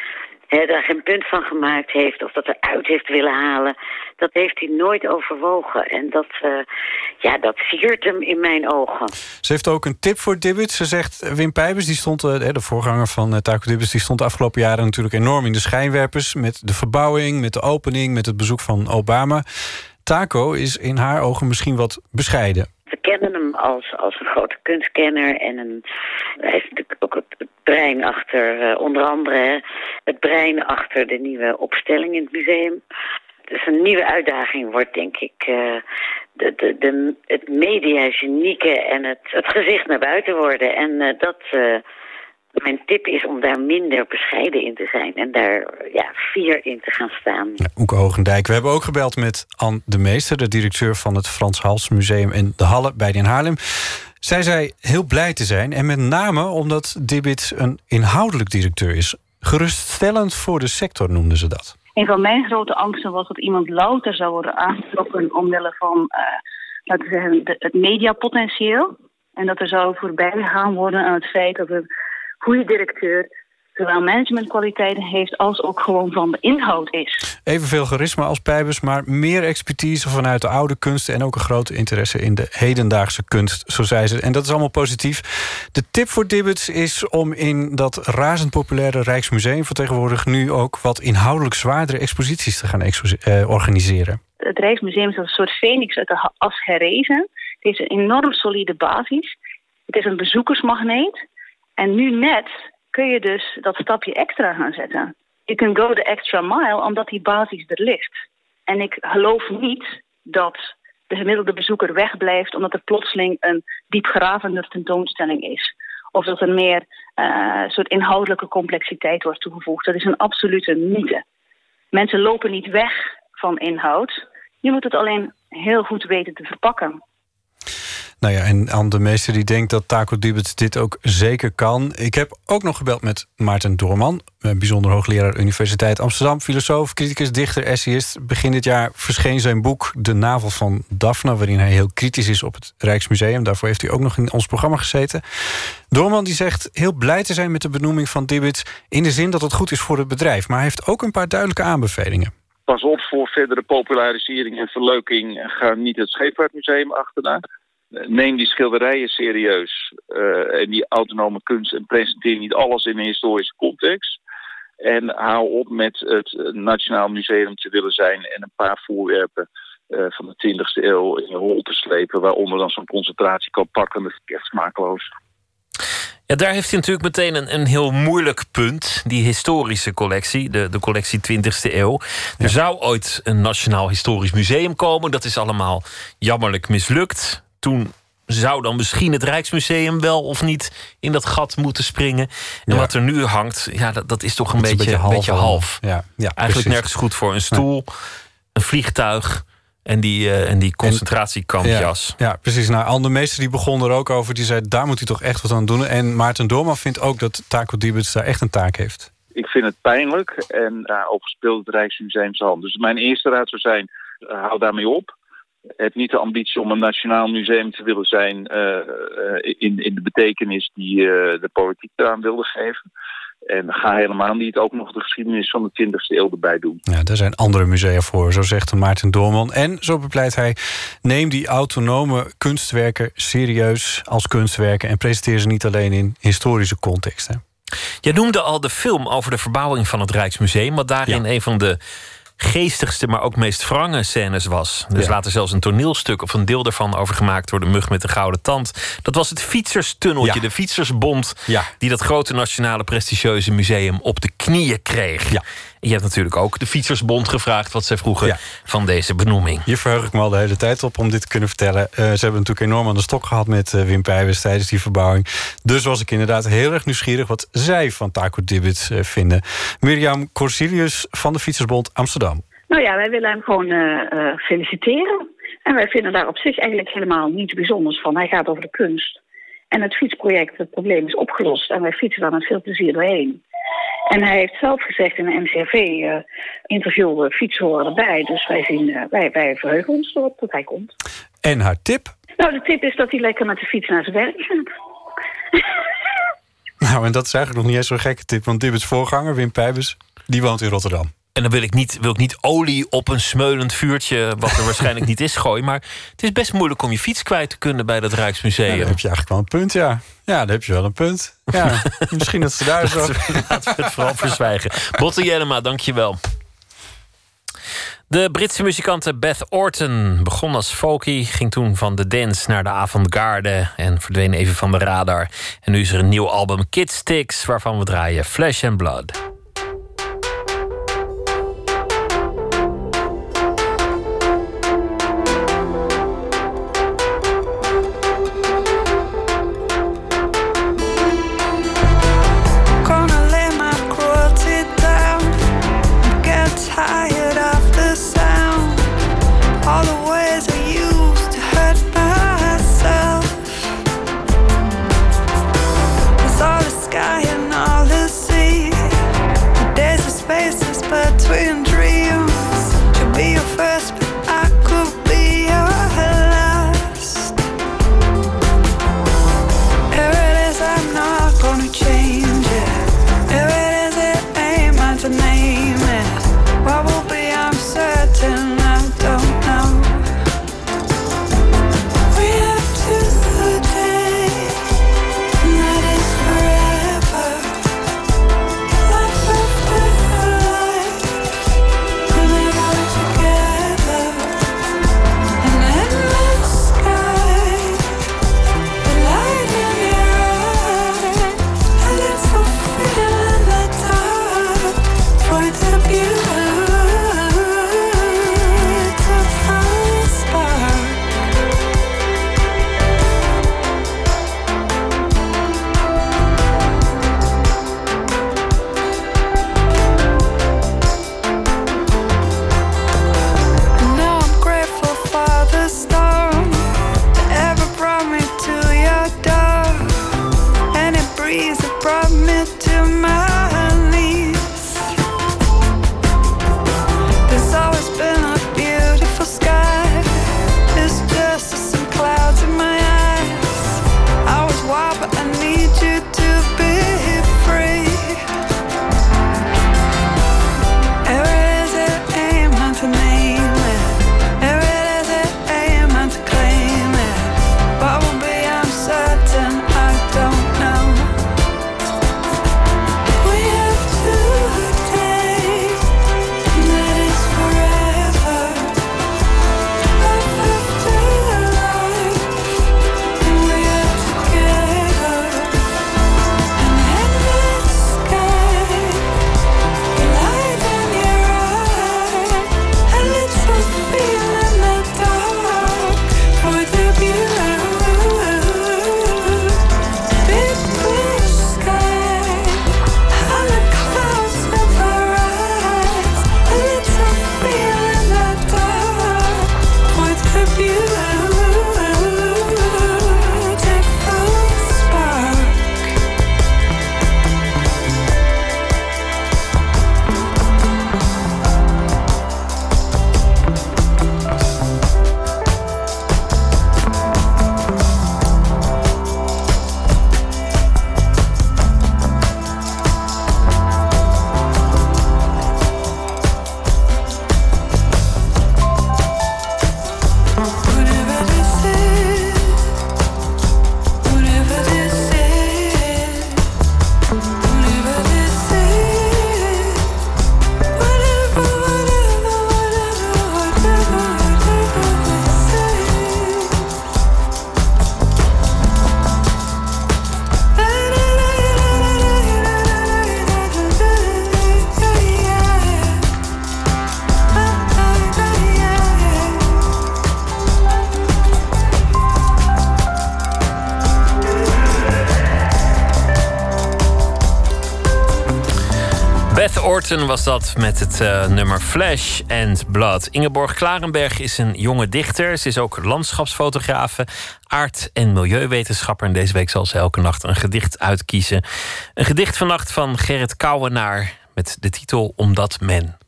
S: he, daar geen punt van gemaakt heeft of dat eruit heeft willen halen. Dat heeft hij nooit overwogen. En dat, uh, ja, dat siert hem in mijn ogen.
R: Ze heeft ook een tip voor Dibbets. Ze zegt, Wim Pijbes, die stond, uh, de voorganger van uh, Taco Dibbets, die stond de afgelopen jaren natuurlijk enorm in de schijnwerpers. Met de verbouwing, met de opening, met het bezoek van Obama. Taco is in haar ogen misschien wat bescheiden.
S: We kennen hem als, als een grote kunstkenner. En een, hij is natuurlijk ook het, het brein achter, uh, onder andere het brein achter de nieuwe opstelling in het museum. Dus een nieuwe uitdaging wordt, denk ik, uh, de, de, de, het media-genieke en het, het gezicht naar buiten worden. En uh, dat... Uh, Mijn tip is om daar minder bescheiden in te zijn en daar ja, fier in te gaan staan.
R: Ja, Oeke Hoogendijk. We hebben ook gebeld met Anne de Meester, de directeur van het Frans Hals Museum in De Halle bij in Haarlem. Zij zei heel blij te zijn en met name omdat Dibbets een inhoudelijk directeur is. Geruststellend voor de sector noemden ze dat.
T: Een van mijn grote angsten was dat iemand louter zou worden aangetrokken omwille van, uh, laten we zeggen, de, het mediapotentieel. En dat er zou voorbij gegaan worden aan het feit dat een goede directeur zowel managementkwaliteiten heeft als ook gewoon van de inhoud is.
R: Evenveel charisma als Pijbes, maar meer expertise vanuit de oude kunsten en ook een grote interesse in de hedendaagse kunst, zo zei ze. En dat is allemaal positief. De tip voor Dibbets is om in dat razend populaire Rijksmuseum van tegenwoordig nu ook wat inhoudelijk zwaardere exposities te gaan expo- eh, organiseren.
T: Het Rijksmuseum is als een soort phoenix uit de as herrezen. Het heeft een enorm solide basis. Het is een bezoekersmagneet. En nu net kun je dus dat stapje extra gaan zetten. Je kunt go the extra mile omdat die basis er ligt. En ik geloof niet dat de gemiddelde bezoeker wegblijft omdat er plotseling een diepgravender tentoonstelling is. Of dat er meer uh, soort inhoudelijke complexiteit wordt toegevoegd. Dat is een absolute mythe. Mensen lopen niet weg van inhoud. Je moet het alleen heel goed weten te verpakken.
R: Nou ja, en aan de meester die denkt dat Taco Dibbets dit ook zeker kan. Ik heb ook nog gebeld met Maarten Doorman, bijzonder hoogleraar Universiteit Amsterdam, filosoof, criticus, dichter, essayist. Begin dit jaar verscheen zijn boek De Navel van Daphne, waarin hij heel kritisch is op het Rijksmuseum. Daarvoor heeft hij ook nog in ons programma gezeten. Doorman die zegt heel blij te zijn met de benoeming van Dibbets, in de zin dat het goed is voor het bedrijf. Maar hij heeft ook een paar duidelijke aanbevelingen.
U: Pas op voor verdere popularisering en verleuking. Ga niet het Scheepvaartmuseum achterna. Neem die schilderijen serieus uh, en die autonome kunst en presenteer niet alles in een historische context. En hou op met het Nationaal Museum te willen zijn en een paar voorwerpen uh, van de twintigste eeuw in je hol te slepen, waaronder dan zo'n concentratiekamp pakken. Dat vind ik echt smakeloos.
D: Ja, daar heeft hij natuurlijk meteen een, een heel moeilijk punt. Die historische collectie, de, de collectie twintigste eeuw. Er ja. zou ooit een Nationaal Historisch Museum komen. Dat is allemaal jammerlijk mislukt. Toen zou dan misschien het Rijksmuseum wel of niet in dat gat moeten springen. En ja. wat er nu hangt, ja, dat, dat is toch een, beetje, een beetje half. Beetje half.
R: Ja, ja,
D: Eigenlijk
R: precies.
D: nergens goed voor. Een stoel, nee. een vliegtuig en die, uh, en die concentratiekampjas.
R: Ja, ja, precies. Nou, Anne de Meester die begon er ook over. Die zei, daar moet hij toch echt wat aan doen. En Maarten Doorman vindt ook dat Taco Dibbets daar echt een taak heeft.
U: Ik vind het pijnlijk en daarover speelt het Rijksmuseum zijn hand. Dus mijn eerste raad zou zijn, uh, hou daarmee op. Heb niet de ambitie om een nationaal museum te willen zijn uh, uh, in, in de betekenis die uh, de politiek eraan wilde geven. En ga helemaal niet ook nog de geschiedenis van de twintigste eeuw erbij doen.
R: Ja, daar zijn andere musea voor, zo zegt Maarten Doorman. En zo bepleit hij, neem die autonome kunstwerken serieus als kunstwerken en presenteer ze niet alleen in historische contexten.
D: Je noemde al de film over de verbouwing van het Rijksmuseum, wat daarin ja. een van de geestigste, maar ook meest wrange scènes was. Er is ja. later zelfs een toneelstuk of een deel daarvan over gemaakt door de mug met de gouden tand. Dat was het fietserstunneltje, ja. de fietsersbond, ja. die dat grote nationale prestigieuze museum op de knieën kreeg. Ja. En je hebt natuurlijk ook de Fietsersbond gevraagd wat zij vroegen ja. van deze benoeming.
R: Hier verheug ik me al de hele tijd op om dit te kunnen vertellen. Uh, ze hebben natuurlijk enorm aan de stok gehad met uh, Wim Pijbers tijdens die verbouwing. Dus was ik inderdaad heel erg nieuwsgierig wat zij van Taco Dibbets uh, vinden. Mirjam Corsilius van de Fietsersbond Amsterdam.
V: Nou ja, wij willen hem gewoon uh, uh, feliciteren. En wij vinden daar op zich eigenlijk helemaal niets bijzonders van. Hij gaat over de kunst. En het fietsproject, het probleem is opgelost. En wij fietsen daar met veel plezier doorheen. En hij heeft zelf gezegd in een N C R V-interview, uh, fietsen horen erbij. Dus wij, zien, uh, wij, wij verheugen ons erop dat hij komt.
R: En haar tip?
V: Nou, de tip is dat hij lekker met de fiets naar zijn werk gaat.
R: Nou, en dat is eigenlijk nog niet eens zo'n gekke tip. Want Dibbets voorganger, Wim Pijbers, die woont in Rotterdam.
D: En dan wil ik, niet, wil ik niet olie op een smeulend vuurtje, wat er waarschijnlijk niet is, gooien. Maar het is best moeilijk om je fiets kwijt te kunnen bij dat Rijksmuseum.
R: Ja, dan heb je eigenlijk wel een punt, ja. Ja, dan heb je wel een punt. Ja, misschien dat ze daar zo...
D: Laten we, laten we het vooral verzwijgen. Botte Jellema, dank je wel. De Britse muzikante Beth Orton begon als folkie, ging toen van de dance naar de avant-garde en verdween even van de radar. En nu is er een nieuw album, Kid Sticks, waarvan we draaien Flesh and Blood.
P: Sky and all the sea
D: Norton was dat met het uh, nummer Flesh and Blood. Ingeborg Klarenberg is een jonge dichter. Ze is ook landschapsfotografe, aard- en milieuwetenschapper. En deze week zal ze elke nacht een gedicht uitkiezen. Een gedicht vannacht van Gerrit Kouwenaar met de titel Omdat men.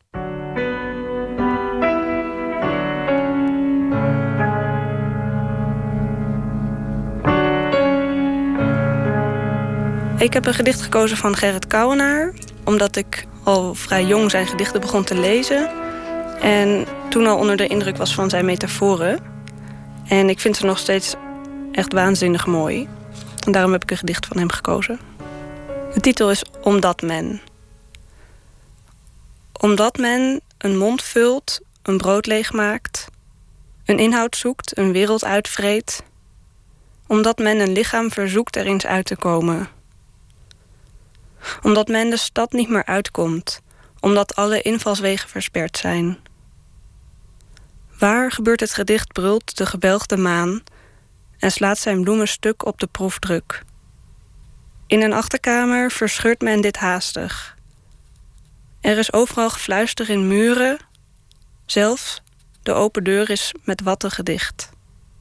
F: Ik heb een gedicht gekozen van Gerrit Kouwenaar, omdat ik al vrij jong zijn gedichten begon te lezen. En toen al onder de indruk was van zijn metaforen. En ik vind ze nog steeds echt waanzinnig mooi. En daarom heb ik een gedicht van hem gekozen. De titel is Omdat men. Omdat men een mond vult, een brood leegmaakt, een inhoud zoekt, een wereld uitvreet. Omdat men een lichaam verzoekt er eens uit te komen. Omdat men de stad niet meer uitkomt, omdat alle invalswegen versperd zijn. Waar gebeurt het gedicht brult de gebelgde maan en slaat zijn bloemen stuk op de proefdruk. In een achterkamer verscheurt men dit haastig. Er is overal gefluister in muren, zelfs de open deur is met watten gedicht.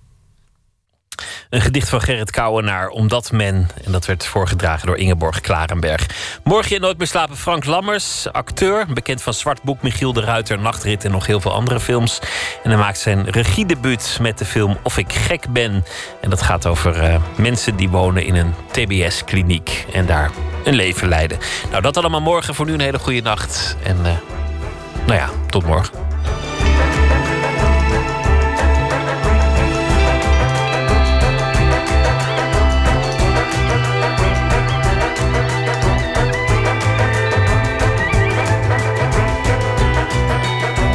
D: Een gedicht van Gerrit Kouwenaar, Omdat men. En dat werd voorgedragen door Ingeborg Klarenberg. Morgen in Nooit meer slapen Frank Lammers, acteur. Bekend van Zwart Boek, Michiel de Ruiter, Nachtrit en nog heel veel andere films. En hij maakt zijn regiedebuut met de film Of ik gek ben. En dat gaat over uh, mensen die wonen in een T B S-kliniek. En daar een leven leiden. Nou, dat allemaal morgen. Voor nu een hele goede nacht. En uh, nou ja, tot morgen.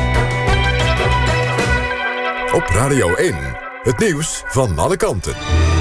B: Op Radio één, het nieuws van alle kanten.